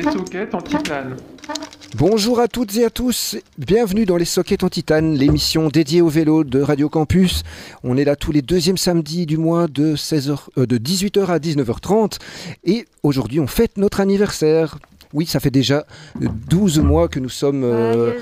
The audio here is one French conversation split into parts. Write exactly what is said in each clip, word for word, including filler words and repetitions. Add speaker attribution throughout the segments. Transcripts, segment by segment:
Speaker 1: Les soquettes en titane.
Speaker 2: Bonjour à toutes et à tous, bienvenue dans les Soquettes en titane, l'émission dédiée au vélo de Radio Campus. On est là tous les deuxièmes samedis du mois de, seize heures, euh, de dix-huit heures à dix-neuf heures trente et aujourd'hui on fête notre anniversaire. Oui, ça fait déjà douze mois que nous sommes... Euh,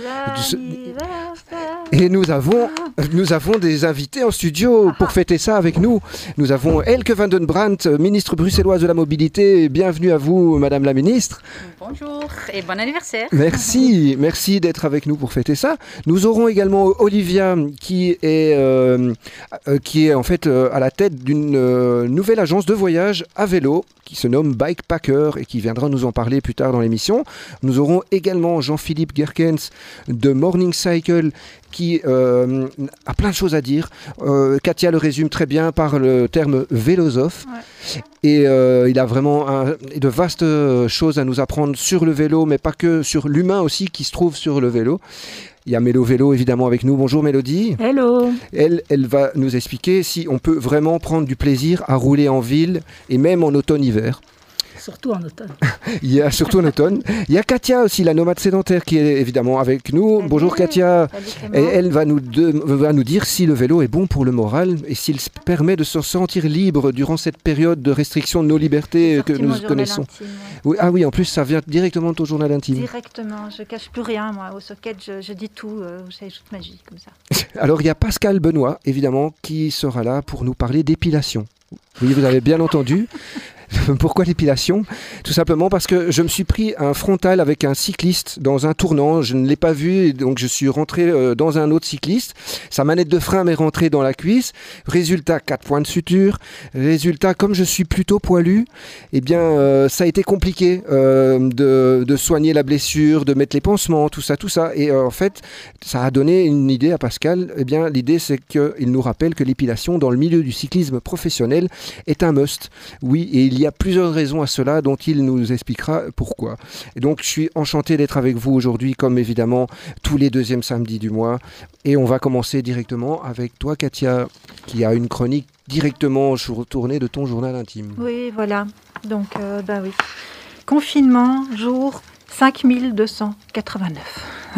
Speaker 2: et nous avons, nous avons des invités en studio pour fêter ça avec nous. Nous avons Elke van den Brandt, ministre bruxelloise de la mobilité. Bienvenue à vous, Madame la ministre.
Speaker 3: Bonjour et bon anniversaire.
Speaker 2: Merci, merci d'être avec nous pour fêter ça. Nous aurons également Olivia qui est, euh, qui est en fait euh, à la tête d'une euh, nouvelle agence de voyage à vélo qui se nomme Bikepacker et qui viendra nous en parler plus tard dans l'émission. Nous aurons également Jean-Philippe Gerkens de Morning Cycle qui euh, a plein de choses à dire. Euh, Katia le résume très bien par le terme vélosophe. Ouais. Et euh, il a vraiment un, de vastes choses à nous apprendre sur le vélo, mais pas que, sur l'humain aussi qui se trouve sur le vélo. Il y a Mélo Vélo évidemment avec nous. Bonjour Mélodie.
Speaker 4: Hello.
Speaker 2: Elle, elle va nous expliquer si on peut vraiment prendre du plaisir à rouler en ville et même en automne-hiver.
Speaker 4: Surtout en automne.
Speaker 2: Il y a surtout en automne. Il y a Katia aussi, la nomade sédentaire, qui est évidemment avec nous.
Speaker 4: Salut.
Speaker 2: Bonjour Katia.
Speaker 4: Salut,
Speaker 2: et elle va nous, de, va nous dire si le vélo est bon pour le moral et s'il permet de se sentir libre durant cette période de restriction de nos libertés que nous connaissons.
Speaker 3: Intime, ouais.
Speaker 2: Oui, ah oui, en plus ça vient directement de ton journal intime.
Speaker 3: Directement, je cache plus rien moi. Au socket, je, je dis tout, euh, c'est toute magie comme ça.
Speaker 2: Alors il y a Pascal Benoît, évidemment, qui sera là pour nous parler d'épilation. Oui, vous avez bien entendu. Pourquoi l'épilation ? Tout simplement parce que je me suis pris un frontal avec un cycliste dans un tournant. Je ne l'ai pas vu, et donc je suis rentré euh, dans un autre cycliste. Sa manette de frein m'est rentrée dans la cuisse. Résultat, quatre points de suture. Résultat, comme je suis plutôt poilu, eh bien, euh, ça a été compliqué euh, de, de soigner la blessure, de mettre les pansements, tout ça, tout ça. Et euh, en fait, ça a donné une idée à Pascal. Eh bien, l'idée, c'est qu'il nous rappelle que l'épilation dans le milieu du cyclisme professionnel est un must. Oui, et il Il y a plusieurs raisons à cela dont il nous expliquera pourquoi. Et donc je suis enchanté d'être avec vous aujourd'hui comme évidemment tous les deuxièmes samedis du mois. Et on va commencer directement avec toi Katia qui a une chronique directement retournée de ton journal intime.
Speaker 3: Oui voilà, donc euh, bah oui. Confinement, jour cinq mille deux cent quatre-vingt-neuf.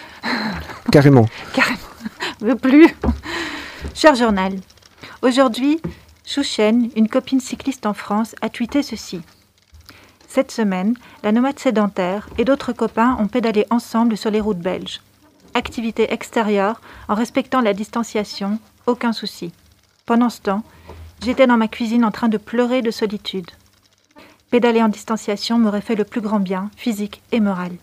Speaker 2: Carrément.
Speaker 3: Carrément, veux plus. Cher journal, aujourd'hui Chouchen, une copine cycliste en France, a tweeté ceci. Cette semaine, la nomade sédentaire et d'autres copains ont pédalé ensemble sur les routes belges. Activité extérieure, en respectant la distanciation, aucun souci. Pendant ce temps, j'étais dans ma cuisine en train de pleurer de solitude. Pédaler en distanciation m'aurait fait le plus grand bien, physique et moral.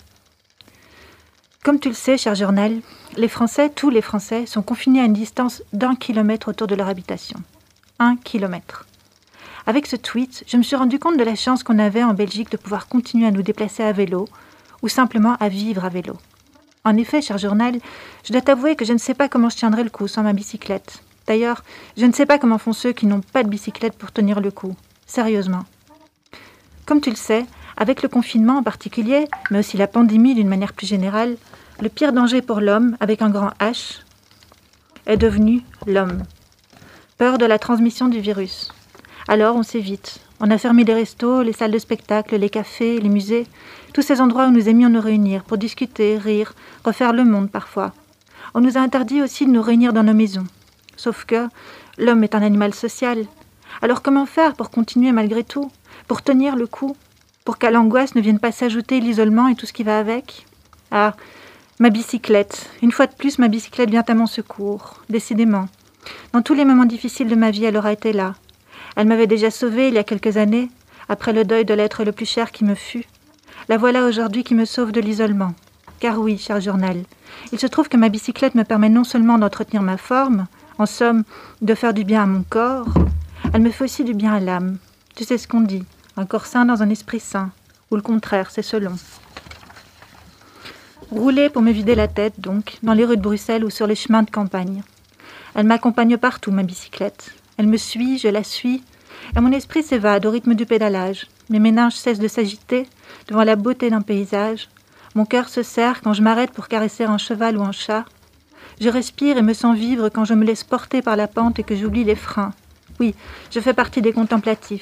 Speaker 3: Comme tu le sais, cher journal, les Français, tous les Français, sont confinés à une distance d'un kilomètre autour de leur habitation. Un kilomètre. Avec ce tweet, je me suis rendu compte de la chance qu'on avait en Belgique de pouvoir continuer à nous déplacer à vélo ou simplement à vivre à vélo. En effet, cher journal, je dois t'avouer que je ne sais pas comment je tiendrai le coup sans ma bicyclette. D'ailleurs, je ne sais pas comment font ceux qui n'ont pas de bicyclette pour tenir le coup. Sérieusement. Comme tu le sais, avec le confinement en particulier, mais aussi la pandémie d'une manière plus générale, le pire danger pour l'homme, avec un grand H, est devenu l'homme. Peur de la transmission du virus. Alors on s'évite. On a fermé les restos, les salles de spectacle, les cafés, les musées, tous ces endroits où nous aimions nous réunir pour discuter, rire, refaire le monde parfois. On nous a interdit aussi de nous réunir dans nos maisons. Sauf que l'homme est un animal social. Alors comment faire pour continuer malgré tout ? Pour tenir le coup ? Pour qu'à l'angoisse ne vienne pas s'ajouter l'isolement et tout ce qui va avec ? Ah, ma bicyclette. Une fois de plus, ma bicyclette vient à mon secours. Décidément. Dans tous les moments difficiles de ma vie, elle aura été là. Elle m'avait déjà sauvée il y a quelques années, après le deuil de l'être le plus cher qui me fut. La voilà aujourd'hui qui me sauve de l'isolement. Car oui, cher journal, il se trouve que ma bicyclette me permet non seulement d'entretenir ma forme, en somme, de faire du bien à mon corps, elle me fait aussi du bien à l'âme. Tu sais ce qu'on dit, un corps sain dans un esprit sain, ou le contraire, c'est selon. Rouler pour me vider la tête, donc, dans les rues de Bruxelles ou sur les chemins de campagne. Elle m'accompagne partout, ma bicyclette. Elle me suit, je la suis, et mon esprit s'évade au rythme du pédalage. Mes méninges cessent de s'agiter devant la beauté d'un paysage. Mon cœur se serre quand je m'arrête pour caresser un cheval ou un chat. Je respire et me sens vivre quand je me laisse porter par la pente et que j'oublie les freins. Oui, je fais partie des contemplatifs.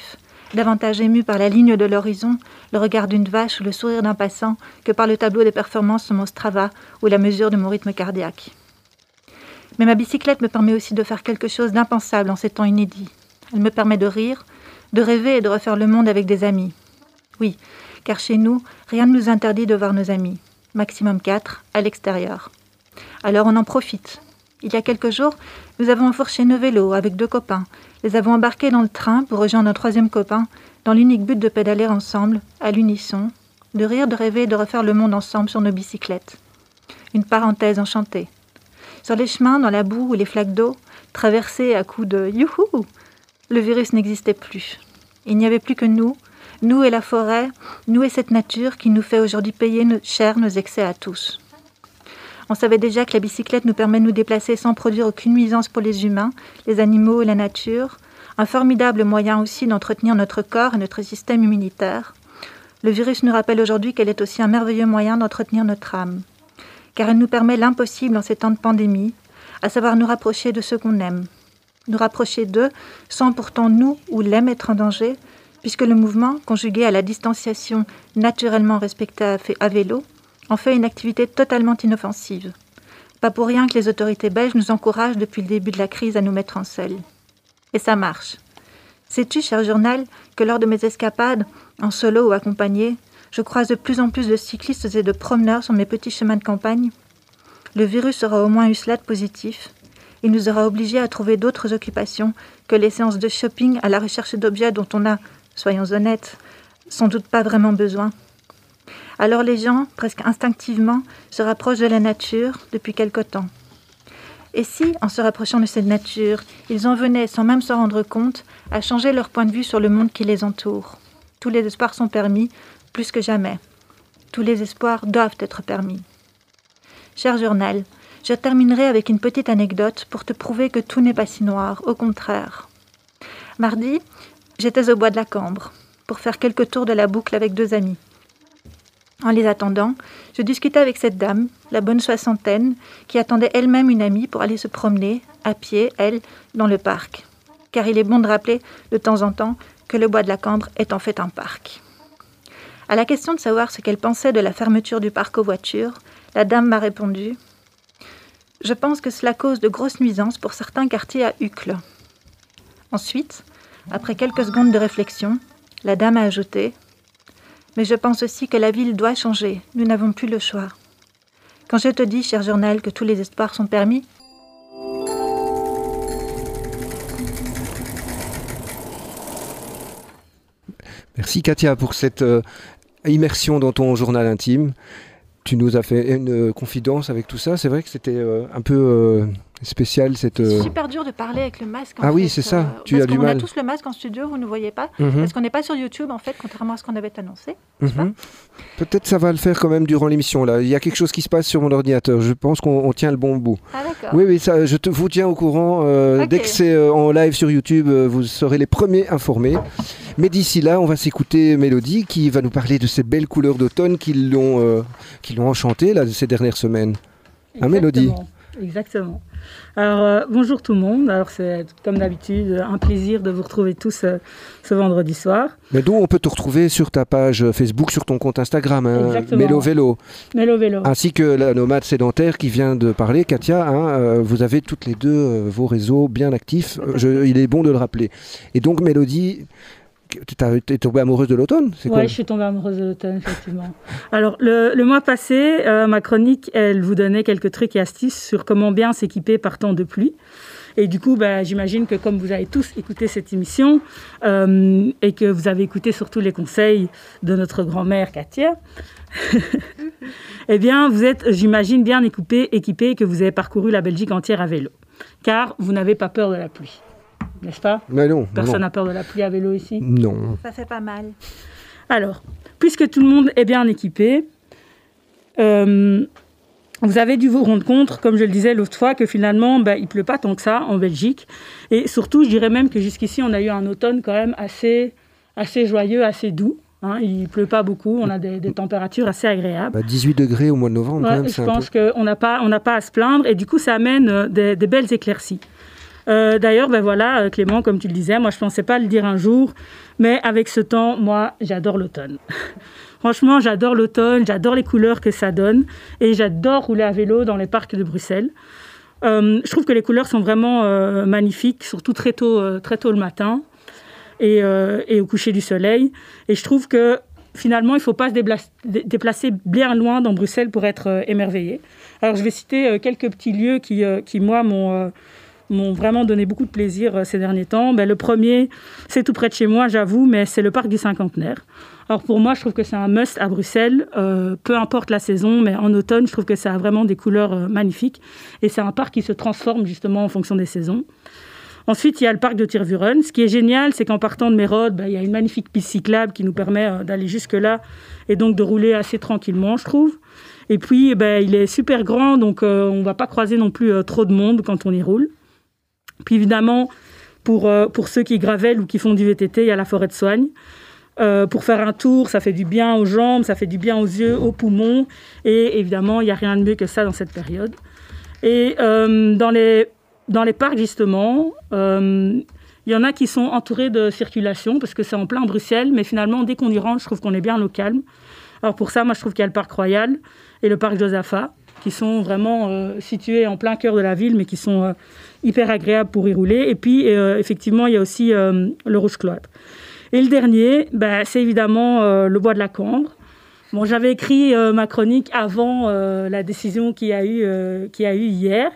Speaker 3: davantage ému par la ligne de l'horizon, le regard d'une vache ou le sourire d'un passant que par le tableau des performances sur mon Strava ou la mesure de mon rythme cardiaque. Mais ma bicyclette me permet aussi de faire quelque chose d'impensable en ces temps inédits. Elle me permet de rire, de rêver et de refaire le monde avec des amis. Oui, car chez nous, rien ne nous interdit de voir nos amis. Maximum quatre, à l'extérieur. Alors on en profite. Il y a quelques jours, nous avons enfourché nos vélos avec deux copains, les avons embarqués dans le train pour rejoindre un troisième copain, dans l'unique but de pédaler ensemble, à l'unisson, de rire, de rêver et de refaire le monde ensemble sur nos bicyclettes. Une parenthèse enchantée. Sur les chemins, dans la boue ou les flaques d'eau, traversés à coups de « youhou », le virus n'existait plus. Il n'y avait plus que nous, nous et la forêt, nous et cette nature qui nous fait aujourd'hui payer cher nos excès à tous. On savait déjà que la bicyclette nous permet de nous déplacer sans produire aucune nuisance pour les humains, les animaux et la nature, un formidable moyen aussi d'entretenir notre corps et notre système immunitaire. Le virus nous rappelle aujourd'hui qu'elle est aussi un merveilleux moyen d'entretenir notre âme, car elle nous permet l'impossible en ces temps de pandémie, à savoir nous rapprocher de ceux qu'on aime. Nous rapprocher d'eux sans pourtant nous ou les mettre en danger, puisque le mouvement, conjugué à la distanciation naturellement respectée à vélo, en fait une activité totalement inoffensive. Pas pour rien que les autorités belges nous encouragent depuis le début de la crise à nous mettre en selle. Et ça marche. Sais-tu, cher journal, que lors de mes escapades, en solo ou accompagné, je croise de plus en plus de cyclistes et de promeneurs sur mes petits chemins de campagne? Le virus aura au moins eu cela de positif. Il nous aura obligés à trouver d'autres occupations que les séances de shopping à la recherche d'objets dont on a, soyons honnêtes, sans doute pas vraiment besoin. Alors les gens, presque instinctivement, se rapprochent de la nature depuis quelque temps. Et si, en se rapprochant de cette nature, ils en venaient, sans même s'en rendre compte, à changer leur point de vue sur le monde qui les entoure? Tous les espoirs sont permis, plus que jamais. Tous les espoirs doivent être permis. Cher journal, je terminerai avec une petite anecdote pour te prouver que tout n'est pas si noir, au contraire. Mardi, j'étais au bois de la Cambre, pour faire quelques tours de la boucle avec deux amis. En les attendant, je discutais avec cette dame, la bonne soixantaine, qui attendait elle-même une amie pour aller se promener, à pied, elle, dans le parc. Car il est bon de rappeler, de temps en temps, que le bois de la Cambre est en fait un parc. À la question de savoir ce qu'elle pensait de la fermeture du parc aux voitures, la dame m'a répondu « Je pense que cela cause de grosses nuisances pour certains quartiers à Uccle. » Ensuite, après quelques secondes de réflexion, la dame a ajouté « Mais je pense aussi que la ville doit changer. Nous n'avons plus le choix. Quand je te dis, cher journal, que tous les espoirs sont permis,
Speaker 2: merci Katia pour cette euh, immersion dans ton journal intime. Tu nous as fait une euh, confidence avec tout ça. C'est vrai que c'était euh, un peu euh, spécial. Cette, euh...
Speaker 3: C'est super dur de parler avec le masque. En
Speaker 2: ah
Speaker 3: fait,
Speaker 2: oui, c'est ça.
Speaker 3: Euh,
Speaker 2: tu as du
Speaker 3: mal. On a
Speaker 2: mal.
Speaker 3: tous le masque en studio, vous ne voyez pas.
Speaker 2: Mm-hmm.
Speaker 3: Parce qu'on n'est pas sur YouTube, en fait, contrairement à ce qu'on avait annoncé.
Speaker 2: Mm-hmm. Peut-être ça va le faire quand même durant l'émission. Là. Il y a quelque chose qui se passe sur mon ordinateur. Je pense qu'on on tient le bon bout.
Speaker 3: Ah d'accord.
Speaker 2: Oui, oui, ça, je te, vous tiens au courant. Euh, okay. Dès que c'est euh, en live sur YouTube, euh, vous serez les premiers informés. Mais d'ici là, on va s'écouter Mélodie qui va nous parler de ces belles couleurs d'automne qui l'ont, euh, qui l'ont enchantée là, ces dernières semaines. Hein, Mélodie ?
Speaker 1: Exactement. Alors, euh, bonjour tout le monde. Alors, c'est comme d'habitude un plaisir de vous retrouver tous euh, ce vendredi soir.
Speaker 2: Mais d'où on peut te retrouver sur ta page Facebook, sur ton compte Instagram, hein, Mélo Vélo.
Speaker 1: Mélo Vélo.
Speaker 2: Ainsi que la nomade sédentaire qui vient de parler, Katia. Hein, euh, vous avez toutes les deux euh, vos réseaux bien actifs. Je, il est bon de le rappeler. Et donc, Mélodie, tu es tombée amoureuse de l'automne, c'est quoi ?
Speaker 1: Oui, je suis tombée amoureuse de l'automne, effectivement. Alors, le, le mois passé, euh, ma chronique, elle vous donnait quelques trucs et astuces sur comment bien s'équiper par temps de pluie. Et du coup, bah, j'imagine que comme vous avez tous écouté cette émission euh, et que vous avez écouté surtout les conseils de notre grand-mère Katia, eh bien, vous êtes, j'imagine, bien équipés, équipés et que vous avez parcouru la Belgique entière à vélo. Car vous n'avez pas peur de la pluie. N'est-ce pas ?
Speaker 2: Mais non.
Speaker 1: Personne n'a
Speaker 2: non.
Speaker 1: peur de la pluie à vélo ici ?
Speaker 2: Non.
Speaker 3: Ça fait pas mal.
Speaker 1: Alors, puisque tout le monde est bien équipé, euh, vous avez dû vous rendre compte, comme je le disais l'autre fois, que finalement, bah, il ne pleut pas tant que ça en Belgique. Et surtout, je dirais même que jusqu'ici, on a eu un automne quand même assez, assez joyeux, assez doux. Hein, il ne pleut pas beaucoup, on a des, des températures assez agréables.
Speaker 2: Bah dix-huit degrés au mois de novembre.
Speaker 1: Ouais,
Speaker 2: quand même,
Speaker 1: je
Speaker 2: c'est
Speaker 1: pense
Speaker 2: un peu...
Speaker 1: qu'on n'a pas, on n'a pas à se plaindre et du coup, ça amène des, des belles éclaircies. Euh, d'ailleurs, ben voilà, Clément, comme tu le disais, moi je ne pensais pas le dire un jour, mais avec ce temps, moi j'adore l'automne. Franchement, j'adore l'automne, j'adore les couleurs que ça donne et j'adore rouler à vélo dans les parcs de Bruxelles. Euh, je trouve que les couleurs sont vraiment euh, magnifiques, surtout très tôt, euh, très tôt le matin et, euh, et au coucher du soleil. Et je trouve que finalement, il ne faut pas se débla- déplacer bien loin dans Bruxelles pour être euh, émerveillé. Alors, je vais citer euh, quelques petits lieux qui, euh, qui moi, m'ont, euh, m'ont vraiment donné beaucoup de plaisir euh, ces derniers temps. Ben, le premier, c'est tout près de chez moi, j'avoue, mais c'est le parc du Cinquantenaire. Alors, pour moi, je trouve que c'est un must à Bruxelles, euh, peu importe la saison, mais en automne, je trouve que ça a vraiment des couleurs euh, magnifiques. Et c'est un parc qui se transforme justement en fonction des saisons. Ensuite, il y a le parc de Tervuren. Ce qui est génial, c'est qu'en partant de Mérode, ben, il y a une magnifique piste cyclable qui nous permet euh, d'aller jusque-là et donc de rouler assez tranquillement, je trouve. Et puis, ben, il est super grand, donc euh, on ne va pas croiser non plus euh, trop de monde quand on y roule. Puis évidemment, pour, euh, pour ceux qui gravellent ou qui font du V T T, il y a la forêt de Soignes. Euh, pour faire un tour, ça fait du bien aux jambes, ça fait du bien aux yeux, aux poumons. Et évidemment, il n'y a rien de mieux que ça dans cette période. Et euh, dans, les, dans les parcs, justement, euh, il y en a qui sont entourés de circulation parce que c'est en plein Bruxelles. Mais finalement, dès qu'on y rentre, je trouve qu'on est bien au calme. Alors pour ça, moi, je trouve qu'il y a le parc Royal et le parc Josaphat qui sont vraiment euh, situés en plein cœur de la ville, mais qui sont euh, hyper agréables pour y rouler. Et puis, euh, effectivement, il y a aussi euh, le Rouge-Cloître. Et le dernier, ben, c'est évidemment euh, le bois de la Cambre. Bon, j'avais écrit euh, ma chronique avant euh, la décision qu'il y a eu, euh, qu'il y a eu hier.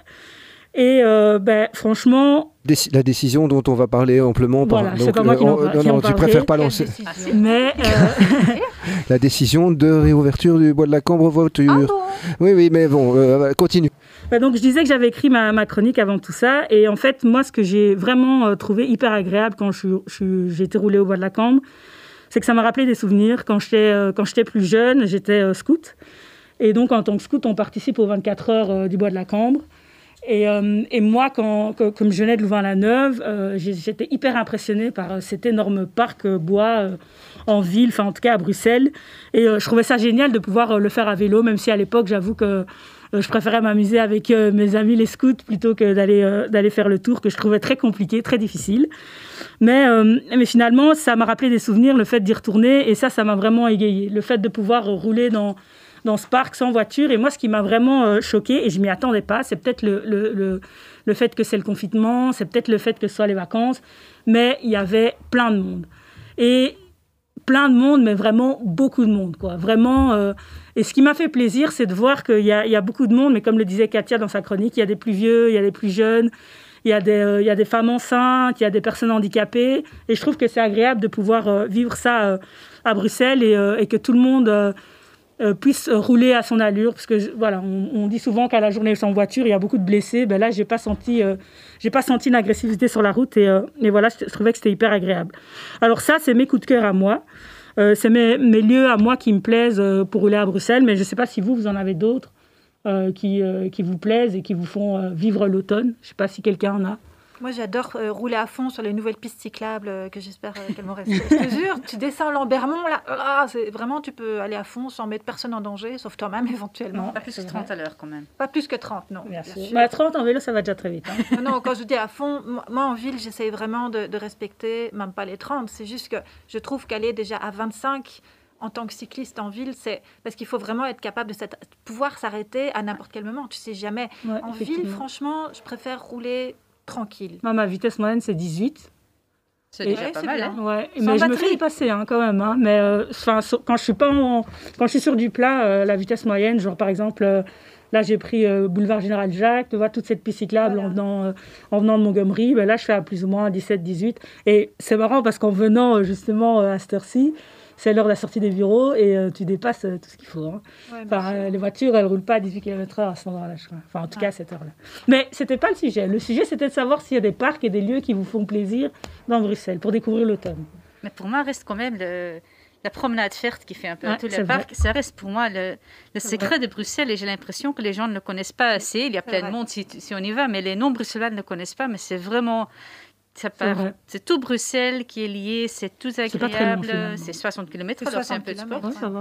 Speaker 1: Et euh, ben, franchement...
Speaker 2: Déc- la décision dont on va parler amplement.
Speaker 1: Voilà,
Speaker 2: par...
Speaker 1: c'est
Speaker 2: donc,
Speaker 1: pas moi qui
Speaker 2: euh,
Speaker 1: en,
Speaker 2: non,
Speaker 1: qui
Speaker 2: non,
Speaker 1: en
Speaker 2: tu préfères pas lancer.
Speaker 1: Mais... Euh...
Speaker 2: la décision de réouverture du bois de la Cambre voiture.
Speaker 3: Ah bon ?
Speaker 2: Oui, oui, mais bon, euh, continue.
Speaker 1: Ben donc, je disais que j'avais écrit ma, ma chronique avant tout ça. Et en fait, moi, ce que j'ai vraiment euh, trouvé hyper agréable quand je, je, j'ai été roulée au bois de la Cambre, c'est que ça m'a rappelé des souvenirs. Quand j'étais, euh, quand j'étais plus jeune, j'étais euh, scout. Et donc, en tant que scout, on participe aux vingt-quatre heures euh, du bois de la Cambre. Et, euh, et moi, quand, que, comme je venais de Louvain-la-Neuve, euh, j'étais hyper impressionnée par euh, cet énorme parc euh, bois euh, en ville, enfin en tout cas à Bruxelles. Et euh, je trouvais ça génial de pouvoir euh, le faire à vélo, même si à l'époque, j'avoue que euh, je préférais m'amuser avec euh, mes amis les scouts plutôt que d'aller, euh, d'aller faire le tour, que je trouvais très compliqué, très difficile. Mais, euh, mais finalement, ça m'a rappelé des souvenirs, le fait d'y retourner, et ça, ça m'a vraiment égayé. Le fait de pouvoir euh, rouler dans... dans ce parc sans voiture. Et moi, ce qui m'a vraiment euh, choquée, et je ne m'y attendais pas, c'est peut-être le, le, le, le fait que c'est le confinement, c'est peut-être le fait que ce soit les vacances, mais il y avait plein de monde. Et plein de monde, mais vraiment beaucoup de monde, quoi. Vraiment, euh, et ce qui m'a fait plaisir, c'est de voir qu'il y a, il y a beaucoup de monde, mais comme le disait Katia dans sa chronique, il y a des plus vieux, il y a des plus jeunes, il y a des, euh, il y a des femmes enceintes, il y a des personnes handicapées, et je trouve que c'est agréable de pouvoir euh, vivre ça euh, à Bruxelles et, euh, et que tout le monde... Euh, Euh, puisse rouler à son allure, parce que voilà, on, on dit souvent qu'à la journée sans voiture, il y a beaucoup de blessés. Ben là, j'ai pas senti, euh, j'ai pas senti une agressivité sur la route, et, euh, et voilà, je, je trouvais que c'était hyper agréable. Alors ça, c'est mes coups de cœur à moi, euh, c'est mes, mes lieux à moi qui me plaisent euh, pour rouler à Bruxelles, mais je sais pas si vous, vous en avez d'autres euh, qui, euh, qui vous plaisent et qui vous font euh, vivre l'automne. Je sais pas si quelqu'un en a.
Speaker 3: Moi, j'adore euh, rouler à fond sur les nouvelles pistes cyclables euh, que j'espère euh, qu'elles vont rester. Je te jure, tu descends Lambermont, là, là c'est, vraiment, tu peux aller à fond sans mettre personne en danger, sauf toi-même éventuellement.
Speaker 4: Non, pas plus que trente à l'heure quand même.
Speaker 3: Pas plus que trente, non.
Speaker 1: Bien
Speaker 3: bien
Speaker 1: sûr.
Speaker 3: sûr.
Speaker 1: Bah, trente en vélo, ça va déjà très vite. Hein.
Speaker 3: Non, non, quand je dis à fond, moi en ville, j'essaye vraiment de, de respecter, même pas les trente. C'est juste que je trouve qu'aller déjà à vingt-cinq en tant que cycliste en ville, c'est parce qu'il faut vraiment être capable de cette, pouvoir s'arrêter à n'importe quel moment. Tu sais jamais.
Speaker 1: Ouais,
Speaker 3: en ville, franchement, je préfère rouler tranquille.
Speaker 1: Moi, ma vitesse moyenne, c'est dix-huit.
Speaker 4: C'est
Speaker 3: Et
Speaker 4: déjà
Speaker 3: ouais,
Speaker 4: pas
Speaker 3: c'est
Speaker 4: mal.
Speaker 3: bien.
Speaker 4: Hein.
Speaker 1: Ouais,
Speaker 3: Sans
Speaker 1: mais je me
Speaker 3: batterie.
Speaker 1: fais y passer hein, quand même. Hein. Mais euh, quand je suis pas en- quand je suis sur du plat, euh, la vitesse moyenne, genre par exemple, euh, là j'ai pris euh, boulevard Général Jacques, tu vois, toute cette piste cyclable
Speaker 3: Voilà.
Speaker 1: en, venant, euh, en venant de Montgomery, ben là je fais à plus ou moins dix-sept dix-huit. Et c'est marrant parce qu'en venant euh, justement euh, à cette heure-ci, c'est l'heure de la sortie des bureaux et euh, tu dépasses euh, tout ce qu'il faut. Hein.
Speaker 3: Ouais, bien
Speaker 1: Enfin,
Speaker 3: sûr.
Speaker 1: euh, les voitures, elles ne roulent pas à dix-huit kilomètres heure à cet endroit-là, je crois. Enfin, en tout
Speaker 3: Ah.
Speaker 1: cas, à cette heure-là. Mais ce n'était pas le sujet. Le sujet, c'était de savoir s'il y a des parcs et des lieux qui vous font plaisir dans Bruxelles pour découvrir l'automne.
Speaker 4: Mais pour moi, reste quand même le, la promenade verte qui fait un peu
Speaker 1: Ouais,
Speaker 4: tous
Speaker 1: c'est
Speaker 4: les
Speaker 1: vrai.
Speaker 4: parcs. Ça reste pour moi le, le
Speaker 1: C'est
Speaker 4: secret de Bruxelles et j'ai l'impression que les gens ne le connaissent pas assez. Il y a
Speaker 3: C'est
Speaker 4: plein
Speaker 3: vrai.
Speaker 4: de monde si, si on y va, mais les non-bruxellois ne le connaissent pas. Mais c'est vraiment... Ça part,
Speaker 1: vrai.
Speaker 4: c'est tout Bruxelles qui est lié, c'est tout
Speaker 1: pas très long,
Speaker 4: agréable.
Speaker 1: finalement.
Speaker 4: C'est soixante kilomètres,
Speaker 3: C'est
Speaker 4: alors c'est un
Speaker 3: soixante
Speaker 4: peu de sport.
Speaker 3: kilomètres.
Speaker 1: Ouais, ça va.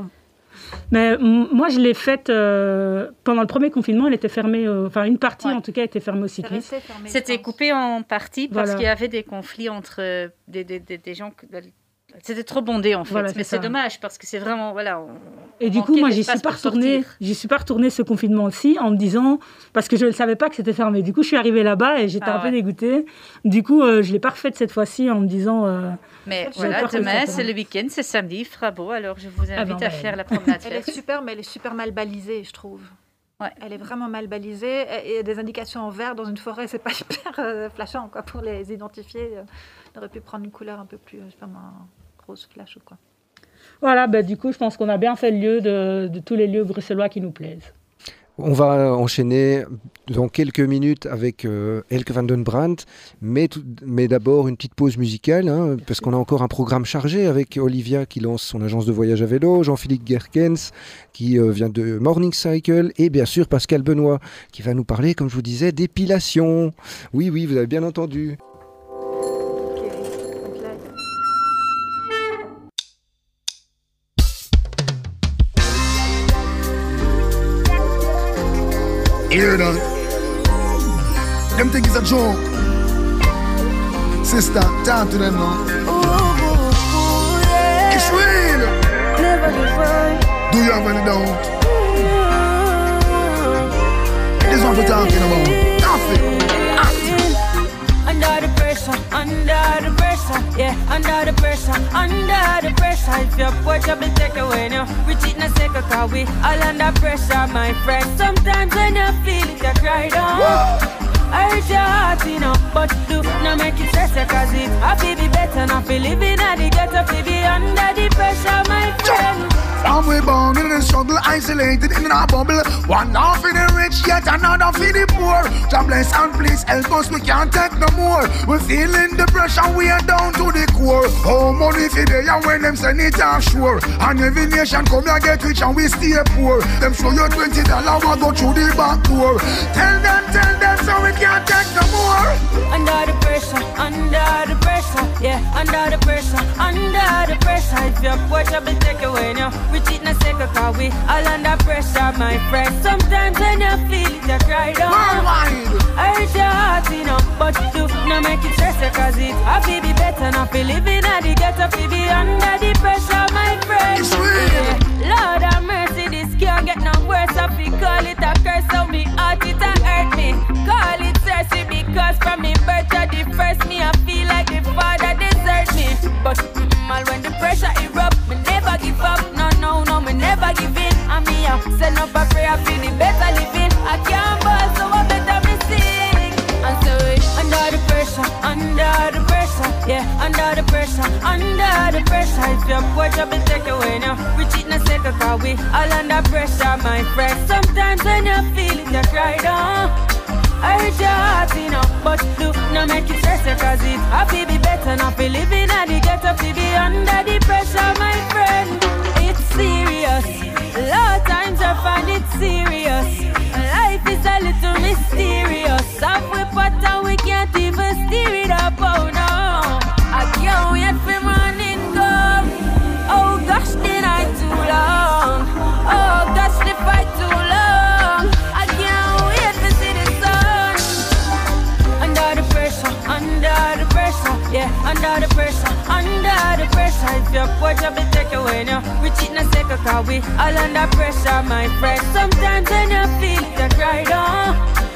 Speaker 1: Mais m- moi, je l'ai faite euh, pendant le premier confinement. Elle était fermée, euh, enfin une partie
Speaker 4: Ouais.
Speaker 1: en tout cas était fermée aux
Speaker 3: C'est
Speaker 1: cyclistes.
Speaker 3: resté fermé, je
Speaker 4: C'était
Speaker 3: pense.
Speaker 4: coupé en parties parce
Speaker 1: Voilà.
Speaker 4: qu'il y avait des conflits entre euh, des, des, des, des gens. que- C'était trop bondé en fait.
Speaker 1: Voilà,
Speaker 4: Mais
Speaker 1: c'est
Speaker 4: c'est
Speaker 1: ça.
Speaker 4: dommage parce que c'est vraiment. Voilà, on-
Speaker 1: Et du
Speaker 4: on
Speaker 1: coup,
Speaker 4: manquait
Speaker 1: moi, j'y suis
Speaker 4: d'espace
Speaker 1: pas
Speaker 4: pour
Speaker 1: retournée.
Speaker 4: sortir.
Speaker 1: J'y suis pas retournée ce confinement-ci en me disant parce que je ne savais pas que c'était fermé. Du coup, je suis arrivée là-bas et j'étais
Speaker 4: Ah
Speaker 1: un peu
Speaker 4: ouais.
Speaker 1: dégoûtée. Du coup, euh, je l'ai pas refaite cette fois-ci en me disant. euh,
Speaker 4: Mais
Speaker 3: Quelle
Speaker 4: voilà,
Speaker 1: chance.
Speaker 4: demain,
Speaker 1: Ça,
Speaker 4: c'est le week-end, c'est samedi, il fera beau. Alors je vous
Speaker 1: Ah
Speaker 4: invite
Speaker 1: ben,
Speaker 4: à
Speaker 1: ouais.
Speaker 4: faire la promenade
Speaker 3: Elle est
Speaker 4: verte.
Speaker 3: super, mais elle est super mal balisée, je trouve.
Speaker 4: Ouais.
Speaker 3: Elle est vraiment mal balisée. Et et des indications en vert dans une forêt, c'est pas hyper euh, flashant quoi, pour les identifier. Euh, on aurait pu prendre une couleur un peu plus, je sais pas moi, rose flash ou quoi.
Speaker 1: Voilà, bah, du coup, je pense qu'on a bien fait le lieu de, de tous les lieux bruxellois qui nous plaisent.
Speaker 2: On va enchaîner dans quelques minutes avec euh, Elke van den Brandt, mais, tout- mais d'abord une petite pause musicale, hein, parce qu'on a encore un programme chargé avec Olivia qui lance son agence de voyage à vélo, Jean-Philippe Gerkens qui euh, vient de Morning Cycle, et bien sûr Pascal Benoît qui va nous parler, comme je vous disais, d'épilation. Oui, oui, vous avez bien entendu.
Speaker 3: Ok, donc là,
Speaker 5: Hear that? Them think it's a joke. Sister, talk to them now. It's real. Do you have any doubt? This one we're talking about. Nothing.
Speaker 6: Under the pressure, under the pressure, yeah, under the pressure, under the pressure. If your porch be take away now, we cheat in a second, cause we all under pressure, my friend. Sometimes when you feel it, you cry down. I hurt your heart, you know, but do not make it stress you, cause it happy be better, not feel living at the ghetto, feel be under the pressure, my friend.
Speaker 5: From we born in the struggle, isolated in our bubble. One half for the rich, yet another for the poor. God bless and please help us, we can't take no more. We're feeling the pressure, we are down to the core. Oh, money for day, and when them send it offshore. And every nation come here get rich and we stay poor. Them show you twenty dollars, we go through the back door. Tell them, tell them, so we can't take no more.
Speaker 6: Under the pressure, under the pressure, yeah, under the pressure, under the pressure. If your porch be take away now, we cheat in a second, cause we all under pressure, my friend. Sometimes when you feel it, you cry down.
Speaker 5: Worldwide.
Speaker 6: I hurt your heart, you know, but do not make it stress you, cause it happy be better, not feel living at the ghetto, feel be under the pressure, my friend.
Speaker 5: It's real.
Speaker 6: Yeah. Lord have mercy, this can't get no worse. I feel call it a curse, so me heart it a hurt me. Call it thirsty because from me birth to the first me, I feel like the father desert me. But mm, all when the pressure erupt, me never give up. No, no, no, me never give in. And me up, send up a prayer for the better living. I can't ball, so I better me sing. And so it under the pressure, under the pressure, yeah, under the pressure, under the pressure. If your porch be take away now, we cheat in a second, cause we all under pressure, my friend. Sometimes when you feel it, you cry down. I hurt your heart, you know, but do not make it stress you, cause it happy be better, not be living at the ghetto, be be under the pressure, my friend. It's serious, a lot of times I find it serious. Life is a little mysterious. Up we pot and we can't even steer it up, oh no. I can't wait for morning come. Oh gosh, the night too long. Oh gosh, the fight too long. I can't wait to see the sun. Under the pressure, under the pressure, yeah, under the pressure, under the pressure. If your porch be take away now, we cheat in a second, cause we all under pressure, my friend. Sometimes when you feel it, you cry down.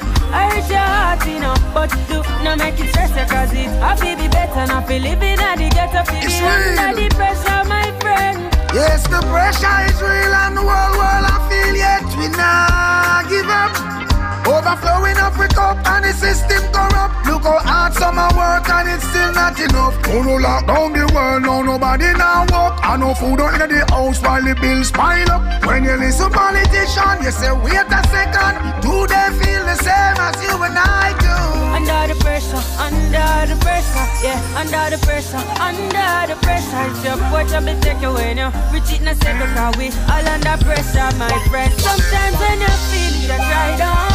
Speaker 6: I hurt your heart, you know, but do not make it stress you, cause it happy be better, not feel living at the ghetto, feel
Speaker 5: It's
Speaker 6: be under
Speaker 5: real.
Speaker 6: the pressure, my friend.
Speaker 5: Yes, the pressure is real and the whole world I feel yet we nah give up. Overflowing up with cup and the system corrupt. Look how hard summer work and it's still not enough. Oh no, lock down the world, no nobody now walk. And no food out in the house while the bills pile up. When you listen politician, you say wait a second. Do they feel the same as you and I do?
Speaker 6: Under the pressure, under the pressure, yeah, under the pressure, under the pressure. If your porch be take away now, we cheat in a second, cause we all under pressure, my friend. Sometimes when you feel it, you cry down.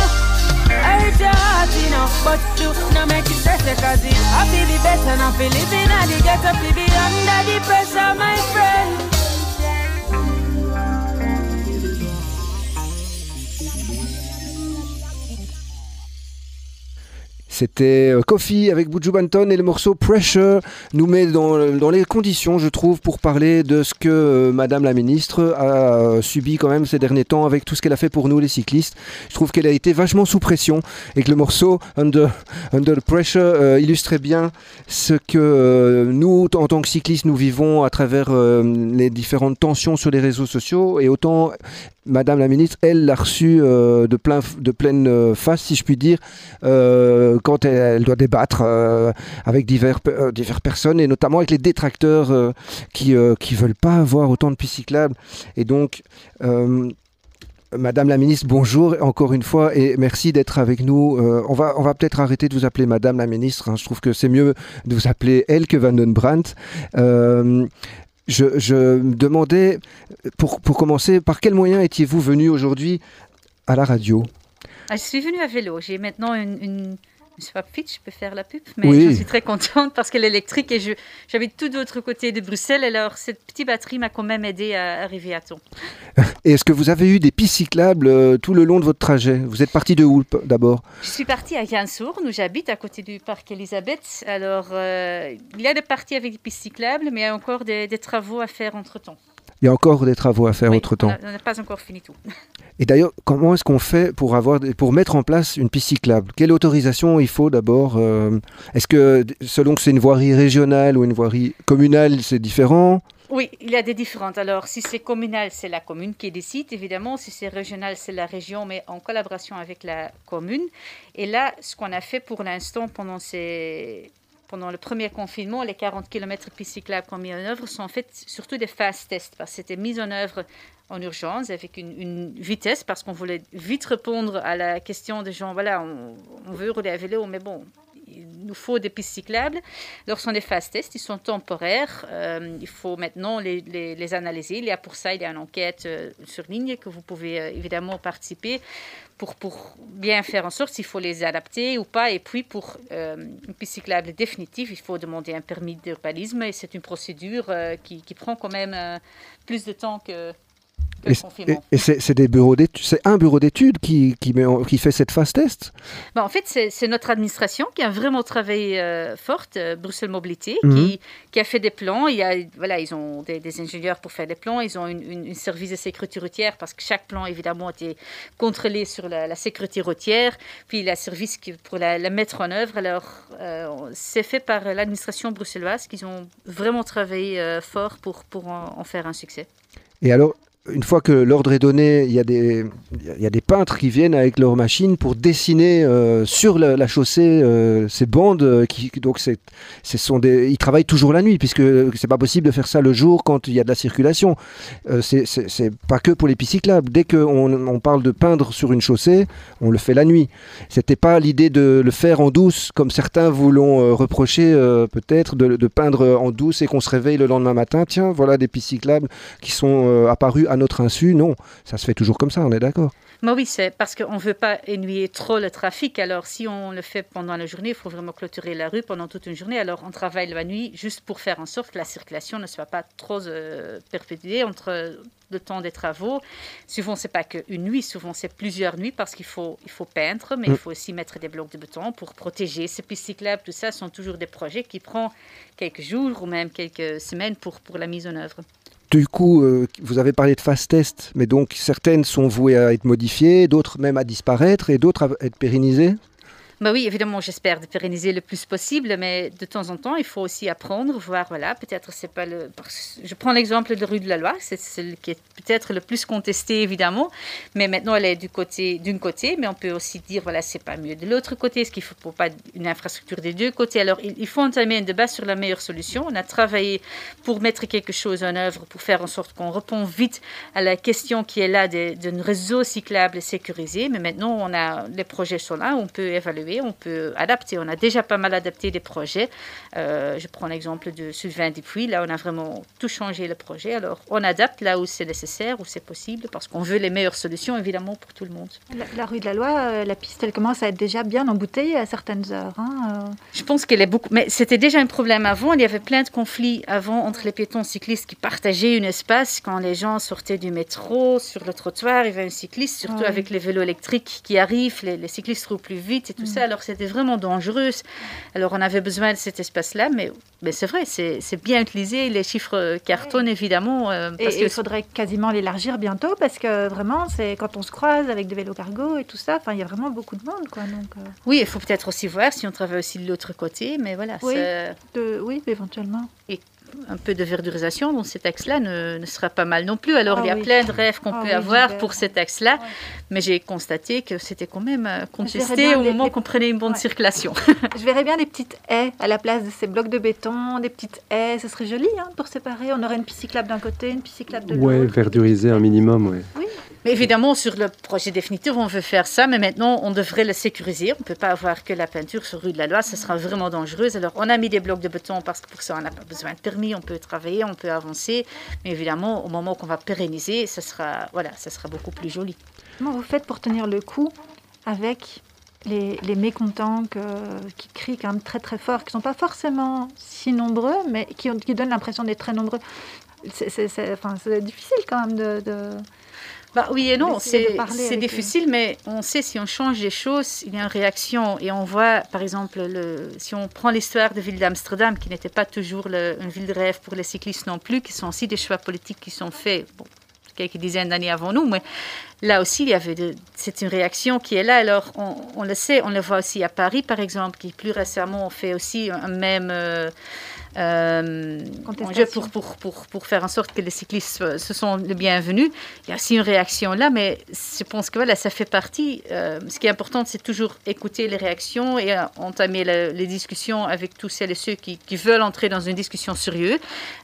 Speaker 6: I hurt your heart, you know, but do not make it stress you, cause it happy be better, not feel living at the ghetto, be be under the pressure, my friend.
Speaker 2: C'était Kofi avec Buju Banton et le morceau Pressure nous met dans, dans les conditions, je trouve, pour parler de ce que euh, Madame la Ministre a euh, subi quand même ces derniers temps avec tout ce qu'elle a fait pour nous les cyclistes. Je trouve qu'elle a été vachement sous pression et que le morceau Under, Under Pressure euh, illustrait bien ce que euh, nous, en tant que cyclistes, nous vivons à travers euh, les différentes tensions sur les réseaux sociaux, et autant Madame la Ministre, elle l'a reçu euh, de, plein, de pleine euh, face, si je puis dire, euh, quand elle, elle doit débattre euh, avec divers, euh, diverses personnes, et notamment avec les détracteurs euh, qui ne euh, qui veulent pas avoir autant de pistes cyclables. Et donc, euh, Madame la Ministre, bonjour encore une fois, et merci d'être avec nous. Euh, on va, on va peut-être arrêter de vous appeler Madame la Ministre, hein. Je trouve que c'est mieux de vous appeler elle que Van den Brandt. Euh, Je, je me demandais, pour, pour commencer, par quels moyens étiez-vous venu aujourd'hui à la radio ?
Speaker 4: Ah, je suis venue à vélo. J'ai maintenant une, une, une Swapfiets, je peux faire la pub, mais
Speaker 2: oui.
Speaker 4: Je suis très contente parce qu'elle est électrique et je, j'habite tout de l'autre côté de Bruxelles. Alors, cette petite batterie m'a quand même aidé à arriver à temps.
Speaker 2: Et est-ce que vous avez eu des pistes cyclables euh, tout le long de votre trajet ? Vous êtes parti de où d'abord ?
Speaker 4: Je suis partie à Jansoorn, où j'habite, à côté du parc Elisabeth. Alors, euh, il y a des parties avec des pistes cyclables, mais il y a encore des, des travaux à faire entre-temps.
Speaker 2: Il y a encore des travaux à faire
Speaker 4: oui,
Speaker 2: entre-temps.
Speaker 4: On n'a pas encore fini tout.
Speaker 2: Et d'ailleurs, comment est-ce qu'on fait pour, avoir, pour mettre en place une piste cyclable ? Quelle autorisation il faut d'abord ? euh, Est-ce que, selon que c'est une voirie régionale ou une voirie communale, c'est différent ?
Speaker 4: Oui, il y a des différentes. Alors, si c'est communal, c'est la commune qui décide, évidemment. Si c'est régional, c'est la région, mais en collaboration avec la commune. Et là, ce qu'on a fait pour l'instant pendant ces... Pendant le premier confinement, les quarante kilomètres de pistes cyclables qu'on a mis en œuvre sont en fait surtout des fast tests, parce que c'était mis en œuvre en urgence avec une, une vitesse, parce qu'on voulait vite répondre à la question des gens, voilà, on, on veut rouler à vélo, mais bon, il nous faut des pistes cyclables. Alors, ce sont des fast tests, ils sont temporaires, euh, il faut maintenant les, les, les analyser. Il y a pour ça, il y a une enquête euh, sur ligne que vous pouvez euh, évidemment participer. Pour, pour bien faire en sorte s'il faut les adapter ou pas. Et puis, pour euh, une piste cyclable définitive, il faut demander un permis d'urbanisme. Et c'est une procédure euh, qui, qui prend quand même euh, plus de temps que, que le confinement.
Speaker 2: Et, et c'est, c'est, des bureaux d'études, c'est un bureau d'études qui, qui, met en, qui fait cette phase test ?
Speaker 4: Ben, en fait, c'est, c'est notre administration qui a vraiment travaillé euh, fort, euh, Bruxelles Mobilité,
Speaker 2: mm-hmm.
Speaker 4: qui, qui a fait des plans. Il y a, voilà, ils ont des, des ingénieurs pour faire des plans. Ils ont une, une, une service de sécurité routière parce que chaque plan, évidemment, a été contrôlé sur la, la sécurité routière. Puis, il y a un service qui, pour la, la mettre en œuvre. Alors, euh, c'est fait par l'administration bruxelloise qui ont vraiment travaillé euh, fort pour, pour en, en faire un succès.
Speaker 2: Et alors, une fois que l'ordre est donné, il y a des, il y a des peintres qui viennent avec leurs machines pour dessiner euh, sur la, la chaussée euh, ces bandes. Qui, donc c'est, ce sont des, ils travaillent toujours la nuit, puisque c'est pas possible de faire ça le jour quand il y a de la circulation. Euh, c'est, c'est, c'est pas que pour les pistes cyclables. Dès qu'on on parle de peindre sur une chaussée, on le fait la nuit. C'était pas l'idée de le faire en douce, comme certains vous l'ont euh, reproché euh, peut-être, de, de peindre en douce et qu'on se réveille le lendemain matin. Tiens, voilà des pistes cyclables qui sont euh, apparues à notre insu. Non, ça se fait toujours comme ça, on est d'accord.
Speaker 4: Mais oui, c'est parce qu'on ne veut pas ennuyer trop le trafic. Alors, si on le fait pendant la journée, il faut vraiment clôturer la rue pendant toute une journée. Alors, on travaille la nuit juste pour faire en sorte que la circulation ne soit pas trop euh, perpétuée entre le temps des travaux. Souvent, ce n'est pas qu'une nuit, souvent, c'est plusieurs nuits parce qu'il faut, il faut peindre, mais mmh. il faut aussi mettre des blocs de béton pour protéger. Ces pistes cyclables, tout ça, sont toujours des projets qui prennent quelques jours ou même quelques semaines pour, pour la mise en œuvre.
Speaker 2: Du coup, euh, vous avez parlé de fast tests, mais donc certaines sont vouées à être modifiées, d'autres même à disparaître et d'autres à être pérennisées ?
Speaker 4: Bah oui, évidemment, j'espère de pérenniser le plus possible, mais de temps en temps, il faut aussi apprendre, voir, voilà, peut-être c'est pas le... Je prends l'exemple de rue de la Loi, c'est celle qui est peut-être le plus contestée, évidemment, mais maintenant, elle est du côté, d'un côté, mais on peut aussi dire, voilà, c'est pas mieux de l'autre côté, est-ce qu'il ne faut pas une infrastructure des deux côtés? Alors, il, il faut entamer un débat sur la meilleure solution. On a travaillé pour mettre quelque chose en œuvre, pour faire en sorte qu'on répond vite à la question qui est là d'un réseau cyclable sécurisé, mais maintenant, on a, les projets sont là, on peut évaluer, on peut adapter. On a déjà pas mal adapté des projets. Euh, je prends l'exemple de Sylvain Dupuis. Là, on a vraiment tout changé le projet. Alors, on adapte là où c'est nécessaire, où c'est possible, parce qu'on veut les meilleures solutions, évidemment, pour tout le monde.
Speaker 3: La, la rue de la Loi, euh, la piste, elle commence à être déjà bien embouteillée à certaines heures. Hein, euh...
Speaker 4: Je pense qu'elle est beaucoup... Mais c'était déjà un problème avant. Il y avait plein de conflits avant entre les piétons cyclistes qui partageaient un espace. Quand les gens sortaient du métro, sur le trottoir, il y avait un cycliste, surtout ouais. avec les vélos électriques qui arrivent. Les, les cyclistes roulent plus vite et tout mmh. ça. ça. Alors, c'était vraiment dangereux. Alors, on avait besoin de cet espace-là, mais, mais c'est vrai, c'est, c'est bien utilisé. Les chiffres cartonnent, oui. évidemment. Euh,
Speaker 3: parce et il que... faudrait quasiment l'élargir bientôt, parce que vraiment, c'est quand on se croise avec des vélos cargo et tout ça, il y a vraiment beaucoup de monde, quoi. Donc, euh...
Speaker 4: Oui, il faut peut-être aussi voir si on travaille aussi de l'autre côté, mais voilà.
Speaker 3: Oui, de... oui éventuellement.
Speaker 4: Et un peu de verdurisation dans cet axe-là ne, ne sera pas mal non plus. Alors, ah, il y a
Speaker 3: oui.
Speaker 4: plein de rêves qu'on
Speaker 3: ah,
Speaker 4: peut
Speaker 3: oui,
Speaker 4: avoir
Speaker 3: j'espère.
Speaker 4: pour cet axe-là, ouais. mais j'ai constaté que c'était quand même contesté au
Speaker 3: les,
Speaker 4: moment
Speaker 3: les...
Speaker 4: qu'on prenait une bonne ouais. circulation.
Speaker 3: Je verrais bien des petites haies à la place de ces blocs de béton, des petites haies, ce serait joli hein, pour séparer. On aurait une piste cyclable d'un côté, une piste cyclable de l'autre.
Speaker 7: Oui, verduriser un minimum, oui.
Speaker 3: Oui.
Speaker 4: Mais évidemment, sur le projet définitif, on veut faire ça, mais maintenant, on devrait le sécuriser. On ne peut pas avoir que la peinture sur rue de la Loi, ça sera vraiment dangereux. Alors, on a mis des blocs de béton parce que pour ça, on n'a pas besoin de permis, on peut travailler, on peut avancer. Mais évidemment, au moment qu'on va pérenniser, ça sera, voilà, ça sera beaucoup plus joli.
Speaker 3: Comment vous faites pour tenir le coup avec les, les mécontents que, qui crient quand même très très fort, qui ne sont pas forcément si nombreux, mais qui, ont, qui donnent l'impression d'être très nombreux? C'est, c'est, c'est, enfin, c'est difficile quand même de... de...
Speaker 4: Bah oui et non, c'est, c'est difficile, eux. Mais on sait si on change les choses, il y a une réaction. Et on voit, par exemple, le, si on prend l'histoire de la ville d'Amsterdam, qui n'était pas toujours le, une ville de rêve pour les cyclistes non plus, qui sont aussi des choix politiques qui sont faits bon, quelques dizaines d'années avant nous, mais là aussi, il y avait de, c'est une réaction qui est là. Alors, on, on le sait, on le voit aussi à Paris, par exemple, qui plus récemment ont fait aussi un même... Euh, Euh, enjeu pour, pour, pour, pour faire en sorte que les cyclistes se sont les bienvenus. Il y a aussi une réaction là, mais je pense que voilà, ça fait partie. Euh, ce qui est important, c'est toujours écouter les réactions et euh, entamer le, les discussions avec tous celles et ceux qui, qui veulent entrer dans une discussion sérieuse.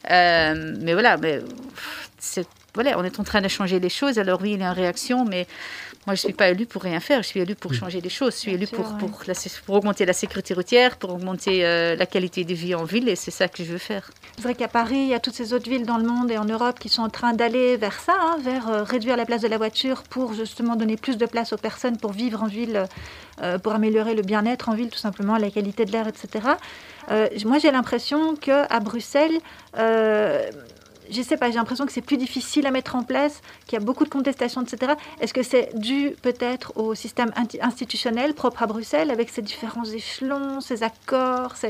Speaker 4: Euh, mais voilà, mais c'est, voilà, on est en train de changer les choses. Alors oui, il y a une réaction, mais moi, je ne suis pas élue pour rien faire. Je suis élue pour changer les choses. Je suis élue pour, pour, la, pour augmenter la sécurité routière, pour augmenter euh, la qualité de vie en ville. Et c'est ça que je veux faire.
Speaker 3: C'est vrai qu'à Paris, il y a toutes ces autres villes dans le monde et en Europe qui sont en train d'aller vers ça, hein, vers euh, réduire la place de la voiture pour justement donner plus de place aux personnes pour vivre en ville, euh, pour améliorer le bien-être en ville, tout simplement, la qualité de l'air, et cetera. Euh, moi, j'ai l'impression qu'à Bruxelles... Euh, je ne sais pas, j'ai l'impression que c'est plus difficile à mettre en place, qu'il y a beaucoup de contestations, et cetera. Est-ce que c'est dû peut-être au système institutionnel propre à Bruxelles, avec ses différents échelons, ses accords ses...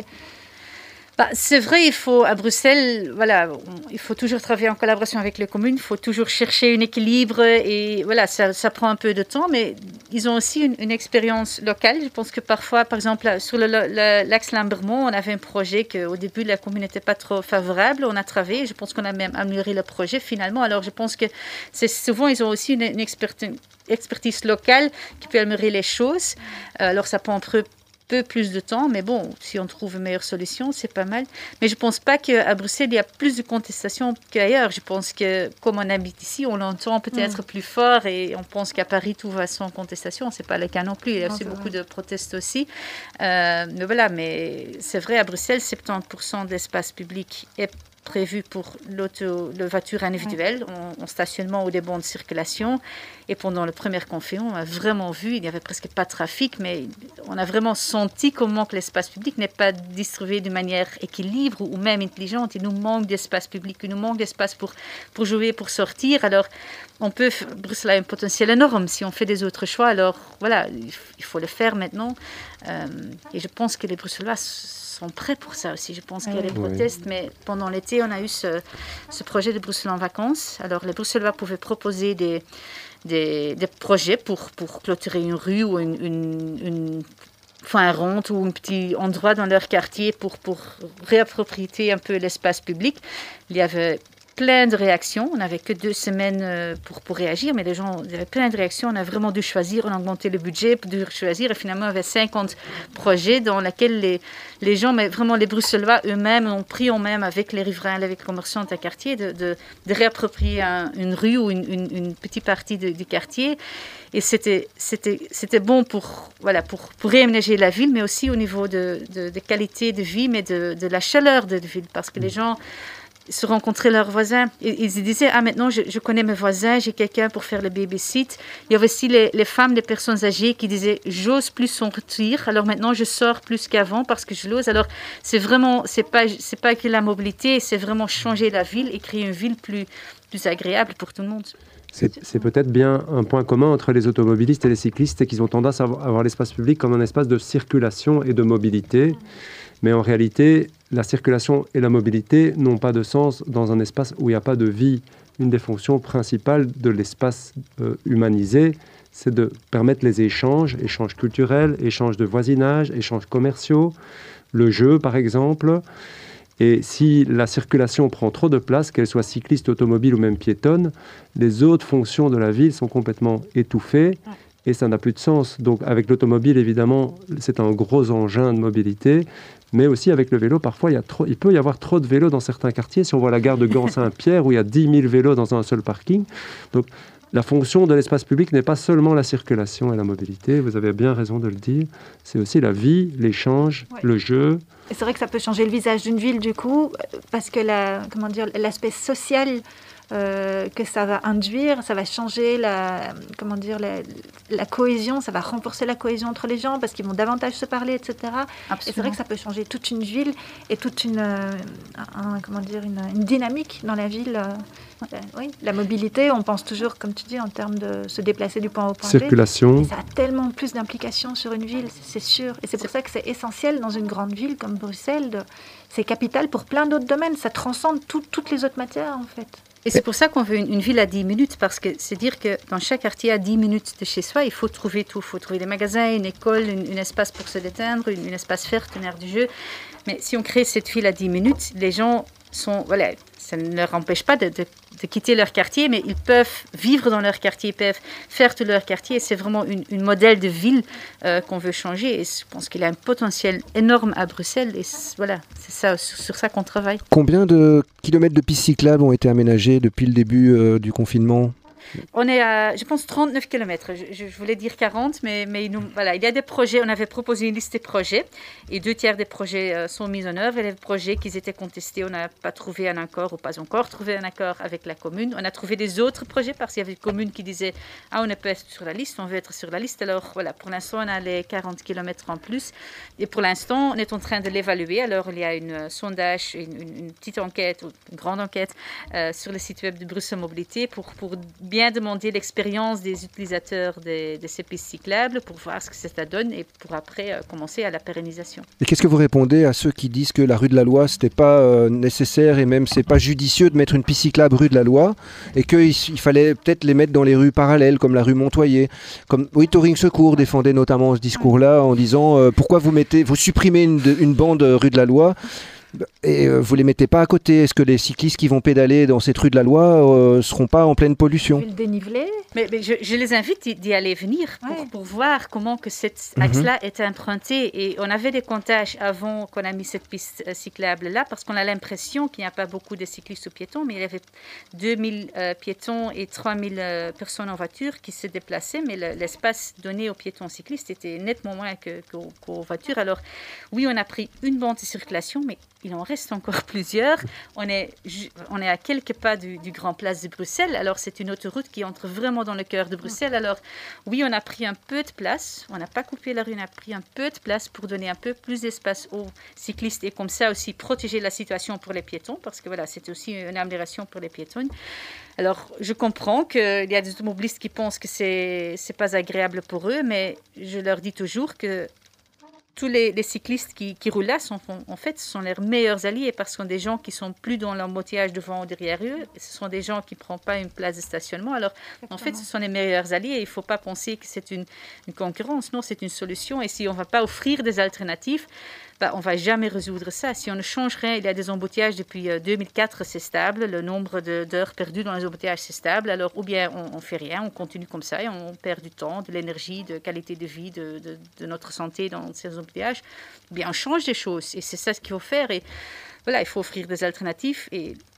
Speaker 4: Bah, c'est vrai, il faut à Bruxelles, voilà, on, il faut toujours travailler en collaboration avec les communes, il faut toujours chercher un équilibre et voilà, ça, ça prend un peu de temps, mais ils ont aussi une, une expérience locale. Je pense que parfois, par exemple, sur le, le, l'axe Lambermont, on avait un projet qu'au début, la commune n'était pas trop favorable. On a travaillé, je pense qu'on a même amélioré le projet finalement. Alors, je pense que c'est souvent, ils ont aussi une, une expertise, expertise locale qui peut améliorer les choses. Alors, ça prend un peu peu plus de temps, mais bon, si on trouve une meilleure solution, c'est pas mal. Mais je ne pense pas qu'à Bruxelles, il y a plus de contestations qu'ailleurs. Je pense que, comme on habite ici, on l'entend peut-être mmh. plus fort et on pense qu'à Paris, tout va sans contestation. Ce n'est pas le cas non plus. Il y a non, aussi beaucoup vrai. de protestes aussi. Euh, mais voilà, mais c'est vrai, à Bruxelles, soixante-dix pour cent d'espace public est prévu pour l'auto, le voiture individuelle, oui. en, en stationnement ou des bons de circulation. Et pendant le premier confinement, on a vraiment vu, il n'y avait presque pas de trafic, mais on a vraiment senti comment que l'espace public n'est pas distribué de manière équilibrée ou même intelligente. Il nous manque d'espace public, il nous manque d'espace pour, pour jouer, pour sortir. Alors, on peut, Bruxelles a un potentiel énorme. Si on fait des autres choix, alors voilà, il faut le faire maintenant. Euh, et je pense que les Bruxellois sont prêts pour ça aussi. Je pense qu'il y a des protestes, oui. mais pendant l'été, on a eu ce, ce projet de Bruxelles en vacances. Alors, les Bruxellois pouvaient proposer des, des, des projets pour, pour clôturer une rue ou une, une, une enfin, ronde ou un petit endroit dans leur quartier pour, pour réapproprier un peu l'espace public. Il y avait plein de réactions. On n'avait que deux semaines pour, pour réagir, mais les gens, il y avait plein de réactions. On a vraiment dû choisir, on a augmenté le budget pour dû choisir. Et finalement, il y avait cinquante projets dans lesquels les, les gens, mais vraiment les Bruxellois eux-mêmes, ont pris eux-mêmes avec les riverains, avec les commerçants de quartier, de, de, de réapproprier un, une rue ou une, une, une petite partie de, du quartier. Et c'était, c'était, c'était bon pour, voilà, pour, pour réaménager la ville, mais aussi au niveau de, de, de qualité de vie, mais de, de la chaleur de la ville, parce que les gens... se rencontrer leurs voisins. Ils, ils disaient, ah maintenant je, je connais mes voisins, j'ai quelqu'un pour faire le babysit. Il y avait aussi les, les femmes, les personnes âgées qui disaient, j'ose plus sortir, alors maintenant je sors plus qu'avant parce que je l'ose. Alors c'est vraiment, c'est pas, c'est pas que la mobilité, c'est vraiment changer la ville et créer une ville plus, plus agréable pour tout le monde.
Speaker 7: C'est, c'est peut-être bien un point commun entre les automobilistes et les cyclistes, c'est qu'ils ont tendance à avoir l'espace public comme un espace de circulation et de mobilité. Mais en réalité, la circulation et la mobilité n'ont pas de sens dans un espace où il n'y a pas de vie. Une des fonctions principales de l'espace euh, humanisé, c'est de permettre les échanges, échanges culturels, échanges de voisinage, échanges commerciaux, le jeu par exemple. Et si la circulation prend trop de place, qu'elle soit cycliste, automobile ou même piétonne, les autres fonctions de la ville sont complètement étouffées et ça n'a plus de sens. Donc avec l'automobile, évidemment, c'est un gros engin de mobilité, mais aussi avec le vélo, parfois il, y a trop, il peut y avoir trop de vélos dans certains quartiers. Si on voit la gare de Gand-Saint-Pierre où il y a dix mille vélos dans un seul parking. Donc la fonction de l'espace public n'est pas seulement la circulation et la mobilité, vous avez bien raison de le dire, c'est aussi la vie, l'échange, ouais. le jeu.
Speaker 3: Et c'est vrai que ça peut changer le visage d'une ville du coup, parce que la, comment dire, l'aspect social euh, que ça va induire, ça va changer la, comment dire, la, la cohésion, ça va renforcer la cohésion entre les gens parce qu'ils vont davantage se parler, et cetera. Absolument. Et c'est vrai que ça peut changer toute une ville et toute une, euh, un, comment dire, une, une dynamique dans la ville. Euh, Oui, la mobilité, on pense toujours, comme tu dis, en termes de se déplacer du point A au point B.
Speaker 7: Circulation.
Speaker 3: Ça a tellement plus d'implications sur une ville, c'est sûr. Et c'est pour ça que c'est essentiel dans une grande ville comme Bruxelles. De... C'est capital pour plein d'autres domaines. Ça transcende tout, toutes les autres matières, en fait.
Speaker 4: Et c'est pour ça qu'on veut une, une ville à dix minutes, parce que c'est dire que dans chaque quartier à dix minutes de chez soi, il faut trouver tout. Il faut trouver des magasins, une école, un espace pour se détendre, un espace vert, une aire du jeu. Mais si on crée cette ville à dix minutes, les gens sont... Voilà, ça ne leur empêche pas de, de, de quitter leur quartier, mais ils peuvent vivre dans leur quartier, ils peuvent faire tout leur quartier. Et c'est vraiment une, une modèle de ville euh, qu'on veut changer. Et je pense qu'il a un potentiel énorme à Bruxelles. Et c'est, voilà, c'est ça, sur, sur ça qu'on travaille.
Speaker 2: Combien de kilomètres de pistes cyclables ont été aménagés depuis le début euh, du confinement ?
Speaker 4: On est à, je pense, trente-neuf kilomètres. Je, je voulais dire quarante, mais, mais nous, voilà, il y a des projets. On avait proposé une liste de projets et deux tiers des projets euh, sont mis en œuvre. Et les projets qui étaient contestés, on n'a pas trouvé un accord ou pas encore trouvé un accord avec la commune. On a trouvé des autres projets parce qu'il y avait des communes qui disaient « Ah, on peut être sur la liste, on veut être sur la liste. » Alors voilà, pour l'instant, on a les quarante kilomètres en plus. Et pour l'instant, on est en train de l'évaluer. Alors il y a un euh, sondage, une, une, une petite enquête, ou une grande enquête euh, sur le site web de Bruxelles Mobilité pour, pour bien bien demander l'expérience des utilisateurs de, de ces pistes cyclables pour voir ce que ça donne et pour après euh, commencer à la pérennisation.
Speaker 2: Et qu'est-ce que vous répondez à ceux qui disent que la rue de la Loi, c'était pas euh, nécessaire et même c'est pas judicieux de mettre une piste cyclable rue de la Loi et qu'il il fallait peut-être les mettre dans les rues parallèles comme la rue Montoyer, comme oui, Touring Secours défendait notamment ce discours-là en disant euh, pourquoi vous mettez, vous supprimez une, une bande rue de la Loi et euh, vous ne les mettez pas à côté. Est-ce que les cyclistes qui vont pédaler dans cette rue de la Loi ne euh, seront pas en pleine pollution ?
Speaker 3: Le dénivelé.
Speaker 4: Mais, mais je, je les invite d'y aller venir pour, ouais. pour voir comment que cet axe-là mm-hmm. est emprunté. Et on avait des comptages avant qu'on a mis cette piste euh, cyclable-là parce qu'on a l'impression qu'il n'y a pas beaucoup de cyclistes ou piétons, mais il y avait deux mille euh, piétons et trois mille euh, personnes en voiture qui se déplaçaient, mais le, l'espace donné aux piétons cyclistes était nettement moins que, que, qu'aux voitures. Alors oui, on a pris une bande de circulation, mais il en reste encore plusieurs. On est, on est à quelques pas du, du Grand Place de Bruxelles. Alors, c'est une autoroute qui entre vraiment dans le cœur de Bruxelles. Alors, oui, on a pris un peu de place. On n'a pas coupé la rue, on a pris un peu de place pour donner un peu plus d'espace aux cyclistes et comme ça aussi protéger la situation pour les piétons parce que voilà, c'est aussi une amélioration pour les piétons. Alors, je comprends qu'il y a des automobilistes qui pensent que c'est, c'est pas agréable pour eux, mais je leur dis toujours que tous les, les cyclistes qui, qui roulent là, sont, en fait, sont leurs meilleurs alliés parce que ce sont des gens qui ne sont plus dans l'embouteillage devant ou derrière eux. Ce sont des gens qui ne prennent pas une place de stationnement. Alors, exactement. En fait, ce sont les meilleurs alliés. Il ne faut pas penser que c'est une, une concurrence. Non, c'est une solution. Et si on ne va pas offrir des alternatives, bah, on ne va jamais résoudre ça. Si on ne change rien, il y a des embouteillages depuis euh, deux mille quatre, c'est stable. Le nombre de, d'heures perdues dans les embouteillages, c'est stable. Alors, ou bien on ne fait rien, on continue comme ça et on perd du temps, de l'énergie, de qualité de vie, de, de, de notre santé dans ces embouteillages. Ou bien on change des choses et c'est ça ce qu'il faut faire. Et voilà, il faut offrir des alternatives et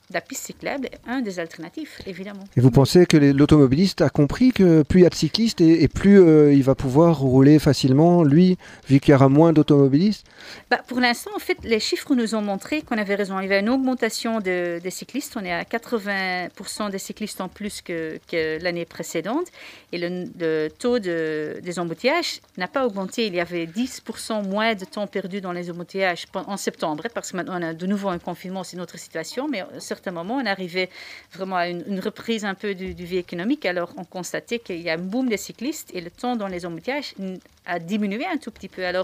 Speaker 4: la piste cyclable est un des alternatives, évidemment.
Speaker 2: Et vous pensez que les, l'automobiliste a compris que plus il y a de cyclistes et, et plus euh, il va pouvoir rouler facilement, lui, vu qu'il y aura moins d'automobilistes?
Speaker 4: Bah, pour l'instant, en fait, les chiffres nous ont montré qu'on avait raison. Il y avait une augmentation de, des cyclistes. On est à quatre-vingts pour cent des cyclistes en plus que, que l'année précédente. Et le, le taux de, des embouteillages n'a pas augmenté. Il y avait dix pour cent moins de temps perdu dans les embouteillages en septembre, parce que maintenant on a de nouveau un confinement, c'est une autre situation. Mais à un certain moment, on arrivait vraiment à une, une reprise un peu du, du vie économique. Alors, on constatait qu'il y a un boom des cyclistes et le temps dans les embouteillages a diminué un tout petit peu. Alors,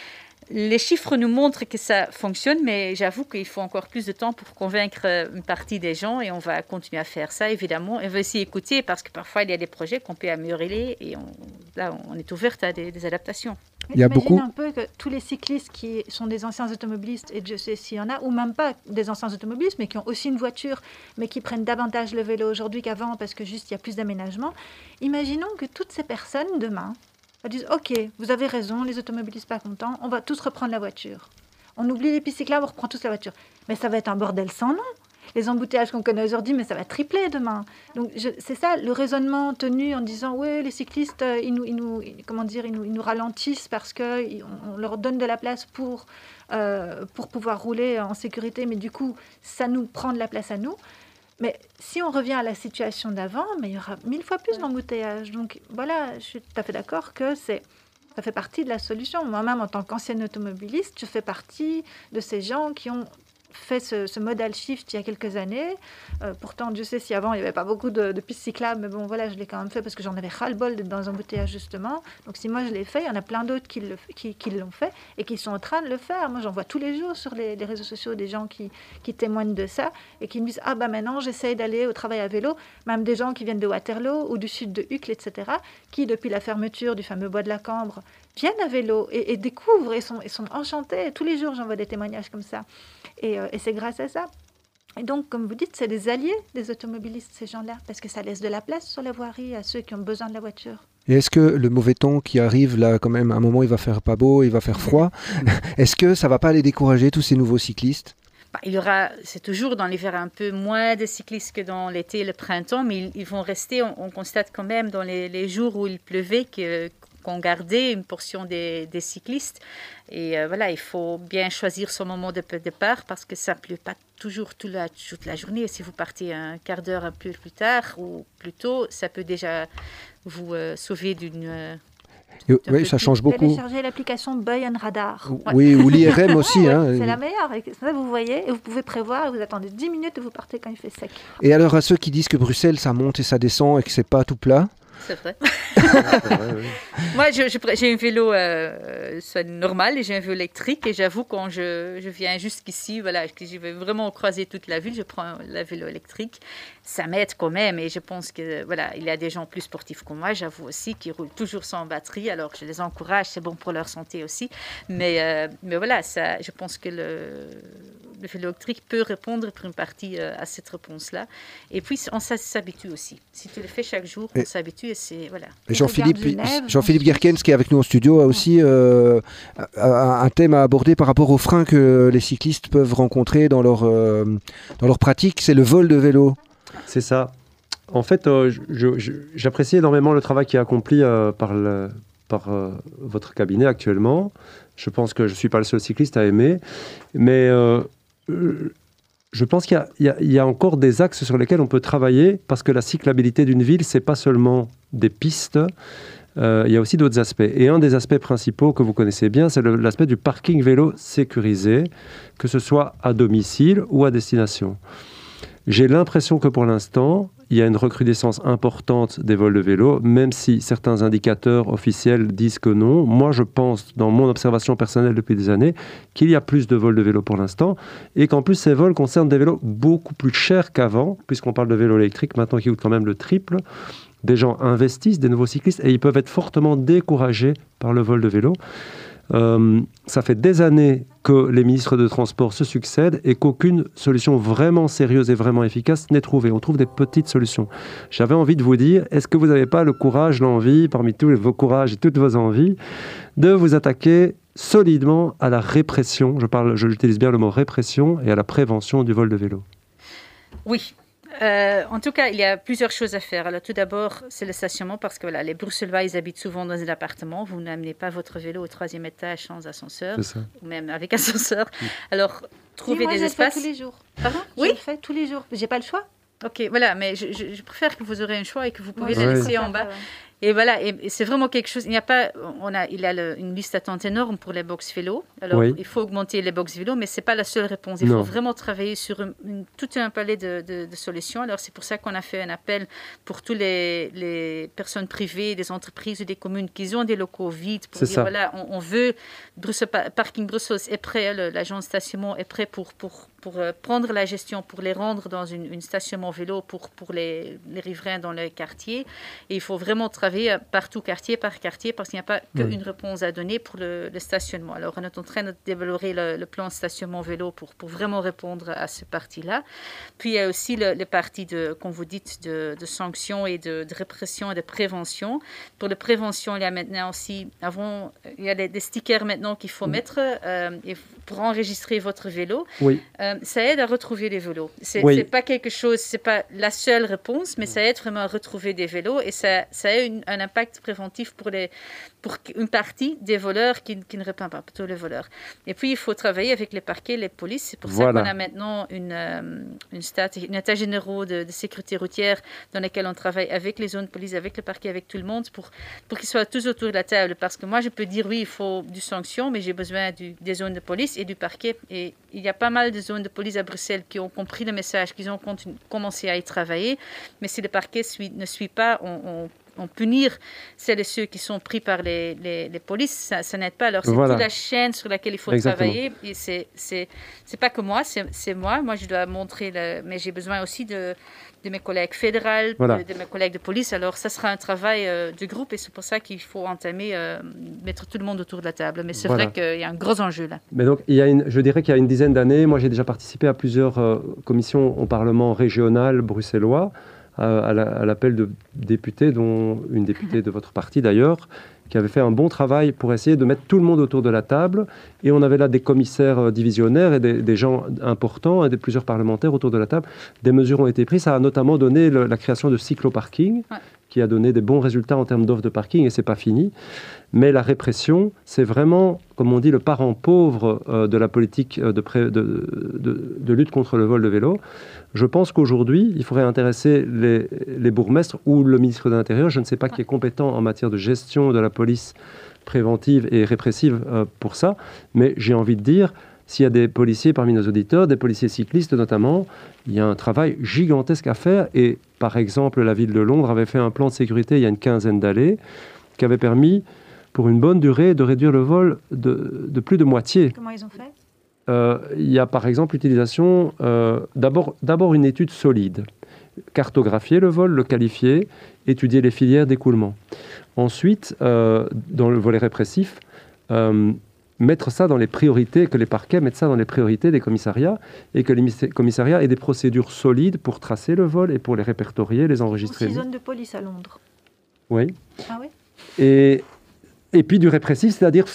Speaker 4: les chiffres nous montrent que ça fonctionne, mais j'avoue qu'il faut encore plus de temps pour convaincre une partie des gens et on va continuer à faire ça, évidemment. On va aussi écouter parce que parfois, il y a des projets qu'on peut améliorer et on, là, on est ouverte à des, des adaptations.
Speaker 3: Il y a beaucoup... un peu que tous les cyclistes qui sont des anciens automobilistes, et Dieu sait s'il y en a, ou même pas des anciens automobilistes, mais qui ont aussi une voiture, mais qui prennent davantage le vélo aujourd'hui qu'avant parce que juste il y a plus d'aménagement. Imaginons que toutes ces personnes, demain, disent « Ok, vous avez raison, les automobilistes pas contents, on va tous reprendre la voiture. On oublie les pistes cyclables, on reprend tous la voiture. » Mais ça va être un bordel sans nom. Les embouteillages qu'on connaît aujourd'hui, mais ça va tripler demain. Donc je, c'est ça le raisonnement tenu en disant oui, les cyclistes, euh, ils nous, ils nous, comment dire, ils nous, ils nous ralentissent parce que ils, on leur donne de la place pour euh, pour pouvoir rouler en sécurité, mais du coup, ça nous prend de la place à nous. Mais si on revient à la situation d'avant, mais il y aura mille fois plus d'embouteillages. Donc voilà, je suis tout à fait d'accord que c'est ça fait partie de la solution. Moi-même, en tant qu'ancienne automobiliste, je fais partie de ces gens qui ont fait ce, ce modal shift il y a quelques années. Euh, pourtant, Dieu sait si avant, il n'y avait pas beaucoup de, de pistes cyclables, mais bon, voilà, je l'ai quand même fait parce que j'en avais ras-le-bol d'être dans un embouteillage, justement. Donc, si moi, je l'ai fait, il y en a plein d'autres qui, le, qui, qui l'ont fait et qui sont en train de le faire. Moi, j'en vois tous les jours sur les, les réseaux sociaux des gens qui, qui témoignent de ça et qui me disent « Ah, bah maintenant, j'essaye d'aller au travail à vélo. » Même des gens qui viennent de Waterloo ou du sud de Uccle, et cetera, qui, depuis la fermeture du fameux bois de la Cambre, viennent à vélo et, et découvrent et sont, et sont enchantés. Tous les jours, j'en vois des témoignages comme ça. Et, euh, et c'est grâce à ça. Et donc, comme vous dites, c'est des alliés des automobilistes, ces gens-là, parce que ça laisse de la place sur la voirie à ceux qui ont besoin de la voiture.
Speaker 2: Et est-ce que le mauvais temps qui arrive, là, quand même, à un moment, il va faire pas beau, il va faire froid, est-ce que ça va pas les décourager, tous ces nouveaux cyclistes ?
Speaker 4: Bah, il y aura, c'est toujours dans l'hiver un peu moins de cyclistes que dans l'été et le printemps, mais ils, ils vont rester, on, on constate quand même dans les, les jours où il pleuvait que qu'on gardait une portion des, des cyclistes. Et euh, voilà, il faut bien choisir son moment de départ parce que ça ne pleut pas toujours toute la, toute la journée. Si vous partez un quart d'heure un peu plus tard ou plus tôt, ça peut déjà vous euh, sauver d'une... Euh,
Speaker 2: oui, ça change beaucoup.
Speaker 3: Téléchargez l'application Buy and Radar.
Speaker 2: Oui, ou l'I R M aussi. Hein.
Speaker 3: C'est la meilleure. Ça, vous voyez, et vous pouvez prévoir, vous attendez dix minutes et vous partez quand il fait sec.
Speaker 2: Et alors, à ceux qui disent que Bruxelles, ça monte et ça descend et que ce n'est pas tout plat,
Speaker 4: c'est vrai. vrai oui. Moi, je, je, j'ai un vélo euh, normal et j'ai un vélo électrique. Et j'avoue, quand je, je viens jusqu'ici, voilà, que je vais vraiment croiser toute la ville, je prends le vélo électrique. Ça m'aide quand même. Et je pense que voilà, il y a des gens plus sportifs que moi, j'avoue aussi, qui roulent toujours sans batterie. Alors, je les encourage, c'est bon pour leur santé aussi. Mais, euh, mais voilà, ça, je pense que le, le vélo électrique peut répondre pour une partie euh, à cette réponse-là. Et puis, on s'habitue aussi. Si tu le fais chaque jour, on et s'habitue. Et c'est, voilà.
Speaker 2: Et Jean-Philippe, Jean-Philippe Guerkens, qui est avec nous en studio, a aussi euh, un thème à aborder par rapport aux freins que les cyclistes peuvent rencontrer dans leur, euh, dans leur pratique. C'est le vol de vélo.
Speaker 7: C'est ça. En fait, euh, je, je, j'apprécie énormément le travail qui est accompli euh, par, le, par euh, votre cabinet actuellement. Je pense que je ne suis pas le seul cycliste à aimer. Mais euh, je pense qu'il y a, il y a, il y a encore des axes sur lesquels on peut travailler parce que la cyclabilité d'une ville, ce n'est pas seulement des pistes. Euh, il y a aussi d'autres aspects. Et un des aspects principaux que vous connaissez bien, c'est le, l'aspect du parking vélo sécurisé, que ce soit à domicile ou à destination. J'ai l'impression que pour l'instant, il y a une recrudescence importante des vols de vélo, même si certains indicateurs officiels disent que non. Moi, je pense, dans mon observation personnelle depuis des années, qu'il y a plus de vols de vélo pour l'instant, et qu'en plus, ces vols concernent des vélos beaucoup plus chers qu'avant, puisqu'on parle de vélos électriques maintenant qui coûtent quand même le triple. Des gens investissent, des nouveaux cyclistes, et ils peuvent être fortement découragés par le vol de vélo. Euh, ça fait des années que les ministres de Transport se succèdent et qu'aucune solution vraiment sérieuse et vraiment efficace n'est trouvée. On trouve des petites solutions. J'avais envie de vous dire, est-ce que vous n'avez pas le courage, l'envie, parmi tous vos courages et toutes vos envies, de vous attaquer solidement à la répression, je parle, je utilise bien le mot répression, et à la prévention du vol de vélo?
Speaker 4: Oui. Euh, en tout cas, il y a plusieurs choses à faire. Alors, tout d'abord, c'est le stationnement parce que voilà, les Bruxellois, ils habitent souvent dans un appartement. Vous n'amenez pas votre vélo au troisième étage sans ascenseur, ou même avec ascenseur. Oui. Alors, trouvez
Speaker 3: oui, moi,
Speaker 4: des
Speaker 3: je
Speaker 4: espaces.
Speaker 3: Le fais tous les jours. Pardon ?
Speaker 4: Oui.
Speaker 3: Je le fais tous les jours. J'ai pas le choix.
Speaker 4: Ok, voilà, mais je, je, je préfère que vous aurez un choix et que vous pouvez
Speaker 3: ouais,
Speaker 4: le
Speaker 3: oui.
Speaker 4: laisser en bas. Et voilà, et, et c'est vraiment quelque chose. Il n'y a pas, on a, il a le, une liste d'attente énorme pour les box vélo. Alors, oui. il faut augmenter les box vélo, mais c'est pas la seule réponse. Il non. faut vraiment travailler sur une, une, tout un palais de, de, de solutions. Alors, c'est pour ça qu'on a fait un appel pour tous les, les personnes privées, des entreprises ou des communes qui ont des locaux vides pour c'est dire ça. Voilà, on, on veut Bruxelles, Parking Brussels est prêt, l'agence de stationnement est prêt pour pour pour prendre la gestion, pour les rendre dans une, une stationnement vélo pour pour les, les riverains dans le quartier. Et il faut vraiment travailler partout, quartier par quartier, parce qu'il n'y a pas qu'une oui. réponse à donner pour le, le stationnement. Alors, on est en train de développer le, le plan de stationnement vélo pour, pour vraiment répondre à ce parti-là. Puis, il y a aussi le, le parti, de, comme vous dites, de, de sanctions et de, de répression et de prévention. Pour la prévention, il y a maintenant aussi, avant, il y a des, des stickers maintenant qu'il faut oui. mettre euh, pour enregistrer votre vélo.
Speaker 7: Oui.
Speaker 4: Euh, ça aide à retrouver les vélos. C'est
Speaker 7: oui.
Speaker 4: c'est pas quelque chose, c'est pas la seule réponse, mais ça aide vraiment à retrouver des vélos et ça, ça a une, un impact préventif pour, les, pour une partie des voleurs qui, qui ne répondent pas, plutôt les voleurs. Et puis, il faut travailler avec les parquets, les polices. C'est pour voilà. ça qu'on a maintenant une, euh, une, stat, une état généraux de, de sécurité routière dans lesquels on travaille avec les zones de police, avec le parquet, avec tout le monde pour, pour qu'ils soient tous autour de la table. Parce que moi, je peux dire, oui, il faut du sanction, mais j'ai besoin du, des zones de police et du parquet. Et il y a pas mal de zones de police à Bruxelles qui ont compris le message, qui ont commencé à y travailler. Mais si le parquet suit, ne suit pas, on, on on punir celles et ceux qui sont pris par les, les, les polices, ça, ça n'aide pas. Alors, c'est voilà. toute la chaîne sur laquelle il faut Exactement. travailler. Et c'est, c'est, c'est pas que moi, c'est, c'est moi. Moi, je dois montrer, le, mais j'ai besoin aussi de, de mes collègues fédérales, voilà. de, de mes collègues de police. Alors, ça sera un travail euh, de groupe et c'est pour ça qu'il faut entamer, euh, mettre tout le monde autour de la table. Mais c'est voilà. vrai qu'il y a un gros enjeu là.
Speaker 7: Mais donc, il y a une, je dirais qu'il y a une dizaine d'années, moi, j'ai déjà participé à plusieurs euh, commissions au Parlement régional bruxellois, à l'appel de députés, dont une députée de votre parti d'ailleurs, qui avait fait un bon travail pour essayer de mettre tout le monde autour de la table. Et on avait là des commissaires divisionnaires et des, des gens importants, et des, plusieurs parlementaires autour de la table. Des mesures ont été prises. Ça a notamment donné le, la création de cyclo-parking, ouais. qui a donné des bons résultats en termes d'offres de parking, et ce n'est pas fini. Mais la répression, c'est vraiment, comme on dit, le parent pauvre euh, de la politique de, pré, de, de, de lutte contre le vol de vélo. Je pense qu'aujourd'hui, il faudrait intéresser les, les bourgmestres ou le ministre de l'Intérieur, je ne sais pas qui est compétent en matière de gestion de la police préventive et répressive euh, pour ça, mais j'ai envie de dire, s'il y a des policiers parmi nos auditeurs, des policiers cyclistes notamment, il y a un travail gigantesque à faire. Et par exemple, la ville de Londres avait fait un plan de sécurité il y a une quinzaine d'années qui avait permis, pour une bonne durée, de réduire le vol de, de plus de moitié.
Speaker 3: Comment ils ont fait ?
Speaker 7: Euh, il y a par exemple l'utilisation, euh, d'abord, d'abord une étude solide. Cartographier le vol, le qualifier, étudier les filières d'écoulement. Ensuite, euh, dans le volet répressif, euh, mettre ça dans les priorités, que les parquets mettent ça dans les priorités des commissariats et que les commissariats aient des procédures solides pour tracer le vol et pour les répertorier, les enregistrer.
Speaker 3: Aussi zone de police à Londres.
Speaker 7: Oui.
Speaker 3: Ah oui.
Speaker 7: Et... Et puis du répressif, c'est-à-dire,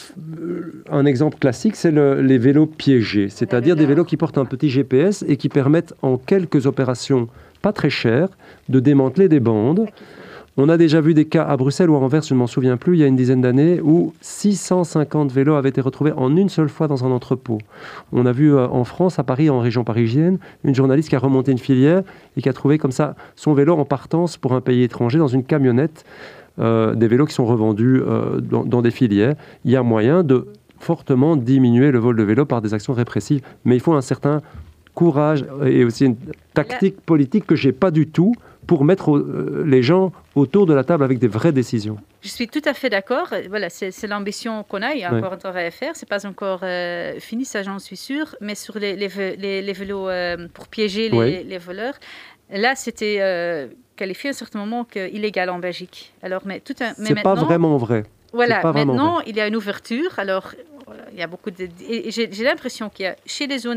Speaker 7: un exemple classique, c'est le, les vélos piégés, c'est-à-dire des vélos qui portent un petit G P S et qui permettent en quelques opérations pas très chères de démanteler des bandes. On a déjà vu des cas à Bruxelles ou à Anvers, je ne m'en souviens plus, il y a une dizaine d'années, où six cent cinquante vélos avaient été retrouvés en une seule fois dans un entrepôt. On a vu en France, à Paris, en région parisienne, une journaliste qui a remonté une filière et qui a trouvé comme ça son vélo en partance pour un pays étranger dans une camionnette. Euh, des vélos qui sont revendus euh, dans, dans des filières. Il y a moyen de fortement diminuer le vol de vélo par des actions répressives. Mais il faut un certain courage et aussi une tactique politique que je n'ai pas du tout pour mettre euh, les gens autour de la table avec des vraies décisions.
Speaker 4: Je suis tout à fait d'accord. Voilà, c'est, c'est l'ambition qu'on a. Il y a encore ouais. un travail à faire. Ce n'est pas encore euh, fini, ça j'en suis sûre. Mais sur les, les, les, les vélos euh, pour piéger les, ouais. les voleurs, là c'était... Euh, qualifié à un certain moment qu'illégal en Belgique. Alors, mais tout un, mais
Speaker 7: c'est pas vraiment vrai.
Speaker 4: Voilà,
Speaker 7: maintenant
Speaker 4: vrai. Il y a une ouverture. Alors, il y a beaucoup de... Et j'ai, j'ai l'impression qu'il y a chez les zones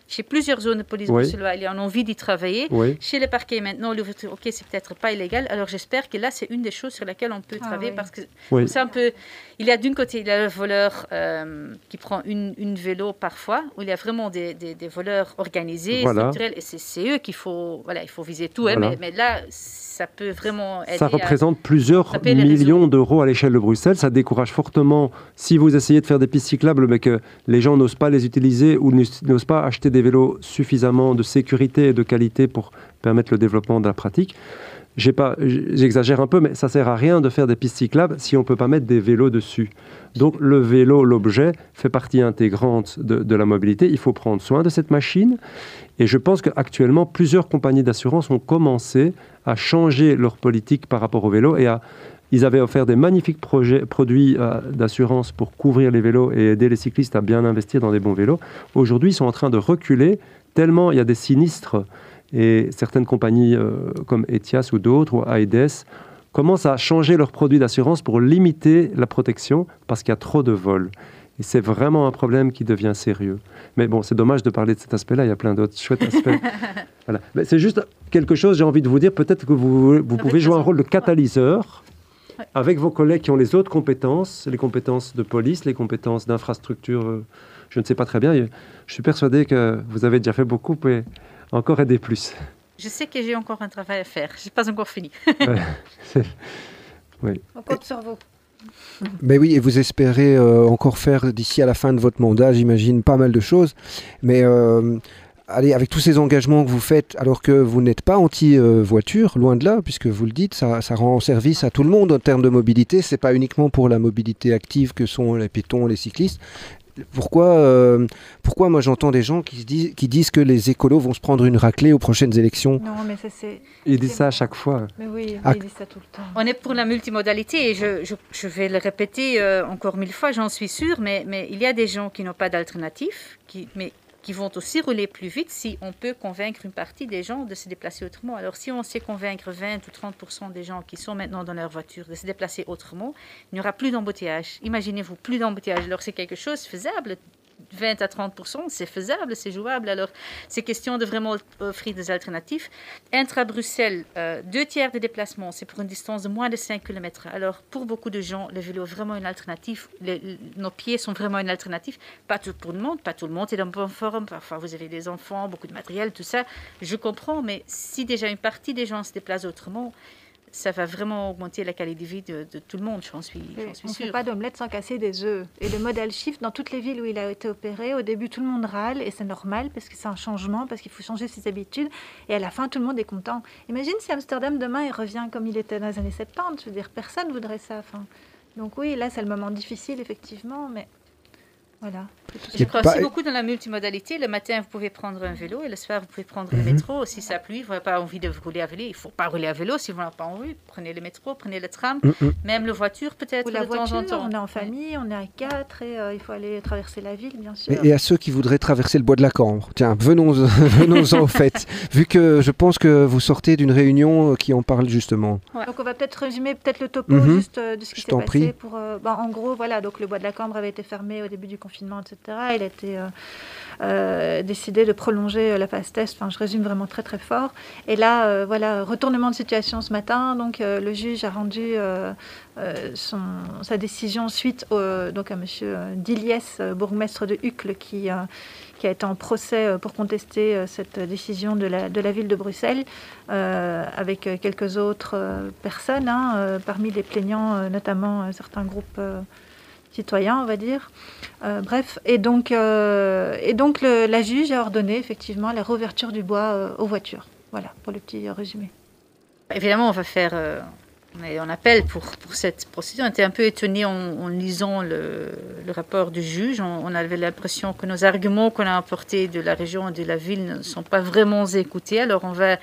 Speaker 4: Chez plusieurs zones de police
Speaker 7: Oui.
Speaker 4: bruxellois, il y a une envie d'y travailler.
Speaker 7: Oui.
Speaker 4: Chez les parquets, maintenant, l'ouverture, ok, c'est peut-être pas illégal. Alors j'espère que là, c'est une des choses sur lesquelles on peut
Speaker 3: Ah,
Speaker 4: travailler
Speaker 3: oui.
Speaker 4: parce que
Speaker 7: Oui.
Speaker 4: c'est un peu. Il y a d'une côté, il y a le voleur euh, qui prend une, une vélo parfois, où il y a vraiment des, des, des voleurs organisés,
Speaker 7: Voilà.
Speaker 4: structurels, et c'est, c'est eux qu'il faut, voilà, il faut viser tout. hein,
Speaker 7: Voilà.
Speaker 4: mais, mais là, ça peut vraiment aider.
Speaker 7: Ça
Speaker 4: à-
Speaker 7: représente plusieurs
Speaker 4: taper les
Speaker 7: millions d'euros à l'échelle de Bruxelles. Ça décourage fortement, si vous essayez de faire des pistes cyclables, mais que les gens n'osent pas les utiliser ou n'osent pas acheter des vélos suffisamment de sécurité et de qualité pour permettre le développement de la pratique. J'ai pas, j'exagère un peu, mais ça ne sert à rien de faire des pistes cyclables si on ne peut pas mettre des vélos dessus. Donc le vélo, l'objet, fait partie intégrante de, de la mobilité. Il faut prendre soin de cette machine. Et je pense qu'actuellement, plusieurs compagnies d'assurance ont commencé à changer leur politique par rapport au vélo et à... Ils avaient offert des magnifiques projets, produits euh, d'assurance pour couvrir les vélos et aider les cyclistes à bien investir dans des bons vélos. Aujourd'hui, ils sont en train de reculer tellement il y a des sinistres et certaines compagnies euh, comme Etias ou d'autres, ou Aides, commencent à changer leurs produits d'assurance pour limiter la protection parce qu'il y a trop de vols. Et c'est vraiment un problème qui devient sérieux. Mais bon, c'est dommage de parler de cet aspect-là, il y a plein d'autres chouettes aspects. Voilà. Mais c'est juste quelque chose, j'ai envie de vous dire, peut-être que vous, vous pouvez jouer un rôle de catalyseur avec vos collègues qui ont les autres compétences, les compétences de police, les compétences d'infrastructure, euh, je ne sais pas très bien. Je suis persuadé que vous avez déjà fait beaucoup, mais encore aider plus.
Speaker 4: Je sais que j'ai encore un travail à faire. Je n'ai pas encore fini.
Speaker 7: Ouais, c'est- oui.
Speaker 3: On compte sur vous.
Speaker 2: Mais oui, et vous espérez euh, encore faire d'ici à la fin de votre mandat, j'imagine, pas mal de choses. Mais euh, allez, avec tous ces engagements que vous faites, alors que vous n'êtes pas anti-voiture, loin de là, puisque vous le dites, ça, ça rend service à tout le monde en termes de mobilité. C'est pas uniquement pour la mobilité active que sont les piétons, les cyclistes. Pourquoi, euh, pourquoi moi j'entends des gens qui, se disent, qui disent que les écolos vont se prendre une raclée aux prochaines élections?
Speaker 3: Non, mais ça c'est.
Speaker 7: Il dit ça à chaque fois.
Speaker 3: Mais oui,
Speaker 2: Ah.
Speaker 3: il dit ça tout le temps.
Speaker 4: On est pour la multimodalité et je, je, je vais le répéter euh, encore mille fois, j'en suis sûre, mais, mais il y a des gens qui n'ont pas d'alternative, qui, mais qui vont aussi rouler plus vite si on peut convaincre une partie des gens de se déplacer autrement. Alors si on sait convaincre vingt ou trente pour cent des gens qui sont maintenant dans leur voiture de se déplacer autrement, il n'y aura plus d'embouteillage. Imaginez-vous, plus d'embouteillage. Alors c'est quelque chose de faisable. vingt à trente pour cent, c'est faisable, c'est jouable. Alors, c'est question de vraiment offrir des alternatives. Intra-Bruxelles, euh, deux tiers des déplacements, c'est pour une distance de moins de cinq kilomètres. Alors, pour beaucoup de gens, le vélo est vraiment une alternative. Les, nos pieds sont vraiment une alternative. Pas tout pour le monde, pas tout le monde est en bonne forme. Parfois, vous avez des enfants, beaucoup de matériel, tout ça. Je comprends, mais si déjà une partie des gens se déplacent autrement, ça va vraiment augmenter la qualité de vie de, de tout le monde, j'en suis,
Speaker 3: Oui,
Speaker 4: j'en suis
Speaker 3: on ne fait
Speaker 4: sûre.
Speaker 3: pas d'omelette sans casser des œufs. Et le modèle Shift, dans toutes les villes où il a été opéré, au début, tout le monde râle, et c'est normal, parce que c'est un changement, parce qu'il faut changer ses habitudes, et à la fin, tout le monde est content. Imagine si Amsterdam, demain, il revient comme il était dans les années soixante-dix, je veux dire, personne ne voudrait ça. Enfin, donc oui, là, c'est le moment difficile, effectivement, mais voilà.
Speaker 4: Je crois
Speaker 2: pas-
Speaker 4: aussi beaucoup dans la multimodalité. Le matin, vous pouvez prendre un vélo et le soir, vous pouvez prendre le métro. Si ça pluie, vous n'avez pas envie de rouler à vélo. Il ne faut pas rouler à vélo si vous n'avez pas envie. Prenez le métro, prenez le tram,
Speaker 2: Mm-mm.
Speaker 4: même la voiture peut-être
Speaker 3: Ou la
Speaker 4: de temps
Speaker 3: voiture,
Speaker 4: en temps.
Speaker 3: on est en famille, on est à quatre, et euh, il faut aller traverser la ville, bien sûr.
Speaker 2: Et, et à ceux qui voudraient traverser le bois de la Cambre, tiens, venons, venons-en au fait, vu que je pense que vous sortez d'une réunion qui en parle justement.
Speaker 3: Donc on va peut-être résumer peut-être le topo
Speaker 2: Mhm.
Speaker 3: juste euh, de ce qui
Speaker 2: Je
Speaker 3: s'est
Speaker 2: t'en
Speaker 3: passé.
Speaker 2: prie.
Speaker 3: Pour, euh, bah, en gros, voilà, donc le bois de la Cambre avait été fermé au début du confinement, et cetera. Il a été euh, euh, décidé de prolonger euh, la phase test. Enfin, je résume vraiment très très fort. Et là, euh, voilà, retournement de situation ce matin. Donc euh, le juge a rendu euh, euh, son, sa décision suite au, donc à Monsieur Diliès, euh, bourgmestre de Uccle, qui euh, qui a été en procès euh, pour contester euh, cette décision de la, de la ville de Bruxelles, euh, avec euh, quelques autres euh, personnes, hein, euh, parmi les plaignants, euh, notamment euh, certains groupes euh, citoyens, on va dire. Euh, bref, et donc, euh, et donc le, la juge a ordonné effectivement la réouverture du bois euh, aux voitures. Voilà, pour le petit euh, résumé.
Speaker 4: Évidemment, on va faire euh, on est en appel pour, pour cette procédure. On était un peu étonnés en, en lisant le, le rapport du juge. On, on avait l'impression que nos arguments qu'on a apportés de la région et de la ville ne sont pas vraiment écoutés. Alors on va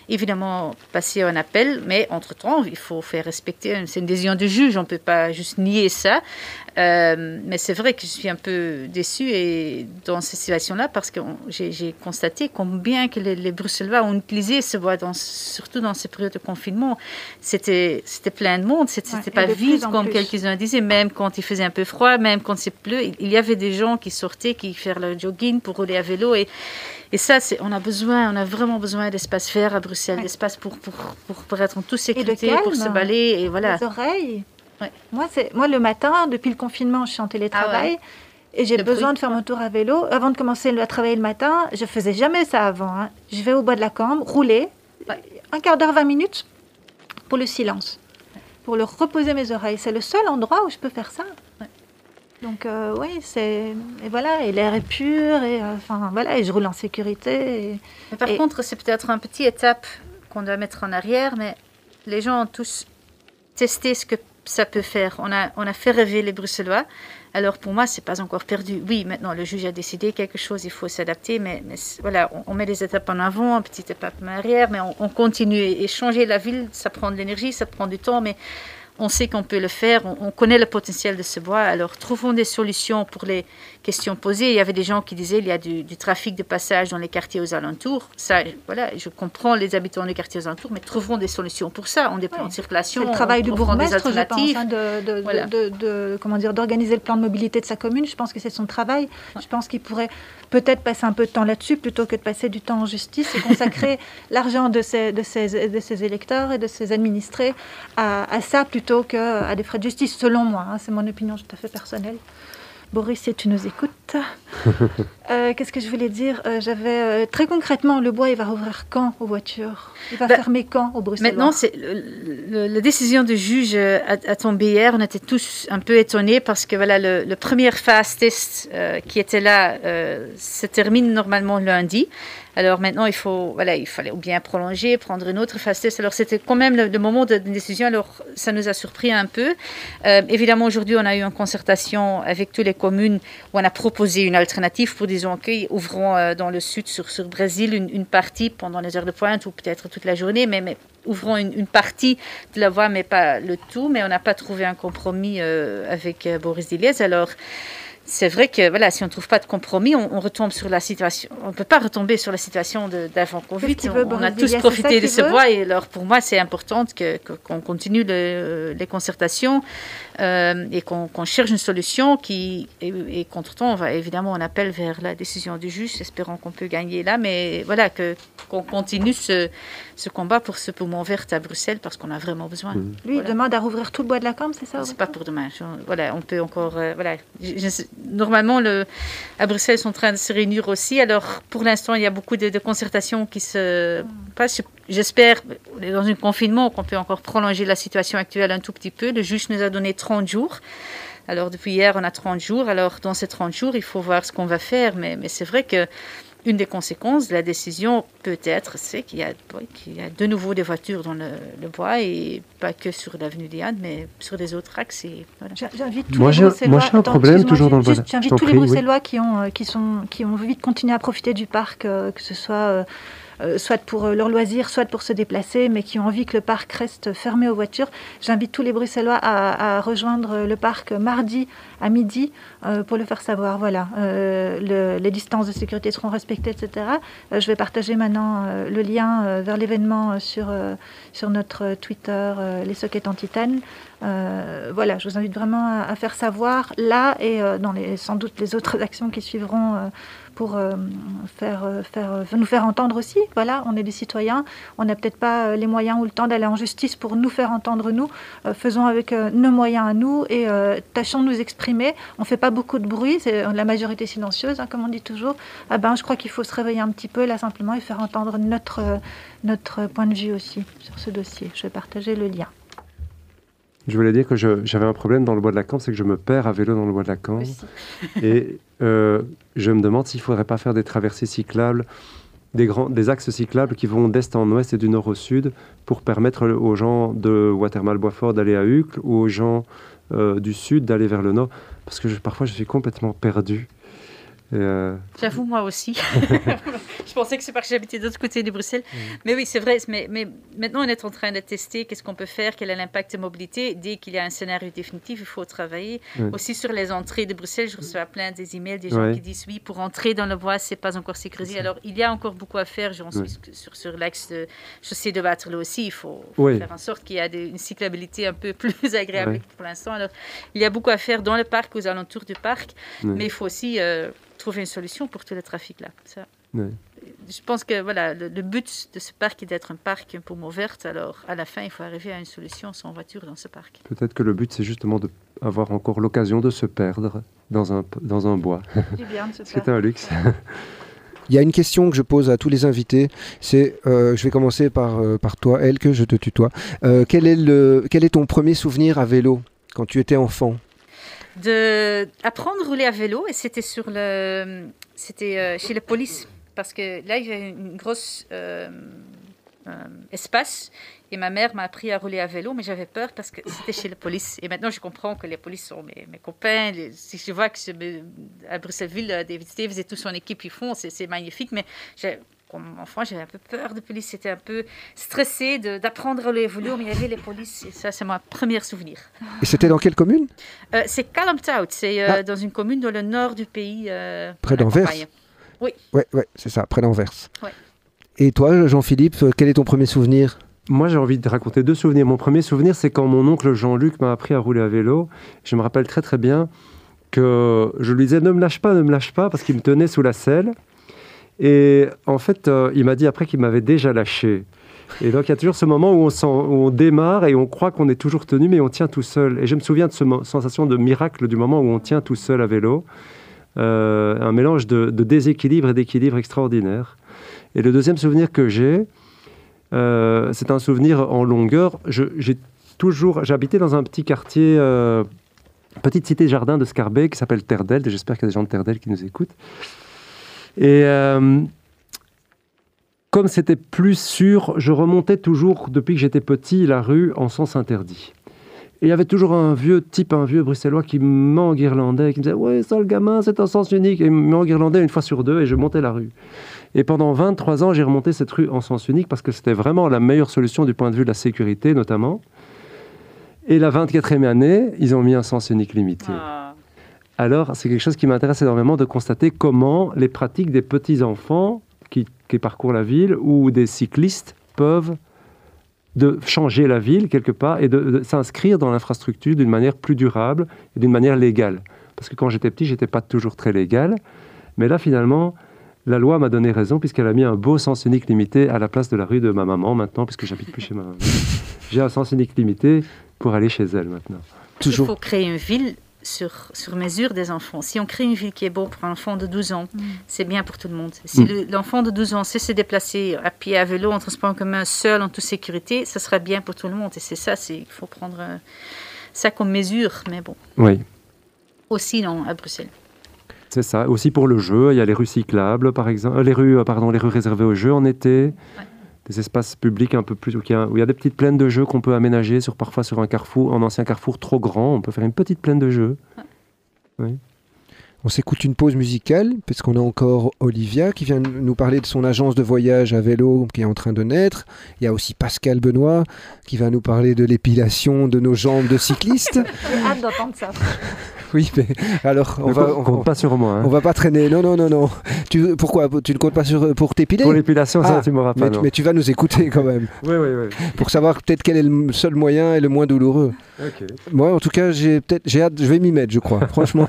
Speaker 4: évidemment passer un appel, mais entre-temps, il faut faire respecter, c'est une décision du juge, on ne peut pas juste nier ça. Euh, mais c'est vrai que je suis un peu déçue et dans cette situation-là parce que on, j'ai, j'ai constaté combien que les, les Bruxellois ont utilisé ce bois, dans, surtout dans ces périodes de confinement. C'était, c'était plein de monde, c'était, c'était ouais, pas vide comme quelques-uns disaient, même quand il faisait un peu froid, même quand c'est bleu, il, il y avait des gens qui sortaient, qui faisaient leur jogging pour rouler à vélo et Et ça, c'est, on a besoin, on a vraiment besoin d'espace vert à Bruxelles, ouais. d'espace pour, pour, pour, pour être en toute sécurité, pour se balader. Et voilà.
Speaker 3: Les oreilles.
Speaker 4: Ouais.
Speaker 3: Moi, c'est, moi, le matin, depuis le confinement, je suis en télétravail. Ah ouais. Et j'ai le besoin bruit. de faire mon tour à vélo. Avant de commencer à travailler le matin, je ne faisais jamais ça avant. Hein. Je vais au bois de la Cambre, rouler, ouais. un quart d'heure, vingt minutes, pour le silence, ouais. pour le reposer mes oreilles. C'est le seul endroit où je peux faire ça. Ouais. Donc euh, oui, c'est et voilà, et l'air est pur et euh, enfin voilà, et je roule en sécurité. Et,
Speaker 4: mais par et... contre, c'est peut-être une petite étape qu'on doit mettre en arrière, mais les gens ont tous testé ce que ça peut faire. On a on a fait rêver les Bruxellois. Alors pour moi, c'est pas encore perdu. Oui, maintenant le juge a décidé quelque chose, il faut s'adapter, mais, mais voilà, on, on met des étapes en avant, une petite étape en arrière, mais on, on continue. Et changer la ville, ça prend de l'énergie, ça prend du temps, mais on sait qu'on peut le faire, on, on connaît le potentiel de ce bois, alors trouvons des solutions pour les questions posées. Il y avait des gens qui disaient qu'il y a du, du trafic de passage dans les quartiers aux alentours. Ça, voilà, je comprends les habitants des quartiers aux alentours, mais trouvons des solutions pour ça. On des plans oui. de circulation,
Speaker 3: c'est le travail du bourgmestre,
Speaker 4: je pense,
Speaker 3: hein, de, de, voilà. de, de, de, comment dire, d'organiser le plan de mobilité de sa commune. Je pense que c'est son travail. Ouais. Je pense qu'il pourrait peut-être passer un peu de temps là-dessus plutôt que de passer du temps en justice et consacrer l'argent de ses, de, ses, de ses électeurs et de ses administrés à, à ça plutôt qu'à des frais de justice, selon moi. Hein, c'est mon opinion tout à fait personnelle. Boris, si tu nous écoutes. euh, qu'est-ce que je voulais dire euh, J'avais euh, très concrètement, le bois, il va rouvrir quand aux voitures? Il va bah, fermer quand au Bruxelles?
Speaker 4: Maintenant, c'est le, le, la décision du juge a, a tombé hier. On était tous un peu étonnés parce que voilà, le, le premier phase test euh, qui était là euh, se termine normalement lundi. Alors maintenant, il faut, voilà, il fallait ou bien prolonger, prendre une autre phase test. Alors c'était quand même le, le moment de, de décision. Alors ça nous a surpris un peu. Euh, évidemment, aujourd'hui, on a eu une concertation avec toutes les communes où on a proposé une alternative pour, disons, okay, ouvrons euh, dans le sud, sur, sur Brésil, une, une partie pendant les heures de pointe ou peut-être toute la journée, mais, mais ouvrons une, une partie de la voie, mais pas le tout. Mais on n'a pas trouvé un compromis euh, avec euh, Boris Diliez. Alors, c'est vrai que voilà, si on ne trouve pas de compromis, on, on retombe sur la situation. On ne peut pas retomber sur la situation de, d'avant Covid. On, veut, on a tous profité de ce veut. bois et alors pour moi, c'est important que, que, qu'on continue le, les concertations euh, et qu'on, qu'on cherche une solution qui, et, et qu'entre-temps, on va évidemment, on appelle vers la décision du juge, espérons qu'on peut gagner là, mais voilà, que, qu'on continue ce, ce combat pour ce poumon vert à Bruxelles parce qu'on a vraiment besoin.
Speaker 3: Mmh. Lui, voilà. Il demande à rouvrir tout le bois de la Cambre, c'est ça?
Speaker 4: C'est pas pour demain. Je, voilà, on peut encore, euh, voilà. Je, je, Normalement, le, à Bruxelles, ils sont en train de se réunir aussi. Alors, pour l'instant, il y a beaucoup de, de concertations qui se passent. J'espère, on est dans un confinement, qu'on peut encore prolonger la situation actuelle un tout petit peu. Le juge nous a donné trente jours. Alors, depuis hier, on a trente jours. Alors, dans ces trente jours, il faut voir ce qu'on va faire. Mais, mais c'est vrai que une des conséquences de la décision, peut-être, c'est qu'il y a, qu'il y a de nouveau des voitures dans le, le bois, et pas que sur l'avenue Diane, mais sur des autres axes. Et voilà.
Speaker 3: J'invite tous
Speaker 7: moi,
Speaker 3: les
Speaker 7: j'ai,
Speaker 3: Bruxellois,
Speaker 7: moi, j'ai un problème
Speaker 3: attends,
Speaker 7: toujours dans le bois.
Speaker 3: J'invite tous prie, les Bruxellois oui. qui, ont, qui, sont, qui ont envie de continuer à profiter du parc, euh, que ce soit... Euh, Euh, soit pour euh, leur loisir, soit pour se déplacer, mais qui ont envie que le parc reste fermé aux voitures. J'invite tous les Bruxellois à, à rejoindre le parc mardi à midi euh, pour le faire savoir. Voilà, euh, le, les distances de sécurité seront respectées, et cetera. Euh, je vais partager maintenant euh, le lien euh, vers l'événement sur, euh, sur notre Twitter, euh, les sockets en titane. Euh, voilà, je vous invite vraiment à, à faire savoir là et euh, dans les, sans doute les autres actions qui suivront euh, pour euh, faire, faire, nous faire entendre aussi. Voilà, on est des citoyens, on n'a peut-être pas les moyens ou le temps d'aller en justice pour nous faire entendre nous. Euh, faisons avec euh, nos moyens à nous et euh, tâchons de nous exprimer. On ne fait pas beaucoup de bruit, c'est la majorité silencieuse, hein, comme on dit toujours. Ah ben, je crois qu'il faut se réveiller un petit peu là simplement et faire entendre notre, euh, notre point de vue aussi sur ce dossier. Je vais partager le lien.
Speaker 7: Je voulais dire que je, j'avais un problème dans le bois de la Cambre, c'est que je me perds à vélo dans le bois de la Cambre. Et euh, je me demande s'il ne faudrait pas faire des traversées cyclables, des, grands, des axes cyclables qui vont d'est en ouest et du nord au sud pour permettre aux gens de Watermal-Boisfort d'aller à Uccle ou aux gens euh, du sud d'aller vers le nord. Parce que je, parfois, je suis complètement perdu. Et euh...
Speaker 4: J'avoue, moi aussi. Je pensais que c'est parce que j'habitais de l'autre côté de Bruxelles. Mmh. Mais oui, c'est vrai. Mais, mais maintenant, on est en train de tester qu'est-ce qu'on peut faire, quel est l'impact de mobilité. Dès qu'il y a un scénario définitif, il faut travailler. Mmh. Aussi sur les entrées de Bruxelles, je reçois plein des emails des gens oui. qui disent oui, pour entrer dans le bois, c'est pas encore sécurisé. Alors, il y a encore beaucoup à faire. J'en suis oui. sur, sur l'axe de chaussée de Waterloo aussi. Il faut, faut oui. faire en sorte qu'il y ait des, une cyclabilité un peu plus agréable oui. pour l'instant. Alors, il y a beaucoup à faire dans le parc, aux alentours du parc. Oui. Mais il faut aussi... Euh, trouver une solution pour tout le trafic là. Ça. Oui. Je pense que voilà, le, le but de ce parc est d'être un parc un poumon verte. Alors à la fin, il faut arriver à une solution sans voiture dans ce parc.
Speaker 7: Peut-être que le but, c'est justement d'avoir encore l'occasion de se perdre dans un, dans un bois.
Speaker 3: C'est bien de se perdre.
Speaker 7: C'est un luxe.
Speaker 2: Il y a une question que je pose à tous les invités. C'est, euh, je vais commencer par, euh, par toi, Elke, je te tutoie. Euh, quel est le, quel est ton premier souvenir à vélo quand tu étais enfant?
Speaker 4: D'apprendre à rouler à vélo, et c'était sur le, c'était euh, chez la police, parce que là il y avait une grosse euh, euh, espace, et ma mère m'a appris à rouler à vélo, mais j'avais peur parce que c'était chez la police. Et maintenant je comprends que les polices sont mes, mes copains. Les, si je vois que je, à Bruxelles-Ville, David Steves et toute son équipe ils font, c'est, c'est magnifique, mais j'ai comme enfant, j'avais un peu peur de police. C'était un peu stressé de, d'apprendre à rouler à vélo, mais il y avait les polices. Et ça, c'est mon premier souvenir.
Speaker 2: Et c'était dans quelle commune?
Speaker 4: euh, C'est Kalmthout. C'est euh, ah. dans une commune dans le nord du pays. Euh,
Speaker 2: près d'Anvers.
Speaker 4: Oui.
Speaker 2: Oui, ouais, c'est ça, près d'Anvers.
Speaker 4: Ouais.
Speaker 2: Et toi, Jean-Philippe, quel est ton premier souvenir?
Speaker 7: Moi, j'ai envie de raconter deux souvenirs. Mon premier souvenir, c'est quand mon oncle Jean-Luc m'a appris à rouler à vélo. Je me rappelle très très bien que je lui disais « ne me lâche pas, ne me lâche pas » parce qu'il me tenait sous la selle. Et en fait, euh, il m'a dit après qu'il m'avait déjà lâché. Et donc, il y a toujours ce moment où on, sent, où on démarre et on croit qu'on est toujours tenu, mais on tient tout seul. Et je me souviens de cette mo- sensation de miracle du moment où on tient tout seul à vélo. Euh, un mélange de, de déséquilibre et d'équilibre extraordinaire. Et le deuxième souvenir que j'ai, euh, c'est un souvenir en longueur. Je, j'ai toujours, j'habitais dans un petit quartier, euh, petite cité jardin de Scarbeck qui s'appelle Terdelt. Et j'espère qu'il y a des gens de Terdelt qui nous écoutent. Et euh, comme c'était plus sûr, je remontais toujours, depuis que j'étais petit, la rue en sens interdit. Et il y avait toujours un vieux type, un vieux bruxellois qui m'enguirlandait, qui me disait « Ouais, ça, le gamin, c'est un sens unique ». Et il m'enguirlandait une fois sur deux et je montais la rue. Et pendant vingt-trois ans, j'ai remonté cette rue en sens unique parce que c'était vraiment la meilleure solution du point de vue de la sécurité, notamment. Et la vingt-quatrième année, ils ont mis un sens unique limité. Ah. Alors, c'est quelque chose qui m'intéresse énormément de constater comment les pratiques des petits-enfants qui, qui parcourent la ville ou des cyclistes peuvent de changer la ville quelque part et de, de s'inscrire dans l'infrastructure d'une manière plus durable et d'une manière légale. Parce que quand j'étais petit, je n'étais pas toujours très légal. Mais là, finalement, la loi m'a donné raison puisqu'elle a mis un beau sens unique limité à la place de la rue de ma maman maintenant, puisque j'habite plus chez ma maman. J'ai un sens unique limité pour aller chez elle maintenant.
Speaker 4: Toujours. Il faut créer une ville Sur, sur mesure des enfants. Si on crée une ville qui est bonne pour un enfant de douze ans, mmh. c'est bien pour tout le monde. Si mmh. le, l'enfant de douze ans sait se déplacer à pied, à vélo, en transport en commun, seul, en toute sécurité, ça sera bien pour tout le monde. Et c'est ça, c'est, il faut prendre euh, ça comme mesure, mais bon.
Speaker 7: Oui.
Speaker 4: Aussi non, à Bruxelles.
Speaker 7: C'est ça. Aussi pour le jeu, il y a les rues cyclables, par exemple, euh, les rues, euh, pardon, les rues réservées aux jeux en été. Ouais. Des espaces publics un peu plus où il, y a, où il y a des petites plaines de jeux qu'on peut aménager sur, parfois sur un carrefour, un ancien carrefour trop grand. On peut faire une petite plaine de jeux. Ouais. Oui.
Speaker 2: On s'écoute une pause musicale, parce qu'on a encore Olivia qui vient nous parler de son agence de voyage à vélo qui est en train de naître. Il y a aussi Pascal Benoît qui va nous parler de l'épilation de nos jambes de cyclistes.
Speaker 3: J'ai hâte d'entendre ça.
Speaker 2: Oui, mais alors on
Speaker 7: ne
Speaker 2: va
Speaker 7: on compte pas sur moi. Hein.
Speaker 2: On va pas traîner. Non, non, non, non. Tu pourquoi tu ne comptes pas sur pour t'épiler?
Speaker 7: Pour l'épilation, ah, ça tu m'auras pas.
Speaker 2: Mais,
Speaker 7: non.
Speaker 2: mais tu vas nous écouter quand même.
Speaker 7: Oui, oui, oui.
Speaker 2: Pour savoir peut-être quel est le seul moyen et le moins douloureux.
Speaker 7: Ok.
Speaker 2: Moi, en tout cas, j'ai peut-être, j'ai hâte. Je vais m'y mettre, je crois. Franchement.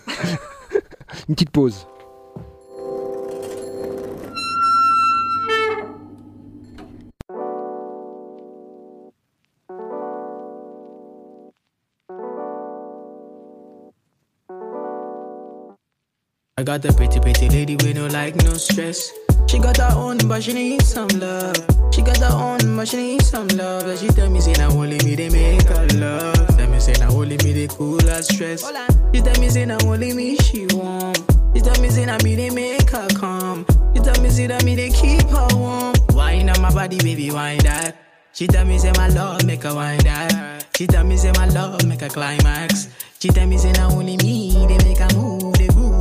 Speaker 2: Une petite pause.
Speaker 8: I got a pretty, pretty lady with no like, no stress. She got her own, but she needs some love. She got her own, but she needs some love. And she tell me, say, now only me, they make her love. Tell me, say, now only me, they cool her stress. She tell me, say, now only me, she warm. She tell me, say, now me, they make her calm. She tell me, say, now me, they keep her warm. Wine on my body, baby, wine that. She tell me, say, my love, make her wine that. She tell me, say, my love, make her climax. She tell me, say, now only me, they make her move, they groove, they make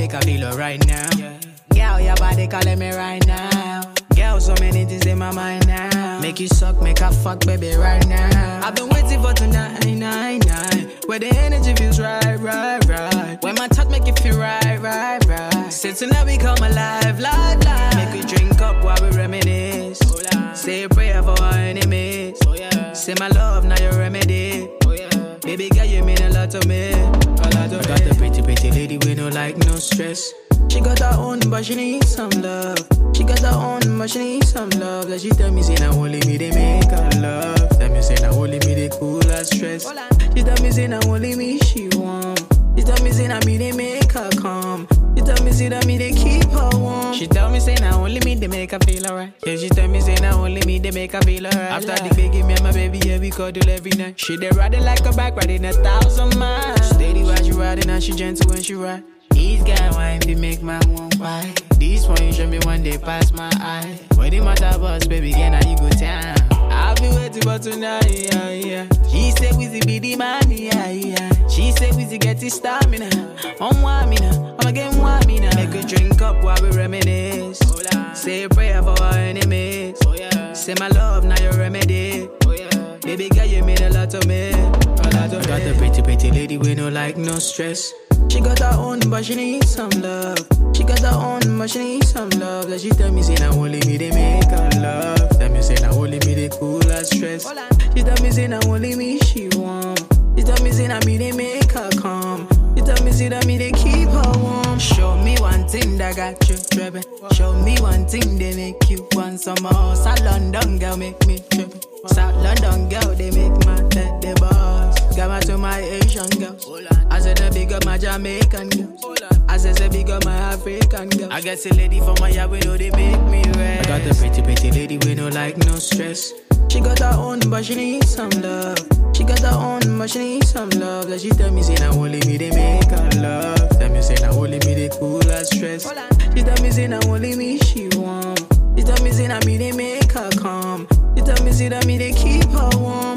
Speaker 8: make her feel her right now. Girl, your body calling me right now. Girl, so many things in my mind now. Make you suck, make her fuck, baby, right now. I've been waiting for tonight, night, night. Where the energy feels right, right, right. When my touch make you feel right, right, right. Say tonight we come alive, live, live. Make we drink up while we reminisce. Say a prayer for our enemies. Say my love, now your remedy. Baby girl, you mean a lot to me. A lot to me. Got the pretty, pretty lady with no like, no stress. She got her own, but she needs some love. She got her own, but she needs some love. Like she tell me, say, now only me, they make her love. Tell me, say, now only me, they cool her stress. She tell me, say, now only me, she want. She tell me, say, now me, they make her calm. She tell me, say, now me, they keep her warm. She tell me, say, now only me, they make her feel alright. Yeah, she tell me, say, now only me, they make her feel alright. After the baby, me and my baby, yeah, we cuddle every night. She they riding like a bike, riding a thousand miles. Steady while she riding, and she gentle when she ride. These guys wine to make my one why. This one you show me one day pass my eye. When the matter boss, baby, again, now you go down. I'll be waiting for tonight, yeah, yeah. She said, Wizzy be the man, yeah, yeah. She said, Wizzy get his stamina. On one mina, I'm again one mina. Make a drink up while we reminisce. Say a prayer for our enemies. Say my love, now your remedy. Baby girl, you mean a lot to me. A lot to me. Got the pretty, pretty lady with no like, no stress. She got her own, but she needs some love. She got her own, but she needs some love. Like she tell me, say, now only me, they make her love. Tell me, say, now only me, they cool her stress. She tell me, say, now only me, she want. She tell me, say, now me, they make her calm. She tell me, say, now me, they keep her warm. Show me one thing that got you tripping. Show me one thing they make you want some more. South London girl make me tripping. South London girl, they make my head the boss. Got my to my Asian girls. I said I big up my Jamaican girls. I said I big up my African girls. I guess a lady from my yard, we know they make me rest. I got the pretty, pretty lady with no like, no stress. She got her own, but she needs some love. She got her own, but she needs some love. Like she tell me, say, now only me, they make her love. Tell me, say, now only me, they cool her stress. She tell me, say, now only me, she want. She tell me, say, now me, they make her calm. She tell me, say, now me, they keep her warm.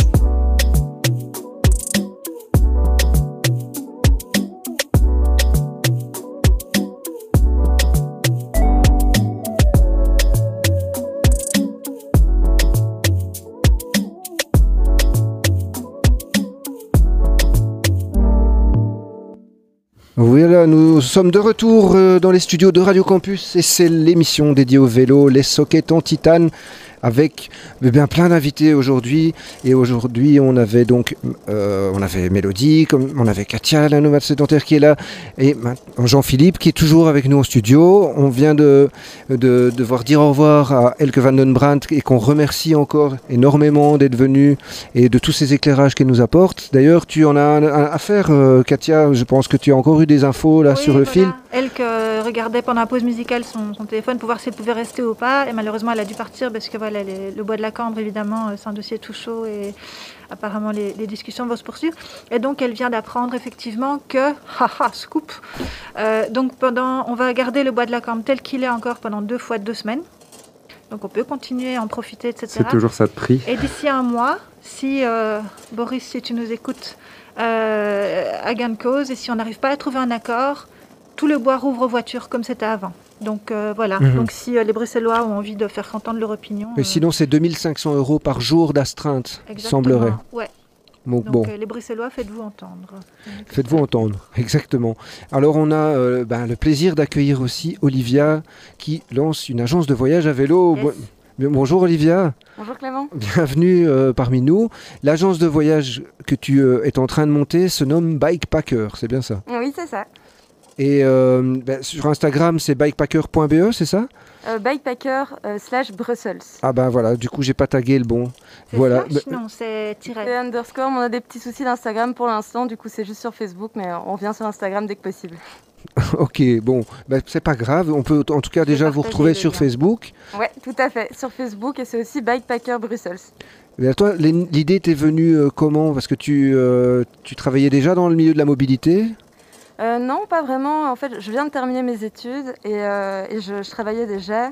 Speaker 2: Voilà, nous sommes de retour dans les studios de Radio Campus et c'est l'émission dédiée au vélo, les sockets en titane, avec eh bien, plein d'invités aujourd'hui. Et aujourd'hui, on avait donc euh, on avait Mélodie, comme, on avait Katia, la nomade sédentaire qui est là, et Jean-Philippe qui est toujours avec nous en studio. On vient de, de devoir dire au revoir à Elke van den Brandt et qu'on remercie encore énormément d'être venu et de tous ces éclairages qu'elle nous apporte. D'ailleurs, tu en as un, un, à faire, euh, Katia. Je pense que tu as encore eu des infos là
Speaker 3: oui,
Speaker 2: sur le
Speaker 3: voilà.
Speaker 2: fil.
Speaker 3: Elke euh, regardait pendant la pause musicale son, son téléphone pour voir si elle pouvait rester ou pas. Et malheureusement, elle a dû partir parce que voilà, les, le bois de la Cambre, évidemment, euh, c'est un dossier tout chaud et apparemment les, les discussions vont se poursuivre. Et donc, elle vient d'apprendre effectivement que, haha, scoop. Euh, donc, pendant, on va garder le bois de la Cambre tel qu'il est encore pendant deux fois deux semaines. Donc, on peut continuer à en profiter, et cetera.
Speaker 7: C'est toujours ça de prix.
Speaker 3: Et d'ici un mois, si euh, Boris, si tu nous écoutes, euh, à gain de cause, et si on n'arrive pas à trouver un accord, tout le bois rouvre aux voitures comme c'était avant. Donc euh, voilà, mmh. Donc si euh, les Bruxellois ont envie de faire entendre leur opinion...
Speaker 2: Et
Speaker 3: euh...
Speaker 2: sinon, c'est deux mille cinq cents euros par jour d'astreinte, semblerait.
Speaker 3: Ouais.
Speaker 2: Donc,
Speaker 3: Donc
Speaker 2: bon.
Speaker 3: euh, les Bruxellois, faites-vous entendre.
Speaker 2: Faites-vous entendre, exactement. Alors on a euh, ben, le plaisir d'accueillir aussi Olivia qui lance une agence de voyage à vélo.
Speaker 9: Yes.
Speaker 2: Bon, bonjour Olivia.
Speaker 9: Bonjour Clément.
Speaker 2: Bienvenue euh, parmi nous. L'agence de voyage que tu euh, es en train de monter se nomme Bikepacker, c'est bien ça?
Speaker 9: Oui, c'est ça.
Speaker 2: Et euh, ben, sur Instagram, c'est bikepacker point b e, c'est ça?
Speaker 9: euh, Bikepacker euh, slash Brussels.
Speaker 2: Ah ben voilà, du coup j'ai pas tagué le bon.
Speaker 3: C'est
Speaker 2: voilà.
Speaker 3: slash, non, c'est tiret.
Speaker 9: C'est underscore, on a des petits soucis d'Instagram pour l'instant, du coup c'est juste sur Facebook, mais on revient sur Instagram dès que possible.
Speaker 2: Ok, bon, ben, c'est pas grave, on peut en tout cas déjà vous retrouver sur Facebook.
Speaker 9: Ouais, tout à fait, sur Facebook, et c'est aussi Bikepacker Brussels.
Speaker 2: Et toi, l'idée t'est venue euh, comment? Parce que tu, euh, tu travaillais déjà dans le milieu de la mobilité?
Speaker 9: Euh, non, pas vraiment. En fait, je viens de terminer mes études et, euh, et je, je travaillais déjà.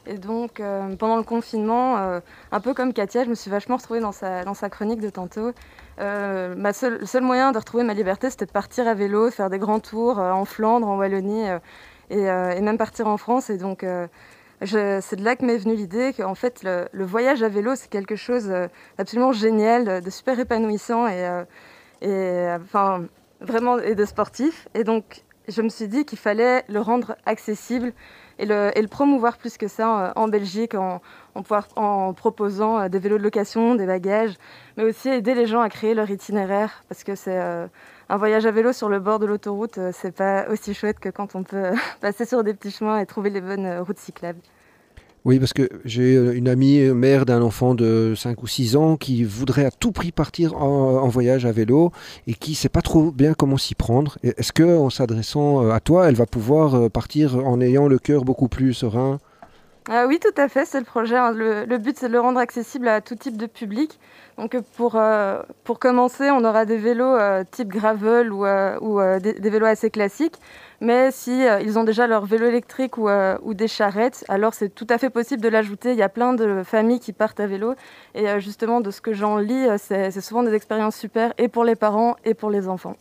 Speaker 9: Et donc, euh, pendant le confinement, euh, un peu comme Katia, je me suis vachement retrouvée dans sa, dans sa chronique de tantôt. Euh, ma seule, le seul moyen de retrouver ma liberté, c'était de partir à vélo, de faire des grands tours euh, en Flandre, en Wallonie, euh, et, euh, et même partir en France. Et donc, euh, je, c'est de là que m'est venue l'idée qu'en fait, le, le voyage à vélo, c'est quelque chose d'absolument génial, de super épanouissant et, euh, et enfin, vraiment et de sportif. Et donc, je me suis dit qu'il fallait le rendre accessible et le, et le promouvoir plus que ça en, en Belgique, en, en, pouvoir, en proposant des vélos de location, des bagages, mais aussi aider les gens à créer leur itinéraire, parce que c'est euh, un voyage à vélo sur le bord de l'autoroute, euh, c'est pas aussi chouette que quand on peut passer sur des petits chemins et trouver les bonnes routes cyclables.
Speaker 2: Oui, parce que j'ai une amie mère d'un enfant de cinq ou six ans qui voudrait à tout prix partir en, en voyage à vélo et qui ne sait pas trop bien comment s'y prendre. Et est-ce qu'en s'adressant à toi, elle va pouvoir partir en ayant le cœur beaucoup plus serein ?
Speaker 9: Ah oui, tout à fait, c'est le projet. Le, le but, c'est de le rendre accessible à tout type de public. Donc pour, euh, pour commencer, on aura des vélos euh, type gravel ou, euh, ou euh, des, des vélos assez classiques. Mais si euh, ils ont déjà leur vélo électrique ou, euh, ou des charrettes, alors c'est tout à fait possible de l'ajouter. Il y a plein de familles qui partent à vélo. Et euh, justement, de ce que j'en lis, c'est, c'est souvent des expériences super et pour les parents et pour les enfants.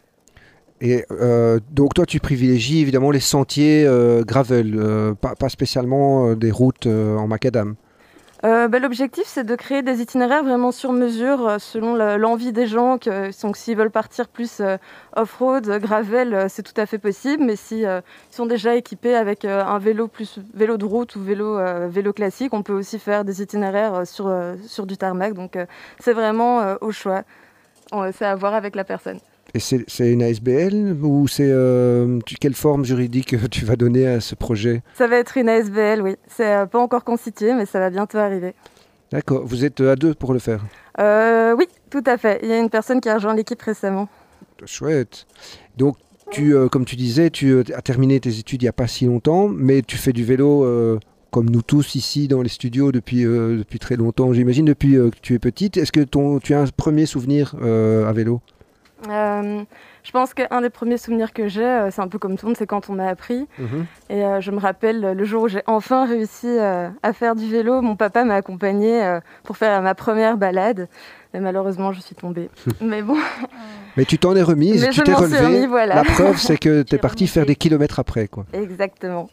Speaker 2: Et euh, donc toi, tu privilégies évidemment les sentiers euh, gravel, euh, pas, pas spécialement euh, des routes euh, en macadam.
Speaker 9: Euh, bah, l'objectif, c'est de créer des itinéraires vraiment sur mesure, euh, selon la, l'envie des gens. Que, donc, s'ils veulent partir plus euh, off-road, gravel, euh, c'est tout à fait possible. Mais si euh, ils sont déjà équipés avec euh, un vélo plus vélo de route ou vélo euh, vélo classique, on peut aussi faire des itinéraires euh, sur euh, sur du tarmac. Donc, euh, c'est vraiment euh, au choix. On, c'est à voir avec la personne.
Speaker 2: Et c'est, c'est une A S B L ou c'est euh, tu, quelle forme juridique tu vas donner à ce projet ?
Speaker 9: Ça va être une A S B L, oui. C'est euh, pas encore constitué, mais ça va bientôt arriver.
Speaker 2: D'accord. Vous êtes à deux pour le faire ?
Speaker 9: euh, Oui, tout à fait. Il y a une personne qui a rejoint l'équipe récemment.
Speaker 2: Chouette. Donc, tu, euh, comme tu disais, tu as terminé tes études il n'y a pas si longtemps, mais tu fais du vélo euh, comme nous tous ici dans les studios depuis, euh, depuis très longtemps, j'imagine, depuis euh, que tu es petite. Est-ce que ton, tu as un premier souvenir euh, à vélo ?
Speaker 9: Euh, je pense qu'un des premiers souvenirs que j'ai, euh, c'est un peu comme tout le monde, c'est quand on m'a appris. Mmh. Et euh, je me rappelle le jour où j'ai enfin réussi euh, à faire du vélo, mon papa m'a accompagnée euh, pour faire ma première balade. Mais malheureusement, je suis tombée. Mais bon.
Speaker 2: Mais tu t'en es remise,
Speaker 9: Mais
Speaker 2: tu t'es relevée.
Speaker 9: Remis, voilà.
Speaker 2: La preuve, c'est que tu es partie faire des kilomètres après, quoi.
Speaker 9: Exactement.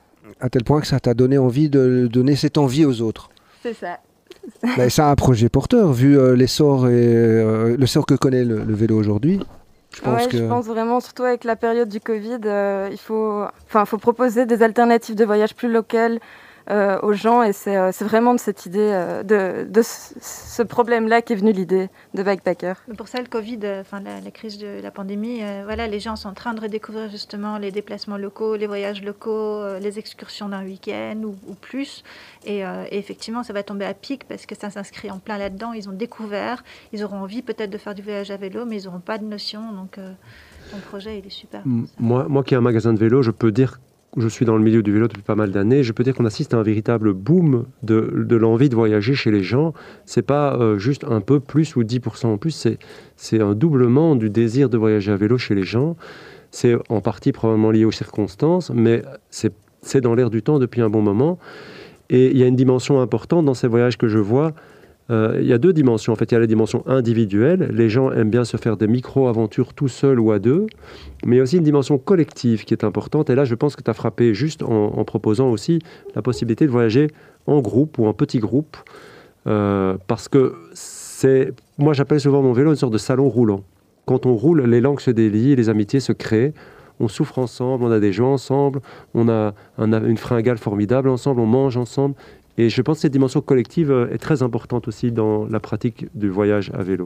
Speaker 2: À tel point que ça t'a donné envie de donner cette envie aux autres.
Speaker 9: C'est ça.
Speaker 2: Ben, c'est un projet porteur, vu euh, l'essor et euh, le sort que connaît le, le vélo aujourd'hui.
Speaker 9: Je pense, ouais, que... je pense vraiment, surtout avec la période du Covid, euh, il faut, enfin, faut proposer des alternatives de voyage plus locales euh, aux gens. Et c'est, euh, c'est vraiment de cette idée, euh, de, de ce, ce problème-là qu'est venue l'idée de Bikepacker.
Speaker 3: Pour ça, le Covid, enfin, la, la crise de la pandémie, euh, voilà, les gens sont en train de redécouvrir justement les déplacements locaux, les voyages locaux, euh, les excursions d'un week-end ou, ou plus. Et, euh, et effectivement, ça va tomber à pic parce que ça s'inscrit en plein là-dedans. Ils ont découvert, ils auront envie peut-être de faire du voyage à vélo, mais ils n'auront pas de notion. Donc, euh, ton projet, il est super.
Speaker 7: Moi, moi qui ai un magasin de vélo, je peux dire je suis dans le milieu du vélo depuis pas mal d'années, je peux dire qu'on assiste à un véritable boom de, de l'envie de voyager chez les gens. C'est pas euh, juste un peu plus ou dix pour cent en plus, c'est, c'est un doublement du désir de voyager à vélo chez les gens. C'est en partie probablement lié aux circonstances, mais c'est, c'est dans l'air du temps depuis un bon moment. Et il y a une dimension importante dans ces voyages que je vois. Euh, il y a deux dimensions. En fait, il y a la dimension individuelle. Les gens aiment bien se faire des micro-aventures tout seuls ou à deux. Mais il y a aussi une dimension collective qui est importante. Et là, je pense que tu as frappé juste en, en proposant aussi la possibilité de voyager en groupe ou en petit groupe. Euh, parce que c'est... Moi, j'appelle souvent mon vélo une sorte de salon roulant. Quand on roule, les langues se délient, les amitiés se créent. On souffre ensemble, on a des joies ensemble, on a un, une fringale formidable ensemble, on mange ensemble. Et je pense que cette dimension collective est très importante aussi dans la pratique du voyage à vélo.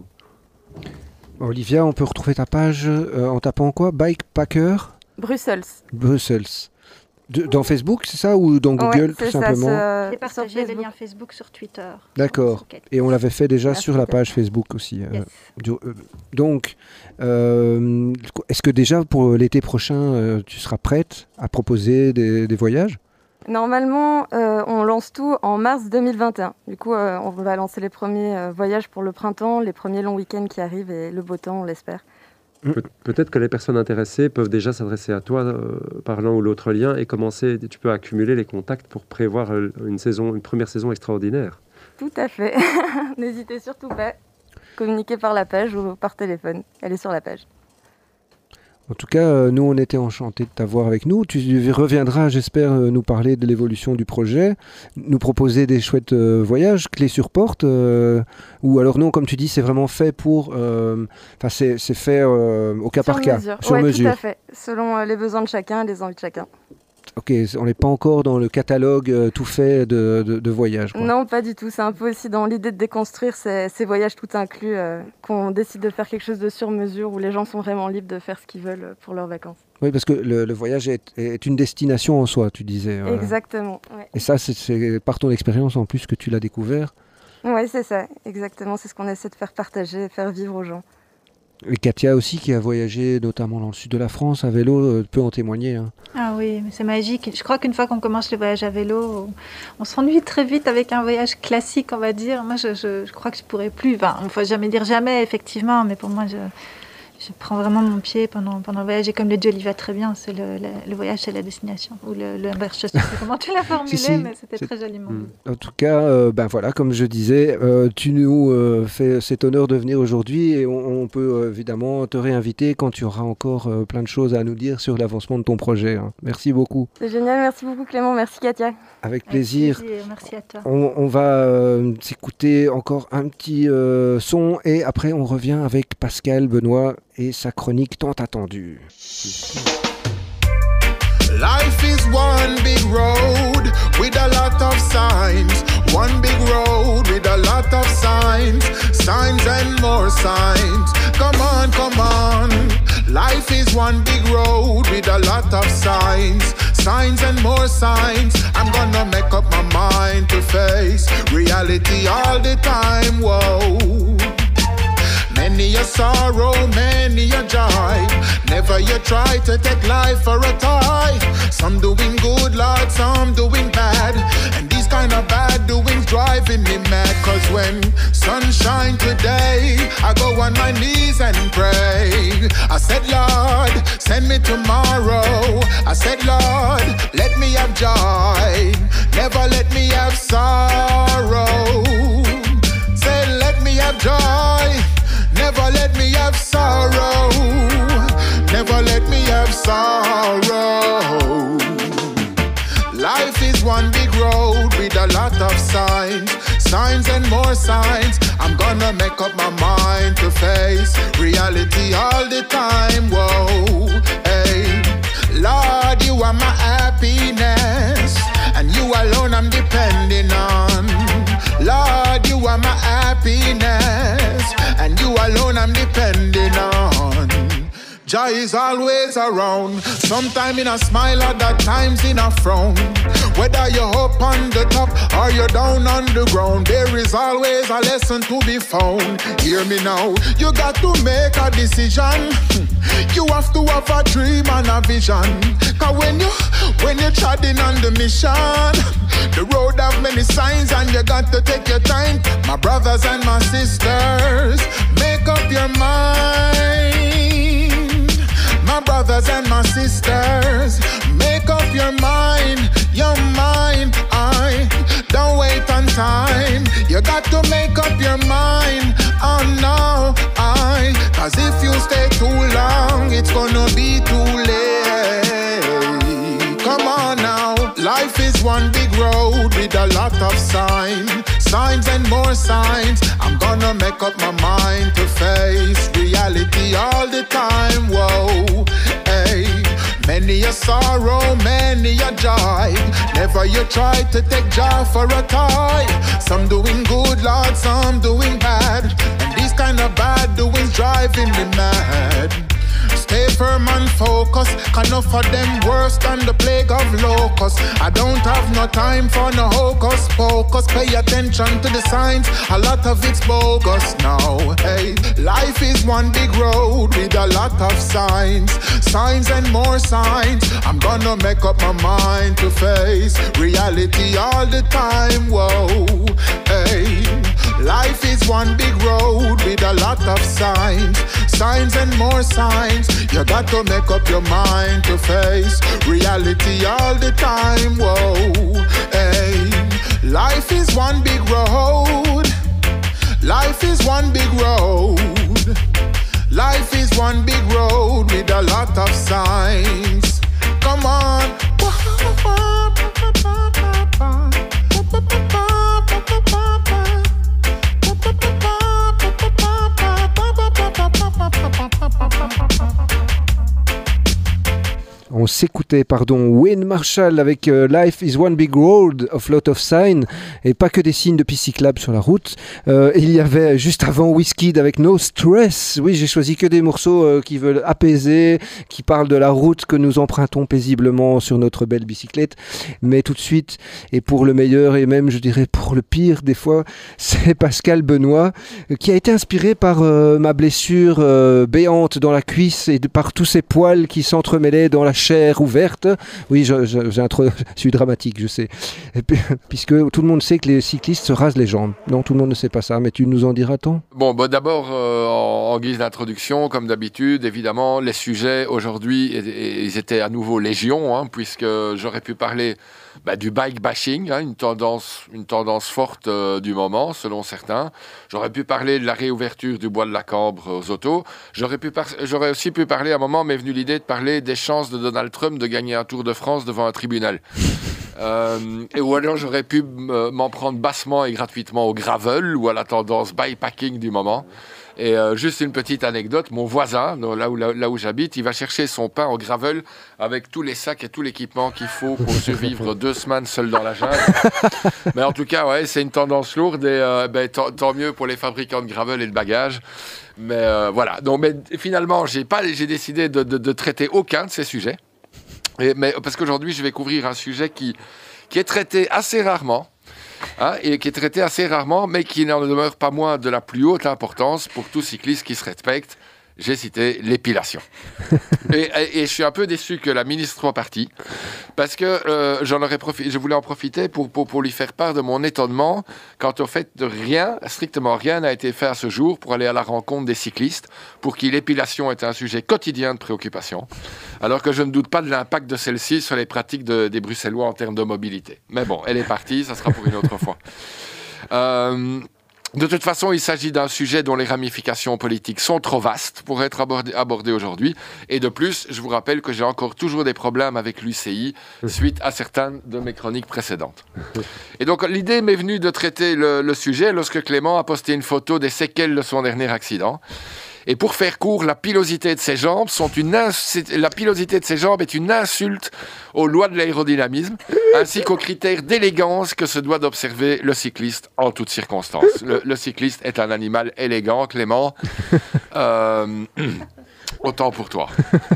Speaker 2: Olivia, on peut retrouver ta page euh, en tapant quoi ? Bikepacker
Speaker 9: Bruxelles.
Speaker 2: Bruxelles. De, dans Facebook, c'est ça ? Ou dans Google,
Speaker 9: ouais,
Speaker 2: tout simplement ?
Speaker 3: C'est, c'est partagé le lien Facebook sur Twitter.
Speaker 2: D'accord. Sur Et on l'avait fait déjà Merci sur la page Facebook aussi. Yes. Euh, euh, donc, euh, est-ce que déjà pour l'été prochain, euh, tu seras prête à proposer des, des voyages ?
Speaker 9: Normalement, euh, on lance tout en mars deux mille vingt et un. Du coup, euh, on va lancer les premiers euh, voyages pour le printemps, les premiers longs week-ends qui arrivent et le beau temps, on l'espère.
Speaker 7: Pe- peut-être que les personnes intéressées peuvent déjà s'adresser à toi euh, par l'un ou l'autre lien et commencer, tu peux accumuler les contacts pour prévoir euh, une, saison, une première saison extraordinaire.
Speaker 9: Tout à fait. N'hésitez surtout pas. Communiquez par la page ou par téléphone. Elle est sur la page.
Speaker 2: En tout cas, euh, nous, on était enchantés de t'avoir avec nous. Tu reviendras, j'espère, euh, nous parler de l'évolution du projet, nous proposer des chouettes euh, voyages, clés sur porte, euh, ou alors non, comme tu dis, c'est vraiment fait pour... Enfin, euh, c'est, c'est fait euh, au cas
Speaker 9: sur
Speaker 2: par cas,
Speaker 9: mesure.
Speaker 2: sur
Speaker 9: ouais,
Speaker 2: mesure.
Speaker 9: Tout à fait, selon euh, les besoins de chacun et les envies de chacun.
Speaker 2: Ok, on n'est pas encore dans le catalogue euh, tout fait de, de, de voyages. Quoi.
Speaker 9: Non, pas du tout. C'est un peu aussi dans l'idée de déconstruire ces, ces voyages tout inclus, euh, qu'on décide de faire quelque chose de sur mesure où les gens sont vraiment libres de faire ce qu'ils veulent pour leurs vacances.
Speaker 2: Oui, parce que le, le voyage est, est une destination en soi, tu disais. Euh.
Speaker 9: Exactement. Ouais.
Speaker 2: Et ça, c'est, c'est par ton expérience en plus que tu l'as découvert.
Speaker 9: Oui, c'est ça. Exactement. C'est ce qu'on essaie de faire partager et faire vivre aux gens.
Speaker 2: Et Katia aussi, qui a voyagé notamment dans le sud de la France à vélo, euh, peut en témoigner. Hein.
Speaker 3: Ah oui, mais c'est magique. Je crois qu'une fois qu'on commence le voyage à vélo, on s'ennuie très vite avec un voyage classique, on va dire. Moi, je, je, je crois que je ne pourrais plus. Enfin, il ne faut jamais dire jamais, effectivement, mais pour moi, je, je prends vraiment mon pied pendant, pendant le voyage. Et comme le dit Olivier très bien, c'est le, le, le voyage, c'est la destination. Ou le, le je sais pas comment tu l'as formulé, si, si, mais c'était très joliment.
Speaker 2: Mmh. En tout cas, euh, ben voilà, comme je disais, euh, tu nous euh, fais cet honneur de venir aujourd'hui et on, on peut euh, évidemment te réinviter quand tu auras encore euh, plein de choses à nous dire sur l'avancement de ton projet. Hein. Merci beaucoup.
Speaker 9: C'est génial, merci beaucoup Clément, merci Katia.
Speaker 2: Avec plaisir.
Speaker 3: Avec plaisir. Merci à toi.
Speaker 2: On, on va euh, s'écouter encore un petit euh, son et après on revient avec Pascal Benoît et sa chronique tant attendue.
Speaker 5: Life is one big road with a lot of signs. One big road with a lot of signs. Signs and more signs. Come on, come on. Life is one big road with a lot of signs. Signs and more signs. I'm gonna make up my mind to face reality all the time. Whoa. Many a sorrow, many a joy. Never you try to take life for a toy. Some doing good, Lord, some doing bad. And these kind of bad doings driving me mad. Cause when sunshine today, I go on my knees and pray. I said, Lord, send me tomorrow. I said, Lord, let me have joy. Never let me have sorrow. Say, let me have joy. Never let me have sorrow. Never let me have sorrow. Life is one big road with a lot of signs. Signs and more signs. I'm gonna make up my mind to face reality all the time. Whoa, hey. Lord, you are my happiness. And you alone I'm depending on. Lord, you are my happiness. And you alone I'm depending on. Joy is always around. Sometime in a smile, other times in a frown. Whether you're up on the top or you're down on the ground, there is always a lesson to be found. Hear me now, you got to make a decision. You have to have a dream and a vision. Cause when you, when you're treading on the mission, the road have many signs and you got to take your time. My brothers and my sisters, make up your mind. My brothers and my sisters, make up your mind, your mind. I don't wait on time. You got to make up your mind. Oh no, I. Cause if you stay too long, it's gonna be too late. Come on now. Life is one big road with a lot of signs. Signs and more signs. I'm gonna make up my mind to face reality all the time. Whoa, hey. Many a sorrow, many a joy. Never you try to take joy for a toy. Some doing good, Lord, some doing bad. And these kind of bad doings driving me mad. Stay firm and focus, cause enough of them worse than the plague of locusts. I don't have no time for no hocus pocus. Pay attention to the signs, a lot of it's bogus now. Hey, life is one big road with a lot of signs. Signs and more signs. I'm gonna make up my mind to face reality all the time. Whoa, hey. Life is one big road with a lot of signs. signs and more signs. You got to make up your mind to face reality all the time. Whoa, hey, life is one big road. Life is one big road. Life is one big road with a lot of signs. Come on.
Speaker 2: On s'écoutait, pardon, Wayne Marshall avec euh, Life is one big road of lot of signs, et pas que des signes de pistes cyclables sur la route. Euh, il y avait juste avant Wizkid avec No Stress. Oui, j'ai choisi que des morceaux euh, qui veulent apaiser, qui parlent de la route que nous empruntons paisiblement sur notre belle bicyclette. Mais tout de suite, et pour le meilleur et même, je dirais, pour le pire des fois, c'est Pascal Benoît, euh, qui a été inspiré par euh, ma blessure euh, béante dans la cuisse et de, par tous ces poils qui s'entremêlaient dans la chair ouverte. Oui, je, je, j'ai intro... je suis dramatique, je sais. Et puis, puisque tout le monde sait que les cyclistes se rasent les jambes. Non, tout le monde ne sait pas ça, mais tu nous en diras tant.
Speaker 10: Bon, bah d'abord, euh, en, en guise d'introduction, comme d'habitude, évidemment, les sujets aujourd'hui, ils étaient à nouveau légion, hein, puisque j'aurais pu parler bah, du bike bashing, hein, une tendance, une tendance forte euh, du moment, selon certains. J'aurais pu parler de la réouverture du bois de la Cambre aux autos. J'aurais, pu par... J'aurais aussi pu parler, à un moment, m'est venue l'idée de parler des chances de Donald Trump de gagner un Tour de France devant un tribunal. Euh, et ou alors j'aurais pu m'en prendre bassement et gratuitement au gravel ou à la tendance bikepacking du moment. Et euh, juste une petite anecdote, mon voisin, là où, là, là où j'habite, il va chercher son pain au gravel avec tous les sacs et tout l'équipement qu'il faut pour survivre deux semaines seul dans la jungle. Mais en tout cas, ouais, c'est une tendance lourde et euh, ben, tant, tant mieux pour les fabricants de gravel et de bagages. Mais euh, voilà, donc, mais finalement, j'ai, pas, j'ai décidé de, de, de traiter aucun de ces sujets. Et, mais, parce qu'aujourd'hui, je vais couvrir un sujet qui, qui est traité assez rarement. Hein, et qui est traité assez rarement, mais qui n'en demeure pas moins de la plus haute importance pour tout cycliste qui se respecte. J'ai cité l'épilation. et, et, et je suis un peu déçu que la ministre soit partie, parce que euh, j'en aurais profi- je voulais en profiter pour, pour, pour lui faire part de mon étonnement quant au fait de rien, strictement rien n'a été fait à ce jour pour aller à la rencontre des cyclistes, pour qui l'épilation est un sujet quotidien de préoccupation, alors que je ne doute pas de l'impact de celle-ci sur les pratiques de, des Bruxellois en termes de mobilité. Mais bon, elle est partie, ça sera pour une autre fois. Euh... De toute façon, il s'agit d'un sujet dont les ramifications politiques sont trop vastes pour être abordées abordé aujourd'hui. Et de plus, je vous rappelle que j'ai encore toujours des problèmes avec l'U C I suite à certaines de mes chroniques précédentes. Et donc, l'idée m'est venue de traiter le, le sujet lorsque Clément a posté une photo des séquelles de son dernier accident. Et pour faire court, la pilosité de ses jambes sont une ins- la pilosité de ses jambes est une insulte aux lois de l'aérodynamisme, ainsi qu'aux critères d'élégance que se doit d'observer le cycliste en toutes circonstances. Le, le cycliste est un animal élégant, Clément. Euh, autant pour toi.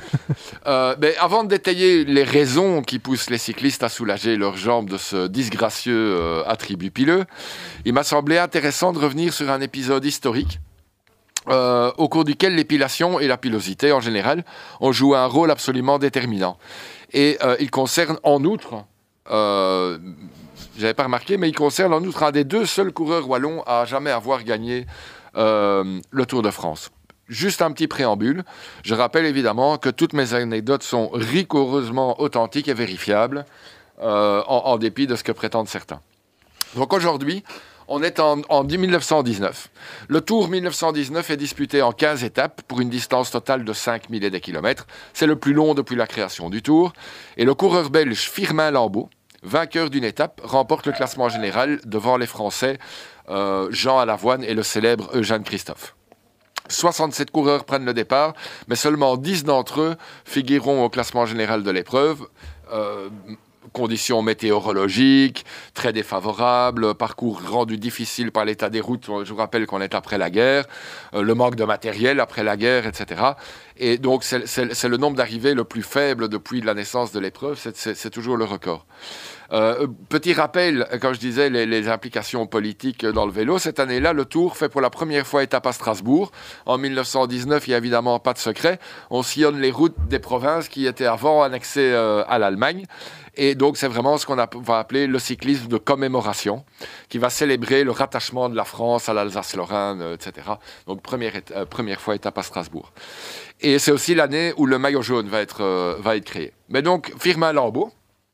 Speaker 10: Euh, mais avant de détailler les raisons qui poussent les cyclistes à soulager leurs jambes de ce disgracieux euh, attribut pileux, il m'a semblé intéressant de revenir sur un épisode historique Euh, au cours duquel l'épilation et la pilosité en général ont joué un rôle absolument déterminant. Et euh, il concerne en outre, euh, j'avais pas remarqué, mais il concerne en outre un des deux seuls coureurs wallons à jamais avoir gagné euh, le Tour de France. Juste un petit préambule. Je rappelle évidemment que toutes mes anecdotes sont rigoureusement authentiques et vérifiables, euh, en, en dépit de ce que prétendent certains. Donc aujourd'hui, on est en, en mille neuf cent dix-neuf. Le Tour mille neuf cent dix-neuf est disputé en quinze étapes pour une distance totale de cinq mille et des kilomètres. C'est le plus long depuis la création du Tour. Et le coureur belge Firmin Lambeau, vainqueur d'une étape, remporte le classement général devant les Français euh, Jean Alavoine et le célèbre Eugène Christophe. soixante-sept coureurs prennent le départ, mais seulement dix d'entre eux figureront au classement général de l'épreuve. Euh, Conditions météorologiques, très défavorables, parcours rendu difficile par l'état des routes, je vous rappelle qu'on est après la guerre, euh, le manque de matériel après la guerre, et cetera. Et donc c'est, c'est, c'est le nombre d'arrivées le plus faible depuis la naissance de l'épreuve, c'est, c'est, c'est toujours le record. Euh, petit rappel, quand je disais les, les implications politiques dans le vélo, cette année-là, le Tour fait pour la première fois étape à Strasbourg. En mille neuf cent dix-neuf, il n'y a évidemment pas de secret. On sillonne les routes des provinces qui étaient avant annexées euh, à l'Allemagne. Et donc, c'est vraiment ce qu'on a- va appeler le cyclisme de commémoration, qui va célébrer le rattachement de la France à l'Alsace-Lorraine, euh, et cetera. Donc, première, éta- euh, première fois étape à Strasbourg. Et c'est aussi l'année où le maillot jaune va être, euh, va être créé. Mais donc, Firmin Lambeau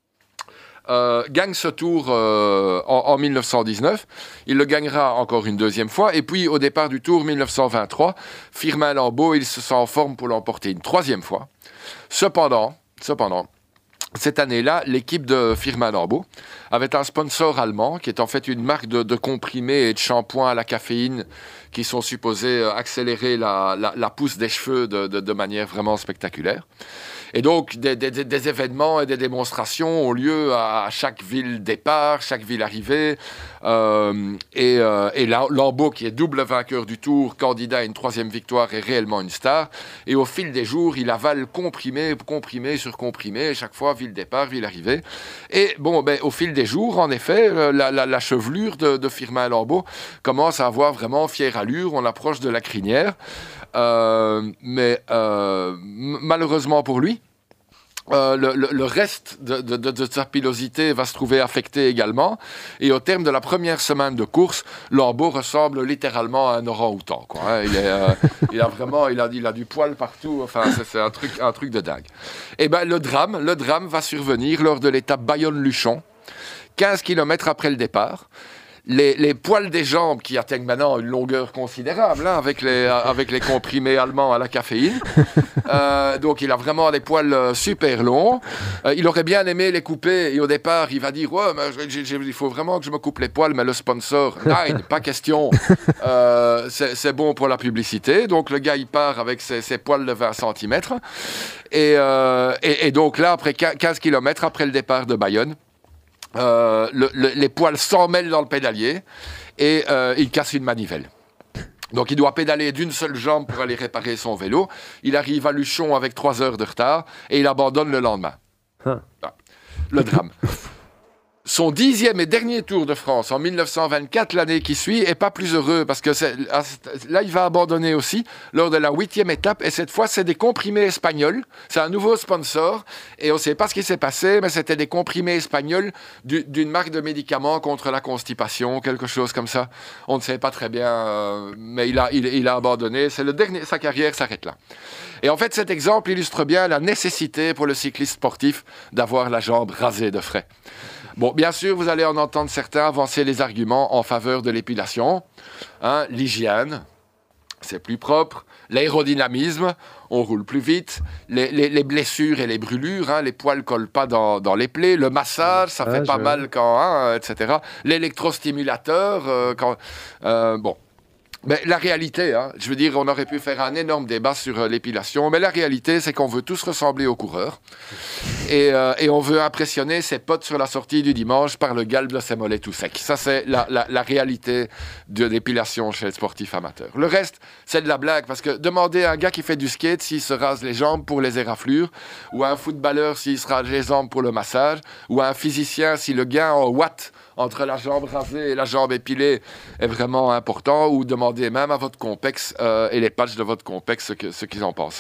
Speaker 10: euh, gagne ce tour euh, en, en mille neuf cent dix-neuf. Il le gagnera encore une deuxième fois. Et puis, au départ du tour mille neuf cent vingt-trois, Firmin Lambeau, il se sent en forme pour l'emporter une troisième fois. Cependant, cependant, cette année-là, l'équipe de Firmin Lambeau avait un sponsor allemand qui est en fait une marque de, de comprimés et de shampoings à la caféine qui sont supposés euh, accélérer la, la, la pousse des cheveux de, de, de manière vraiment spectaculaire. Et donc, des, des, des événements et des démonstrations ont lieu à chaque ville départ, chaque ville arrivée. Euh, et euh, et Lambeau, qui est double vainqueur du Tour, candidat à une troisième victoire, est réellement une star. Et au fil des jours, il avale comprimé, comprimé sur comprimé, chaque fois, ville départ, ville arrivée. Et bon, ben, au fil des jours, en effet, la, la, la chevelure de, de Firmin Lambeau commence à avoir vraiment fière allure. On approche de la crinière. Euh, mais euh, m- malheureusement pour lui, Euh, le, le, le reste de, de, de, de sa pilosité va se trouver affecté également. Et au terme de la première semaine de course, Lambeau ressemble littéralement à un orang-outan, quoi, hein. Il, est, euh, il a vraiment il a, il a du poil partout. Enfin, c'est, c'est un, truc, un truc de dingue. Et ben, le drame, le drame va survenir lors de l'étape Bayonne-Luchon, quinze kilomètres après le départ. Les, les poils des jambes qui atteignent maintenant une longueur considérable, hein, avec, les, avec les comprimés allemands à la caféine. Euh, donc il a vraiment des poils euh, super longs. Euh, il aurait bien aimé les couper et au départ il va dire ouais, mais j'ai, j'ai, il faut vraiment que je me coupe les poils, mais le sponsor, nein, pas question. Euh, c'est, c'est bon pour la publicité. Donc le gars il part avec ses, ses poils de vingt centimètres. Et, euh, et, et donc là, après quinze kilomètres après le départ de Bayonne, Euh, le, le, les poils s'en mêlent dans le pédalier et euh, il casse une manivelle. Donc il doit pédaler d'une seule jambe pour aller réparer son vélo. Il arrive à Luchon avec trois heures de retard et il abandonne le lendemain.
Speaker 7: Huh.
Speaker 10: Le drame. Son dixième et dernier Tour de France en mille neuf cent vingt-quatre, l'année qui suit, est pas plus heureux parce que c'est, là, il va abandonner aussi lors de la huitième étape et cette fois, c'est des comprimés espagnols. C'est un nouveau sponsor et on ne sait pas ce qui s'est passé, mais c'était des comprimés espagnols du, d'une marque de médicaments contre la constipation, quelque chose comme ça. On ne sait pas très bien, euh, mais il a, il, il a abandonné. C'est le dernier, sa carrière s'arrête là. Et en fait, cet exemple illustre bien la nécessité pour le cycliste sportif d'avoir la jambe rasée de frais. Bon, bien sûr, vous allez en entendre certains avancer les arguments en faveur de l'épilation. Hein, l'hygiène, c'est plus propre. L'aérodynamisme, on roule plus vite. Les, les, les blessures et les brûlures, hein, les poils ne collent pas dans, dans les plaies. Le massage, ça fait pas mal quand, hein, et cetera. L'électrostimulateur, euh, quand... Euh, bon. Mais la réalité, hein, je veux dire, on aurait pu faire un énorme débat sur euh, l'épilation, mais la réalité, c'est qu'on veut tous ressembler aux coureurs. Et, euh, et on veut impressionner ses potes sur la sortie du dimanche par le galbe de ses mollets tout secs. Ça, c'est la, la, la réalité de l'épilation chez les sportifs amateurs. Le reste, c'est de la blague, parce que demander à un gars qui fait du skate s'il se rase les jambes pour les éraflures, ou à un footballeur s'il se rase les jambes pour le massage, ou à un physicien si le gain en watts entre la jambe rasée et la jambe épilée est vraiment important, ou demandez même à votre complexe euh, et les patchs de votre complexe ce, que, ce qu'ils en pensent.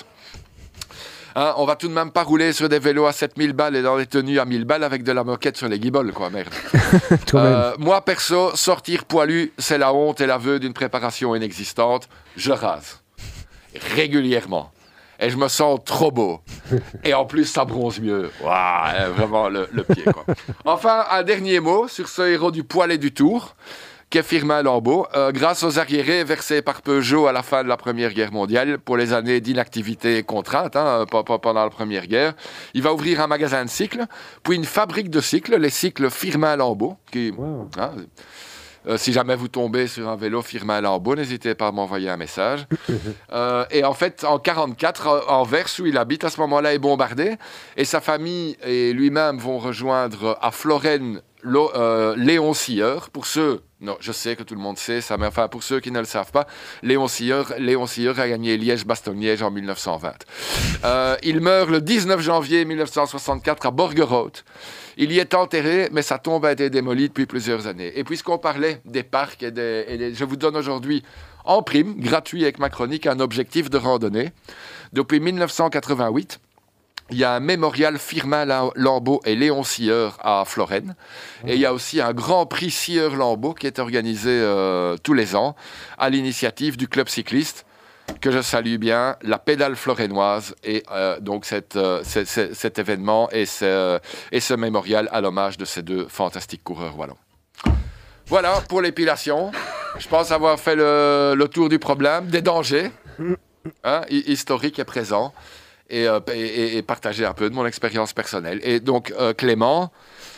Speaker 10: Hein, on va tout de même pas rouler sur des vélos à sept mille balles et dans des tenues à mille balles avec de la moquette sur les guibolles, quoi, merde. euh, moi, perso, sortir poilu, c'est la honte et l'aveu d'une préparation inexistante. Je rase. Régulièrement. Et je me sens trop beau. Et en plus, ça bronze mieux. Waouh, vraiment le, le pied, quoi. Enfin, un dernier mot sur ce héros du poil et du tour, qu'est Firmin Lambeau. Euh, grâce aux arriérés versés par Peugeot à la fin de la Première Guerre mondiale, pour les années d'inactivité contrainte, hein, pendant la Première Guerre, il va ouvrir un magasin de cycles, puis une fabrique de cycles, les cycles Firmin Lambeau, qui... Wow. Hein, Euh, si jamais vous tombez sur un vélo Firmin Lambeau, n'hésitez pas à m'envoyer un message. Euh, et en fait, en quarante-quatre, Anvers, où il habite, à ce moment-là, est bombardé. Et sa famille et lui-même vont rejoindre à Florène euh, Léon Silleur. Pour ceux, non, je sais que tout le monde sait ça, mais enfin, pour ceux qui ne le savent pas, Léon Silleur, Léon Silleur a gagné Liège-Bastogne-Liège en mille neuf cent vingt. Euh, il meurt le dix-neuf janvier mille neuf cent soixante-quatre à Borgerhout. Il y est enterré, mais sa tombe a été démolie depuis plusieurs années. Et puisqu'on parlait des parcs, et des, et des, je vous donne aujourd'hui en prime, gratuit avec ma chronique, un objectif de randonnée. Depuis mille neuf cent quatre-vingt-huit, il y a un mémorial Firmin Lambeau et Léon Sieur à Florenne. Et il y a aussi un grand prix Sieur Lambeau qui est organisé euh, tous les ans à l'initiative du club cycliste, que je salue bien, la pédale florennoise. Et euh, donc cette, euh, c'est, c'est, cet événement et ce, et ce mémorial à l'hommage de ces deux fantastiques coureurs wallons. Voilà pour l'épilation. Je pense avoir fait le, le tour du problème, des dangers hein, historiques et présents. Et, euh, et, et partager un peu de mon expérience personnelle. Et donc, euh, Clément,